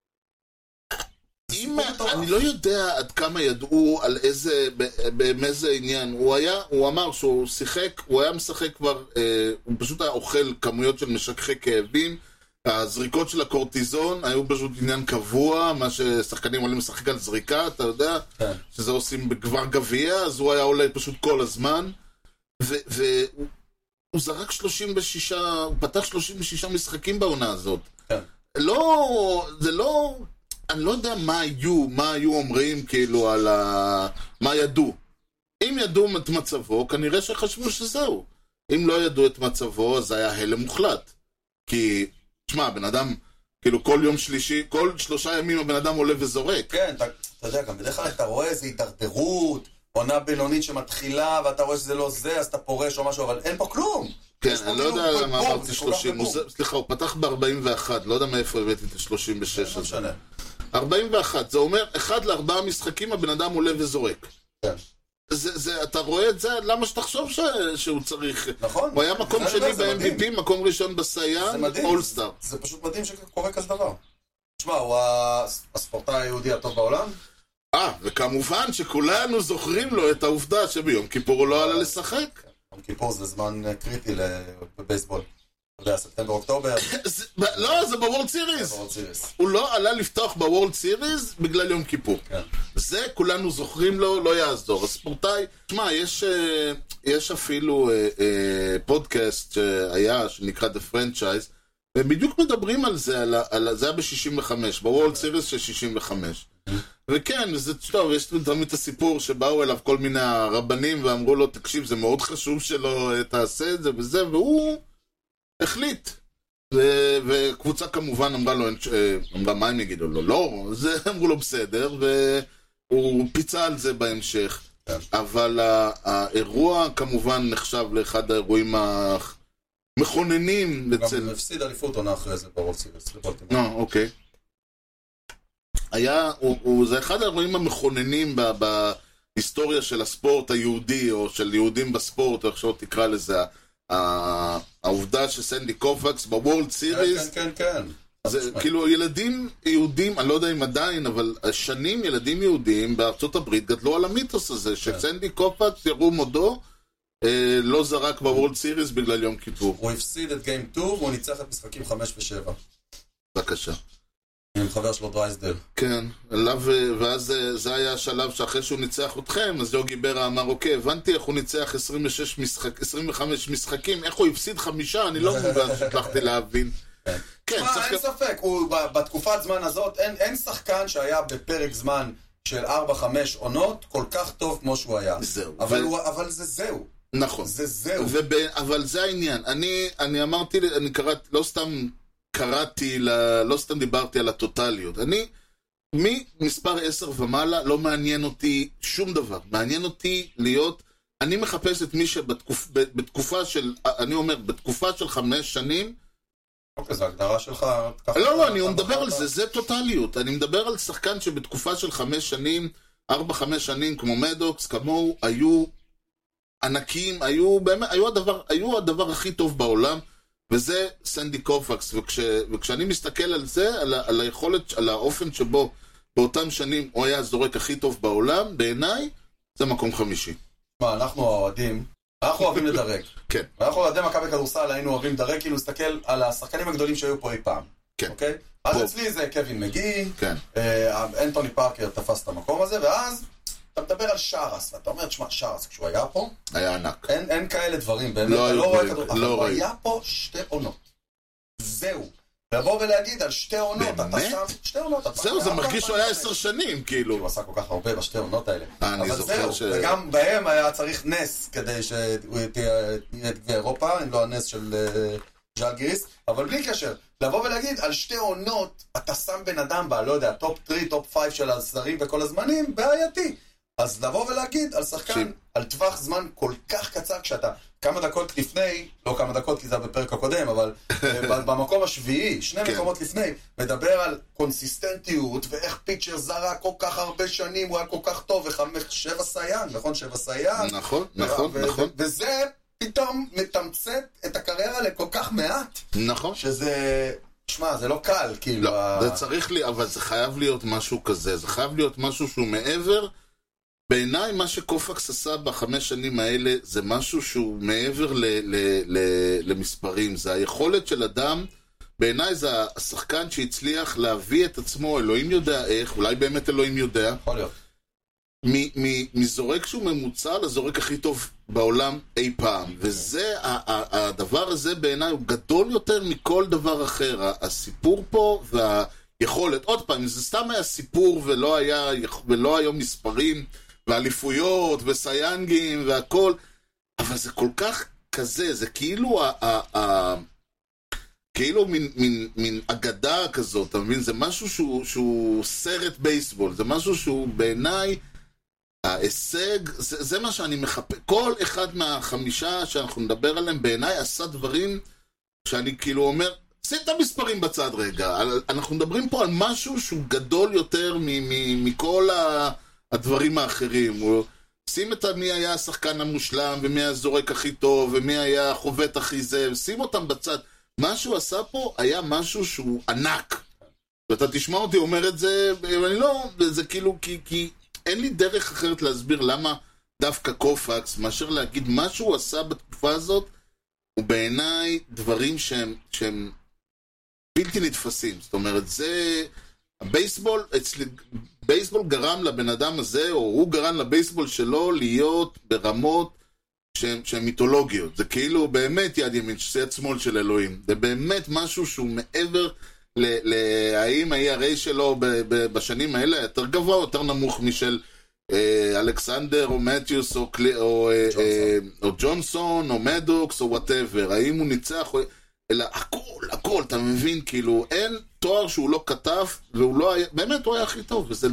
אני לא יודע עד כמה ידעו על איזה, באיזה עניין. הוא היה, הוא אמר שהוא שיחק, הוא היה משחק כבר, הוא פשוט היה אוכל כמויות של משככי כאבים, הזריקות של הקורטיזון היו פשוט עניין קבוע, מה ששחקנים עולים לשחק על זריקה, אתה יודע, שזה עושים בגבר גביע, אז הוא היה עולה פשוט כל הזמן, והוא זרק שלושים ושש, הוא פתח שלושים ושש משחקים בעונה הזאת. לא, זה לא... אני לא יודע מה היו, מה היו אומרים כאילו על ה... מה ידעו. אם ידעו את מצבו, כנראה שחשבו שזהו. אם לא ידעו את מצבו, אז היה הלם מוחלט. כי, תשמע, בן אדם, כאילו כל יום שלישי, כל שלושה ימים הבן אדם עולה וזורק. כן, אתה, אתה יודע, גם בדרך כלל אתה רואה איזו הידרדרות, עונה בינונית שמתחילה, ואתה רואה שזה לא זה, אז אתה פורש או משהו, אבל אין פה כלום. כן, אני לא יודע למה אמרתי שלושים, סליחה, הוא פתח ב-ארבעים ואחת, לא יודע מאיפה הבאתי את ה-שלושים ושש הזה. ארבעים ואחת, זה אומר, אחד לארבעה משחקים הבן אדם עולה וזורק. כן. זה, זה, אתה רואה את זה, למה שתחשוב ש, שהוא צריך... נכון. הוא היה מקום שני ב-אם וי פי, מקום ראשון בסייאן, אולסטאר. זה פשוט מדהים שקורה כזה דבר. תשמע, הוא הספורטאי היהודי הטוב בעולם? אה, וכמובן שכולנו זוכרים לו את העובדה שביום כיפור הוא לא עלה לשחק. יום כיפור זה זמן קריטי בבייסבול. אתה יודע, ספטמבר, אוקטובר. לא, זה בוורד סיריז. הוא לא עלה לפתוח בוורד סיריז בגלל יום כיפור. זה כולנו זוכרים לו, לא יעזור. הספורטאי, תשמע, יש אפילו פודקאסט שהיה, שנקרא The Franchise, והם בדיוק מדברים על זה, זה היה ב-שישים וחמש, בוורד סיריז של שישים וחמש. וכן, זה טוב, יש תמיד את הסיפור שבאו אליו כל מיני רבנים ואמרו לו, תקשיב, זה מאוד חשוב שלא תעשה את זה וזה, והוא החליט. וקבוצה כמובן אמרה לו, אמרה מה הם יגידו לו, לא, זה אמרו לו בסדר, והוא פיצה על זה בהמשך. אבל האירוע כמובן נחשב לאחד האירועים המכוננים. גם הפסיד אליפות עונה אחרי זה ברוב סיריס. אה, אוקיי. היה, הוא, הוא, זה אחד האירועים המכוננים ב, בהיסטוריה של הספורט היהודי, או של יהודים בספורט, או איך שלא תקרא לזה, העובדה שסנדי קופקס בוורלד סיריז, כן, כן, כן. זה כאילו ילדים יהודים, אני לא יודע אם עדיין, אבל שנים ילדים יהודים בארצות הברית גדלו על המיתוס הזה, שסנדי קופקס ירו מודו, אה, לא זרק בוורלד סיריז בגלל יום כיפור. הוא הפסיד את גיים שתיים, והוא ניצח את משחקים חמש ושבע. בבקשה. עם חבר שלו דרייסדל. כן, אליו, ואז זה היה השלב שאחרי שהוא ניצח אתכם, אז יוגי ברה אמר, אוקיי, הבנתי איך הוא ניצח עשרים ושש משחק, עשרים וחמש משחקים, איך הוא הפסיד חמישה, אני לא מובן שהצלחתי להבין. כן, אין ספק, בתקופת זמן הזאת, אין שחקן שהיה בפרק זמן של ארבע חמש עונות, כל כך טוב כמו שהוא היה. זהו. אבל זה זהו. נכון. זה זהו. אבל זה העניין. אני אמרתי, אני קראתי, לא סתם... קראתי, לא סתם דיברתי על הטוטליות. אני, ממספר עשר ומעלה, לא מעניין אותי שום דבר. מעניין אותי להיות, אני מחפש את מי שבתקופה של, אני אומר, בתקופה של חמש שנים, אוקיי, זו הגדרה שלך. לא, לא, אני מדבר על זה, זה טוטליות. אני מדבר על שחקן שבתקופה של חמש שנים, ארבע, חמש שנים, כמו מדוקס, כמוהו, היו ענקים, היו באמת, היו הדבר, היו הדבר הכי טוב בעולם, וזה סנדי קופקס. וכש, וכשאני מסתכל על זה, על, על היכולת, על האופן שבו, באותם שנים הוא היה הזורק הכי טוב בעולם, בעיניי, זה מקום חמישי. מה, אנחנו האוהדים, אנחנו אוהבים לדרג. כן. ואנחנו אוהדי מכבי כדורסל, היינו אוהבים לדרג, כאילו להסתכל על השחקנים הגדולים שהיו פה אי פעם. כן. אוקיי? אז אצלי זה קווין מגי, כן. אנטוני פארקר תפס את המקום הזה, ואז אתה מדבר על שרס, ואתה אומר, תשמע, שרס, כשהוא היה פה, היה ענק. אין, אין כאלה דברים, באמת, לא אתה לא רואה כדור, אבל לא הוא היה פה שתי עונות. זהו. לבוא ולהגיד על שתי עונות, אתה שם שתי עונות. זהו, זה מרגיש שהוא היה עשר שנים, כאילו. הוא עשה כל כך הרבה בשתי עונות האלה. אני זוכר ש... וגם בהם היה צריך נס, כדי שהוא תהיה את גבי אירופה, אם לא הנס של ז'אלגיריס, אבל בלי קשר, לבוא ולהגיד על שתי עונות, אתה שם בן אדם בה, לא יודע, טופ שלוש, טופ חמש של הזרים וכל הזמנים, בעייתי. אז לבוא ולהגיד על שחקן, על טווח זמן כל כך קצר, כשאתה כמה דקות לפני, לא כמה דקות כי זה בפרק הקודם, אבל במקום השביעי, שני מקומות לפני, מדבר על קונסיסטנטיות, ואיך פיצ'ר זרה כל כך הרבה שנים, הוא היה כל כך טוב, וחמש, שבע סייאן, נכון? שבע סייאן. נכון, נכון, נכון. וזה פתאום מתמצת את הקריירה לכל כך מעט. נכון. שזה... שמע, זה לא קל, כאילו... לא, זה צריך לי, אבל זה חייב להיות משהו כזה, זה חייב להיות משהו שהוא מעבר... בעיניי מה שקופקס עשה בחמש שנים האלה זה משהו שהוא מעבר ל- ל- ל- למספרים, זה היכולת של אדם, בעיניי זה השחקן שהצליח להביא את עצמו, אלוהים יודע איך, אולי באמת אלוהים יודע, יכול להיות. מ- מ- מזורק שהוא ממוצע לזורק הכי טוב בעולם אי פעם, וזה, הדבר הזה בעיניי הוא גדול יותר מכל דבר אחר, הסיפור פה והיכולת, עוד פעם, זה סתם היה סיפור ולא היה, ולא היו מספרים, ואליפויות, וסיינגים, והכל, אבל זה כל כך כזה, זה כאילו, ה, ה, ה, כאילו מין, מין, מין אגדה כזאת, אתה מבין? זה משהו שהוא, שהוא סרט בייסבול, זה משהו שהוא בעיניי, ההישג, זה, זה מה שאני מחפש, כל אחד מהחמישה שאנחנו נדבר עליהם, בעיניי עשה דברים שאני כאילו אומר, שים את המספרים בצד רגע, אנחנו מדברים פה על משהו שהוא גדול יותר מ, מ, מכל ה... הדברים האחרים, הוא שים את מי היה השחקן המושלם, ומי היה הזורק הכי טוב, ומי היה החובט הכי זה, שים אותם בצד. מה שהוא עשה פה היה משהו שהוא ענק. ואתה תשמע אותי אומר את זה, ואני לא, זה כאילו, כי, כי אין לי דרך אחרת להסביר למה דווקא קופקס, מאשר להגיד מה שהוא עשה בתקופה הזאת, הוא בעיניי דברים שהם, שהם בלתי נתפסים. זאת אומרת, זה... הבייסבול, אצלי, בייסבול גרם לבן אדם הזה, או הוא גרם לבייסבול שלו להיות ברמות שהן, שהן מיתולוגיות. זה כאילו באמת יד ימין, שזה יד שמאל של אלוהים. זה באמת משהו שהוא מעבר להאם ה-E R A שלו ב, ב, בשנים האלה יותר גבוה או יותר נמוך משל אה, אלכסנדר או מתיוס או, או, ג'ונסון. אה, או ג'ונסון או מדוקס או whatever. האם הוא ניצח או... אלא הכל, הכל, אתה מבין, כאילו, אין תואר שהוא לא כתב, והוא לא היה, באמת הוא היה הכי טוב, וזה,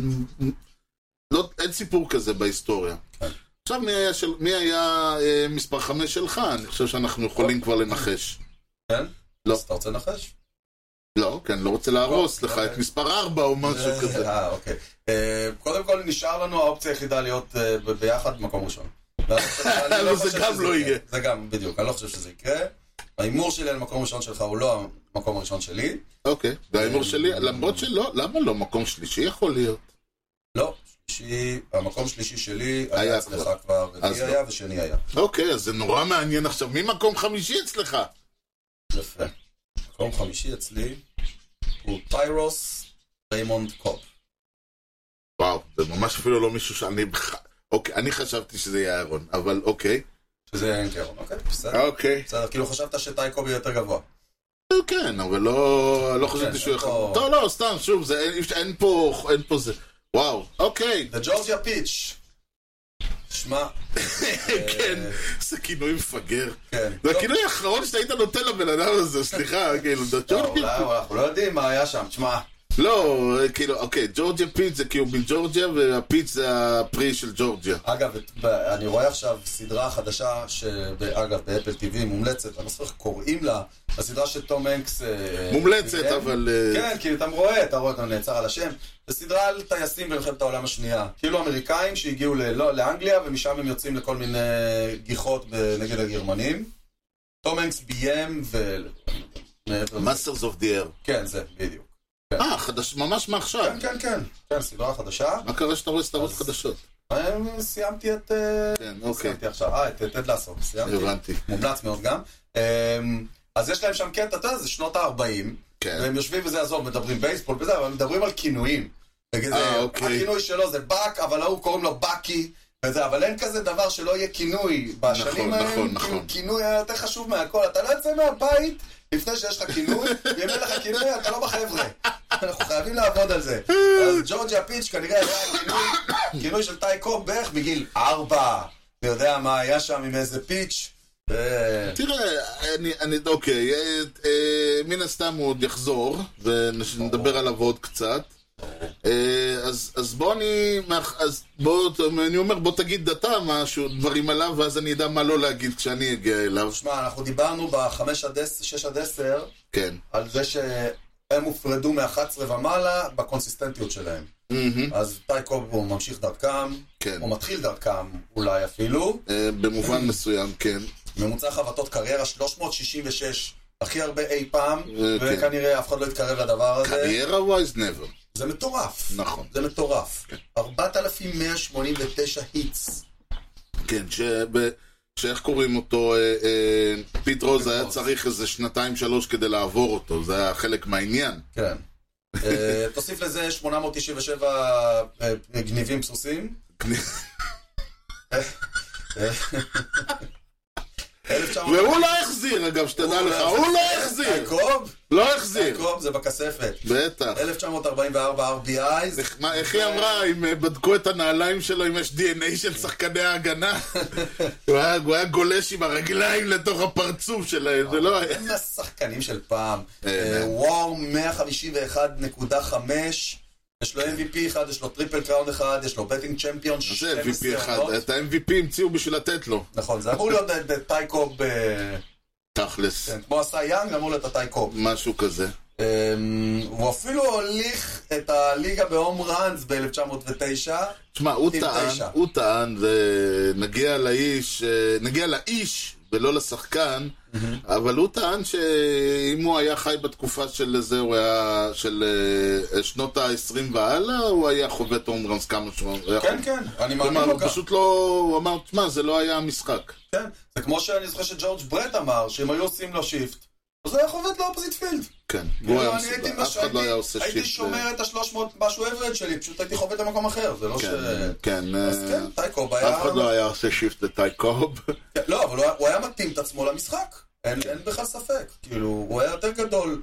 לא, אין סיפור כזה בהיסטוריה. עכשיו, מי היה, של, מי היה אה, מספר חמש שלך? אני חושב שאנחנו יכולים כבר לנחש. כן? לא. אז אתה רוצה לנחש? לא, כן, לא רוצה להרוס לך את מספר ארבע או משהו כזה. אה, אוקיי. קודם כל, נשאר לנו האופציה היחידה להיות ביחד במקום ראשון. זה גם לא יהיה. זה גם, בדיוק, אני לא חושב שזה יקרה. האימור שלי על המקום הראשון שלך הוא לא המקום הראשון שלי. אוקיי, והאימור שלי, למרות שלא, למה לא? מקום שלישי יכול להיות. לא, שלישי, המקום שלישי שלי היה אצלך כבר, רביעי היה ושני היה. אוקיי, אז זה נורא מעניין עכשיו. מי מקום חמישי אצלך? יפה. מקום חמישי אצלי הוא טיירוס ריימונד קופ. וואו, זה ממש אפילו לא מישהו שאני... אוקיי, אני חשבתי שזה יהיה אהרון, אבל אוקיי. שזה אין קרון, אוקיי? בסדר. אוקיי. בסדר, כאילו חשבת שטי קובי יותר גבוה. כן, אבל לא חשבתי שהוא יכול... טוב, לא, סתם, שוב, אין פה, אין פה זה. וואו, אוקיי. The Georgia Peach. שמע. כן, זה כינוי מפגר. כן. זה הכינוי האחרון שאתה היית נותן לבן אדם הזה, סליחה, כאילו, The Georgia Peach. אנחנו לא יודעים מה היה שם, שמע. לא, כאילו, אוקיי, ג'ורג'יה פיץ' זה כאילו מג'ורג'יה, והפיץ' זה הפרי של ג'ורג'יה. אגב, אני רואה עכשיו סדרה חדשה, שאגב, באפל טיווי מומלצת, אני לא זוכר איך קוראים לה, הסדרה של תום הנקס... מומלצת, אבל... כן, כי אתה רואה, אתה רואה, אתה נעצר על השם. זה סדרה על טייסים במלחמת העולם השנייה. כאילו אמריקאים שהגיעו לאנגליה, ומשם הם יוצאים לכל מיני גיחות נגד הגרמנים. תום הנקס ביים ו... Masters of the Air. כן, זה, בדיוק. אה, חדש, ממש מעכשיו. כן, כן, כן. כן, סדרה חדשה. מה קרה שאתה רואה סדרות חדשות? סיימתי את... כן, אוקיי. סיימתי עכשיו. אה, את תד לעשות. סיימתי. הבנתי. מומלץ מאוד גם. אז יש להם שם קטע, אתה יודע, זה שנות ה-ארבעים. והם יושבים וזה עזוב, מדברים בייסבול וזה, אבל מדברים על כינויים. הכינוי שלו זה בק, אבל הוא קוראים לו בקי. וזה, אבל אין כזה דבר שלא יהיה כינוי. בשנים ההם, כינוי היה יותר חשוב מהכל. אתה לא יוצא מהבית לפני שיש לך כינוי, ואם אין לך כינוי, אתה לא בחבר'ה. אנחנו חייבים לעבוד על זה. אז ג'ורג'יה פיץ' כנראה היה כינוי, כינוי של טי קוב בערך בגיל ארבע. אני יודע מה היה שם עם איזה פיץ'. תראה, אני, אוקיי, מן הסתם הוא עוד יחזור, ונדבר עליו עוד קצת. אז, אז בוא אני, אז בוא, אני אומר, בוא תגיד דתה משהו, דברים עליו, ואז אני אדע מה לא להגיד כשאני אגיע אליו. שמע, אנחנו דיברנו בחמש עד עשר, שש עד עשר, כן. על זה שהם הופרדו מ-אחת עשרה ומעלה בקונסיסטנטיות שלהם. Mm-hmm. אז טי קוב הוא ממשיך דרכם, כן. הוא מתחיל דרכם אולי אפילו. במובן מסוים, כן. ממוצע חבטות קריירה שלוש מאות שישים ושש, הכי הרבה אי פעם, וכנראה אף אחד לא יתקרב לדבר הזה. קריירה ווייז נבר. זה מטורף. נכון. זה מטורף. ארבעת אלפים מאה שמונים ותשע היטס. כן, שאיך קוראים אותו, פיט רוז היה צריך איזה שנתיים שלוש כדי לעבור אותו, זה היה חלק מהעניין. כן. תוסיף לזה שמונה מאות תשעים ושבע גניבים סוסים. והוא לא החזיר, אגב, שתדע לך, הוא לא החזיר. טייקוב? לא החזיר. טייקוב זה בכספת. בטח. אלף תשע מאות ארבעים וארבע אר בי איי. איך היא אמרה, אם בדקו את הנעליים שלו, אם יש די אן איי של שחקני ההגנה, הוא היה גולש עם הרגליים לתוך הפרצוף שלהם, זה לא היה. הם השחקנים של פעם. וואו, מאה חמישים ואחת נקודה חמש. יש לו אם וי פי אחד, יש לו טריפל קראון אחד, יש לו בטינג צ'מפיון שתים עשרה. זה אם וי פי אחד, את ה-אם וי פי המציאו בשביל לתת לו. נכון, זה אמור להיות טייקוב תכלס. כמו עשה יאנג, אמור להיות הטייקוב. משהו כזה. הוא אפילו הוליך את הליגה בהום ראנס ב-אלף תשע מאות ותשע. תשמע, הוא טען, ונגיע לאיש, נגיע לאיש, ולא לשחקן, אבל הוא טען שאם הוא היה חי בתקופה של זה, הוא היה של שנות ה-עשרים והלאה, הוא היה חווה הום ראנס כמה שהוא. כן, כן, אני מאמין לו כך. פשוט לא, הוא אמר, תשמע, זה לא היה המשחק. כן, זה כמו שאני זוכר שג'ורג' ברט אמר, שאם היו עושים לו שיפט, אז הוא היה חובט לאופוזיט פילד. כן, הוא היה מסודר, אף אחד לא היה עושה שיפט. הייתי שומר את ה-שלוש מאות משהו אברד שלי, פשוט הייתי חובט למקום אחר, זה לא ש... כן, אז כן, טייקוב היה... אף אחד לא היה עושה שיפט לטייקוב. לא, אבל הוא היה מתאים את עצמו למשחק, אין בכלל ספק. כאילו, הוא היה יותר גדול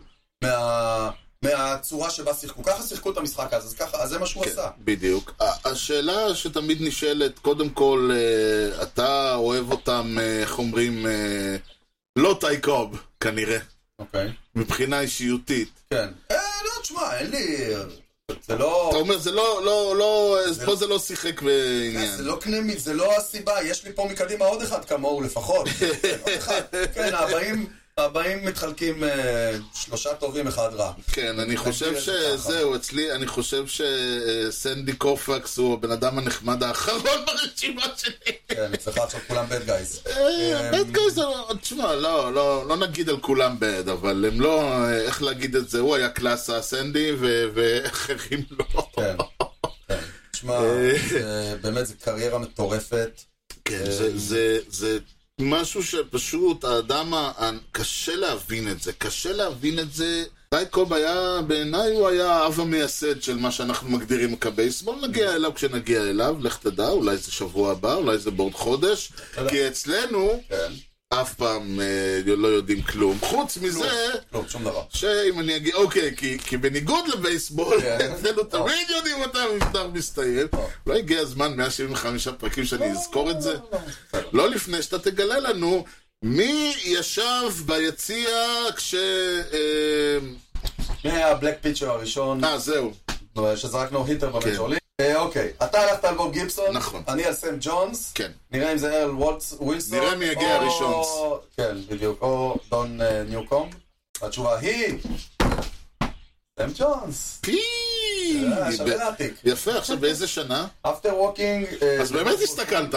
מהצורה שבה שיחקו. ככה שיחקו את המשחק אז, אז זה מה שהוא עשה. בדיוק. השאלה שתמיד נשאלת, קודם כל, אתה אוהב אותם, איך אומרים... לא טייקוב, כנראה. אוקיי. מבחינה אישיותית. כן. אה, לא, תשמע, אין לי... זה לא... אתה אומר, זה לא, לא, לא... פה זה לא שיחק בעניין. זה לא קנמי, זה לא הסיבה. יש לי פה מקדימה עוד אחד כמוהו לפחות. עוד אחד. כן, הבאים... הבאים מתחלקים שלושה טובים, אחד רע. כן, אני חושב שזהו, אצלי, אני חושב שסנדי קופקס הוא הבן אדם הנחמד האחרון ברשימה שלי. כן, אצלך עכשיו כולם בד גייז. בד גייז, תשמע, לא, לא נגיד על כולם בד, אבל הם לא, איך להגיד את זה, הוא היה קלאסה, סנדי, ואחרים לא. כן, כן. תשמע, באמת, זו קריירה מטורפת. כן, זה... זה משהו שפשוט האדם, קשה להבין את זה, קשה להבין את זה. טייקוב היה, בעיניי הוא היה האב המייסד של מה שאנחנו מגדירים כבייסבול. נגיע אליו כשנגיע אליו, לך תדע, אולי זה שבוע הבא, אולי זה בעוד חודש, כי אצלנו אף פעם לא יודעים כלום. חוץ מזה, שאם אני אגיד, אוקיי, כי בניגוד לבייסבול, אצלנו תמיד יודעים אותם מבטר מסתיים. לא הגיע הזמן מאה שבעים וחמישה פרקים שאני אזכור את זה? לא לפני שאתה תגלה לנו מי ישב ביציע כש... מי היה הבלק פיצ'ר הראשון? אה, זהו. שזרקנו היטר במג'ור ליג. אוקיי, אתה הלכת על בוב גיבסון, נכון. אני על סם ג'ונס. כן. נראה אם זה ארל ווילסון. נראה מי יגיע הראשון. כן, בדיוק. או דון ניוקום. התשובה היא... סם ג'ונס. פי! שווה להעתיק. יפה, עכשיו באיזה שנה? After walking... אז באמת הסתכלת.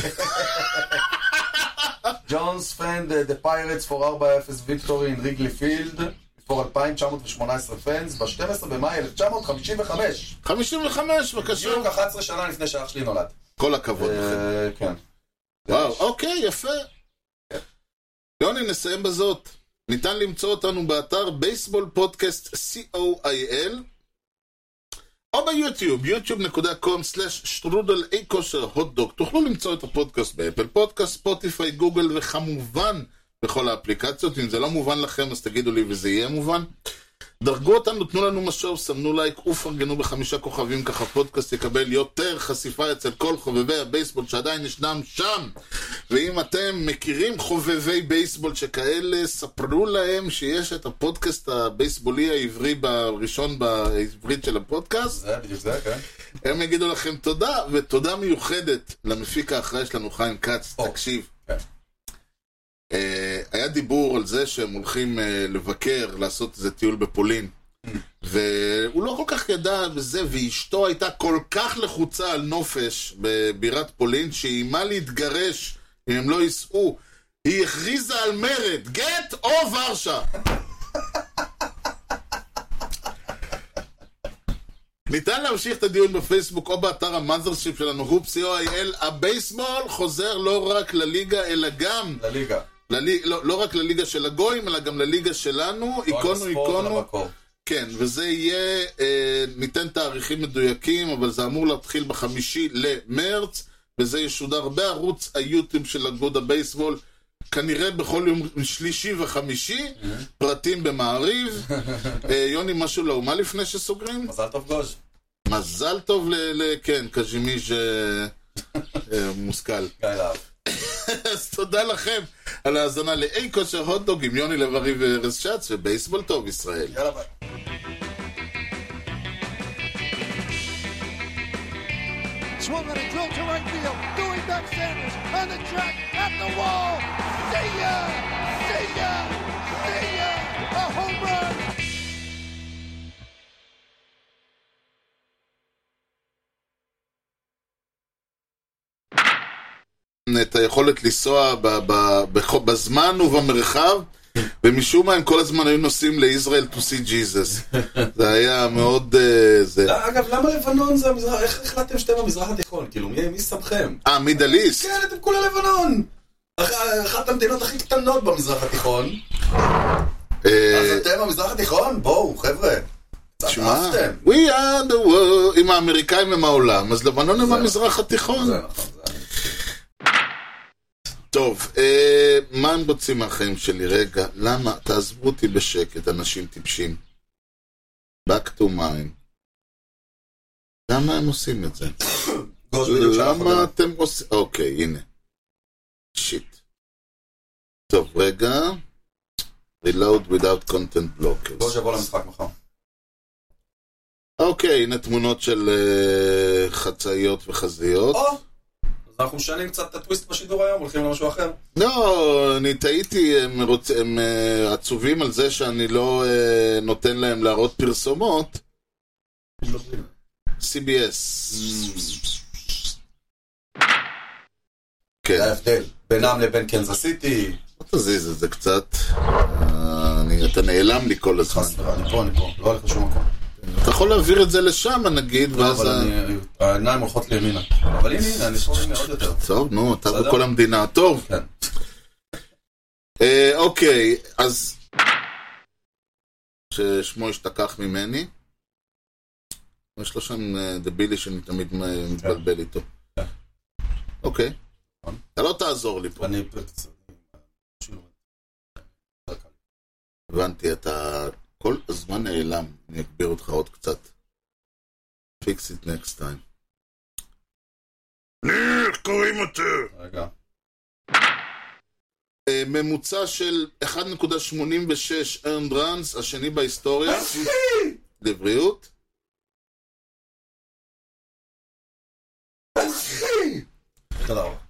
ג'ונס פנד the Pirates for ארבע אפס victory in Wrigley Field for אלפיים תשע מאות ושמונה עשרה פנס ב-שנים עשר במאי אלף תשע מאות חמישים וחמש. חמישים וחמש, בבקשה. בדיוק אחת עשרה שנה לפני שאח שלי נולד. כל הכבוד לכם. כן. וואו, אוקיי, יפה. יוני, נסיים בזאת. ניתן למצוא אותנו באתר בייסבול פודקאסט סי או איי אל או ביוטיוב, יוטיוב נקודה קום סלש שטרודל אי כושר הוטדוג. תוכלו למצוא את הפודקאסט באפל פודקאסט, ספוטיפיי, גוגל וכמובן בכל האפליקציות. אם זה לא מובן לכם אז תגידו לי וזה יהיה מובן. דרגו אותנו, תנו לנו משוב, סמנו לייק ופרגנו בחמישה כוכבים, ככה פודקאסט יקבל יותר חשיפה אצל כל חובבי הבייסבול שעדיין ישנם שם. ואם אתם מכירים חובבי בייסבול שכאלה, ספרו להם שיש את הפודקאסט הבייסבולי העברי בראשון בעברית של הפודקאסט. זה בדיוק זה, כן. הם יגידו לכם תודה, ותודה מיוחדת למפיק האחראי שלנו חיים כץ. תקשיב, Uh, היה דיבור על זה שהם הולכים uh, לבקר, לעשות איזה טיול בפולין והוא לא כל כך ידע בזה, ואשתו הייתה כל כך לחוצה על נופש בבירת פולין שאימה להתגרש אם הם לא ייסעו. היא הכריזה על מרד, גט או ורשה. ניתן להמשיך את הדיון בפייסבוק או באתר המאזרשיפ שלנו, הופ סי או איי אל. הבייסבול חוזר לא רק לליגה אלא גם לליגה, לליג, לא, לא רק לליגה של הגויים, אלא גם לליגה שלנו, איקונו, איקונו. כן, וזה יהיה, אה, ניתן תאריכים מדויקים, אבל זה אמור להתחיל בחמישי למרץ, וזה ישודר בערוץ היוטיוב של אגוד הבייסבול, כנראה בכל יום שלישי וחמישי, פרטים במעריב. אה, יוני, משהו לאומה לפני שסוגרים? מזל טוב גוז'. מזל טוב ל... ל כן, קז'ימיש אה, אה, מושכל. גיא להב. אז תודה לכם על ההאזנה לאי כושר הוטדוג עם יוני לב-ארי וארז שץ, ובייסבול טוב ישראל. יאללה ביי. Swung on a drill to right field. Doing back Sanders on the track at the wall. See ya! See ya! See ya! A home run! את היכולת לנסוע בזמן ובמרחב, ומשום מה הם כל הזמן היו נוסעים לישראל to see Jesus. זה היה מאוד... אגב, למה לבנון זה המזרח? איך החלטתם שאתם המזרח התיכון? כאילו, מי שמכם? אה, מידל איסט? כן, אתם כולה לבנון. אחת המדינות הכי קטנות במזרח התיכון. אז אתם המזרח התיכון? בואו, חבר'ה. תשמע, we are the world. אם האמריקאים הם העולם, אז לבנון הם המזרח התיכון. זה נכון, זה טוב, אה, מה הם רוצים מהחיים שלי? רגע, למה? תעזבו אותי בשקט, אנשים טיפשים. Back to mine. למה הם עושים את זה? למה אתם עושים... אוקיי, הנה. שיט. טוב, רגע. Reload without content blockers. בוא שבוא למשחק מחר. אוקיי, הנה תמונות של uh, חצאיות וחזיות. או! אנחנו משנים קצת את הטוויסט בשידור היום, הולכים למשהו אחר. לא, אני טעיתי, הם, רוצ... הם uh, עצובים על זה שאני לא uh, נותן להם להראות פרסומות. סי בי אס. כן. זה ההבדל, בינם לבין קנזס סיטי. לא תזיז את זה קצת. אני, אתה נעלם לי כל הזמן. אני פה, אני פה, לא הולך לשום מקום. אתה יכול להעביר את זה לשם, נגיד, ואז... העיניים הולכות לימינה. אבל הנה, הנה, אני שומע מאוד יותר. טוב, נו, אתה בכל המדינה. טוב. כן. אוקיי, אז... ששמו השתכח ממני. יש לו שם דבילי שאני תמיד מתבלבל איתו. אוקיי. אתה לא תעזור לי פה. אני... הבנתי, אתה... כל הזמן נעלם, אני אגביר אותך עוד קצת. Fix it next time. איך קוראים אותי? רגע. ממוצע של אחת נקודה שמונים ושש earned runs, השני בהיסטוריה. לבריאות. תודה רבה.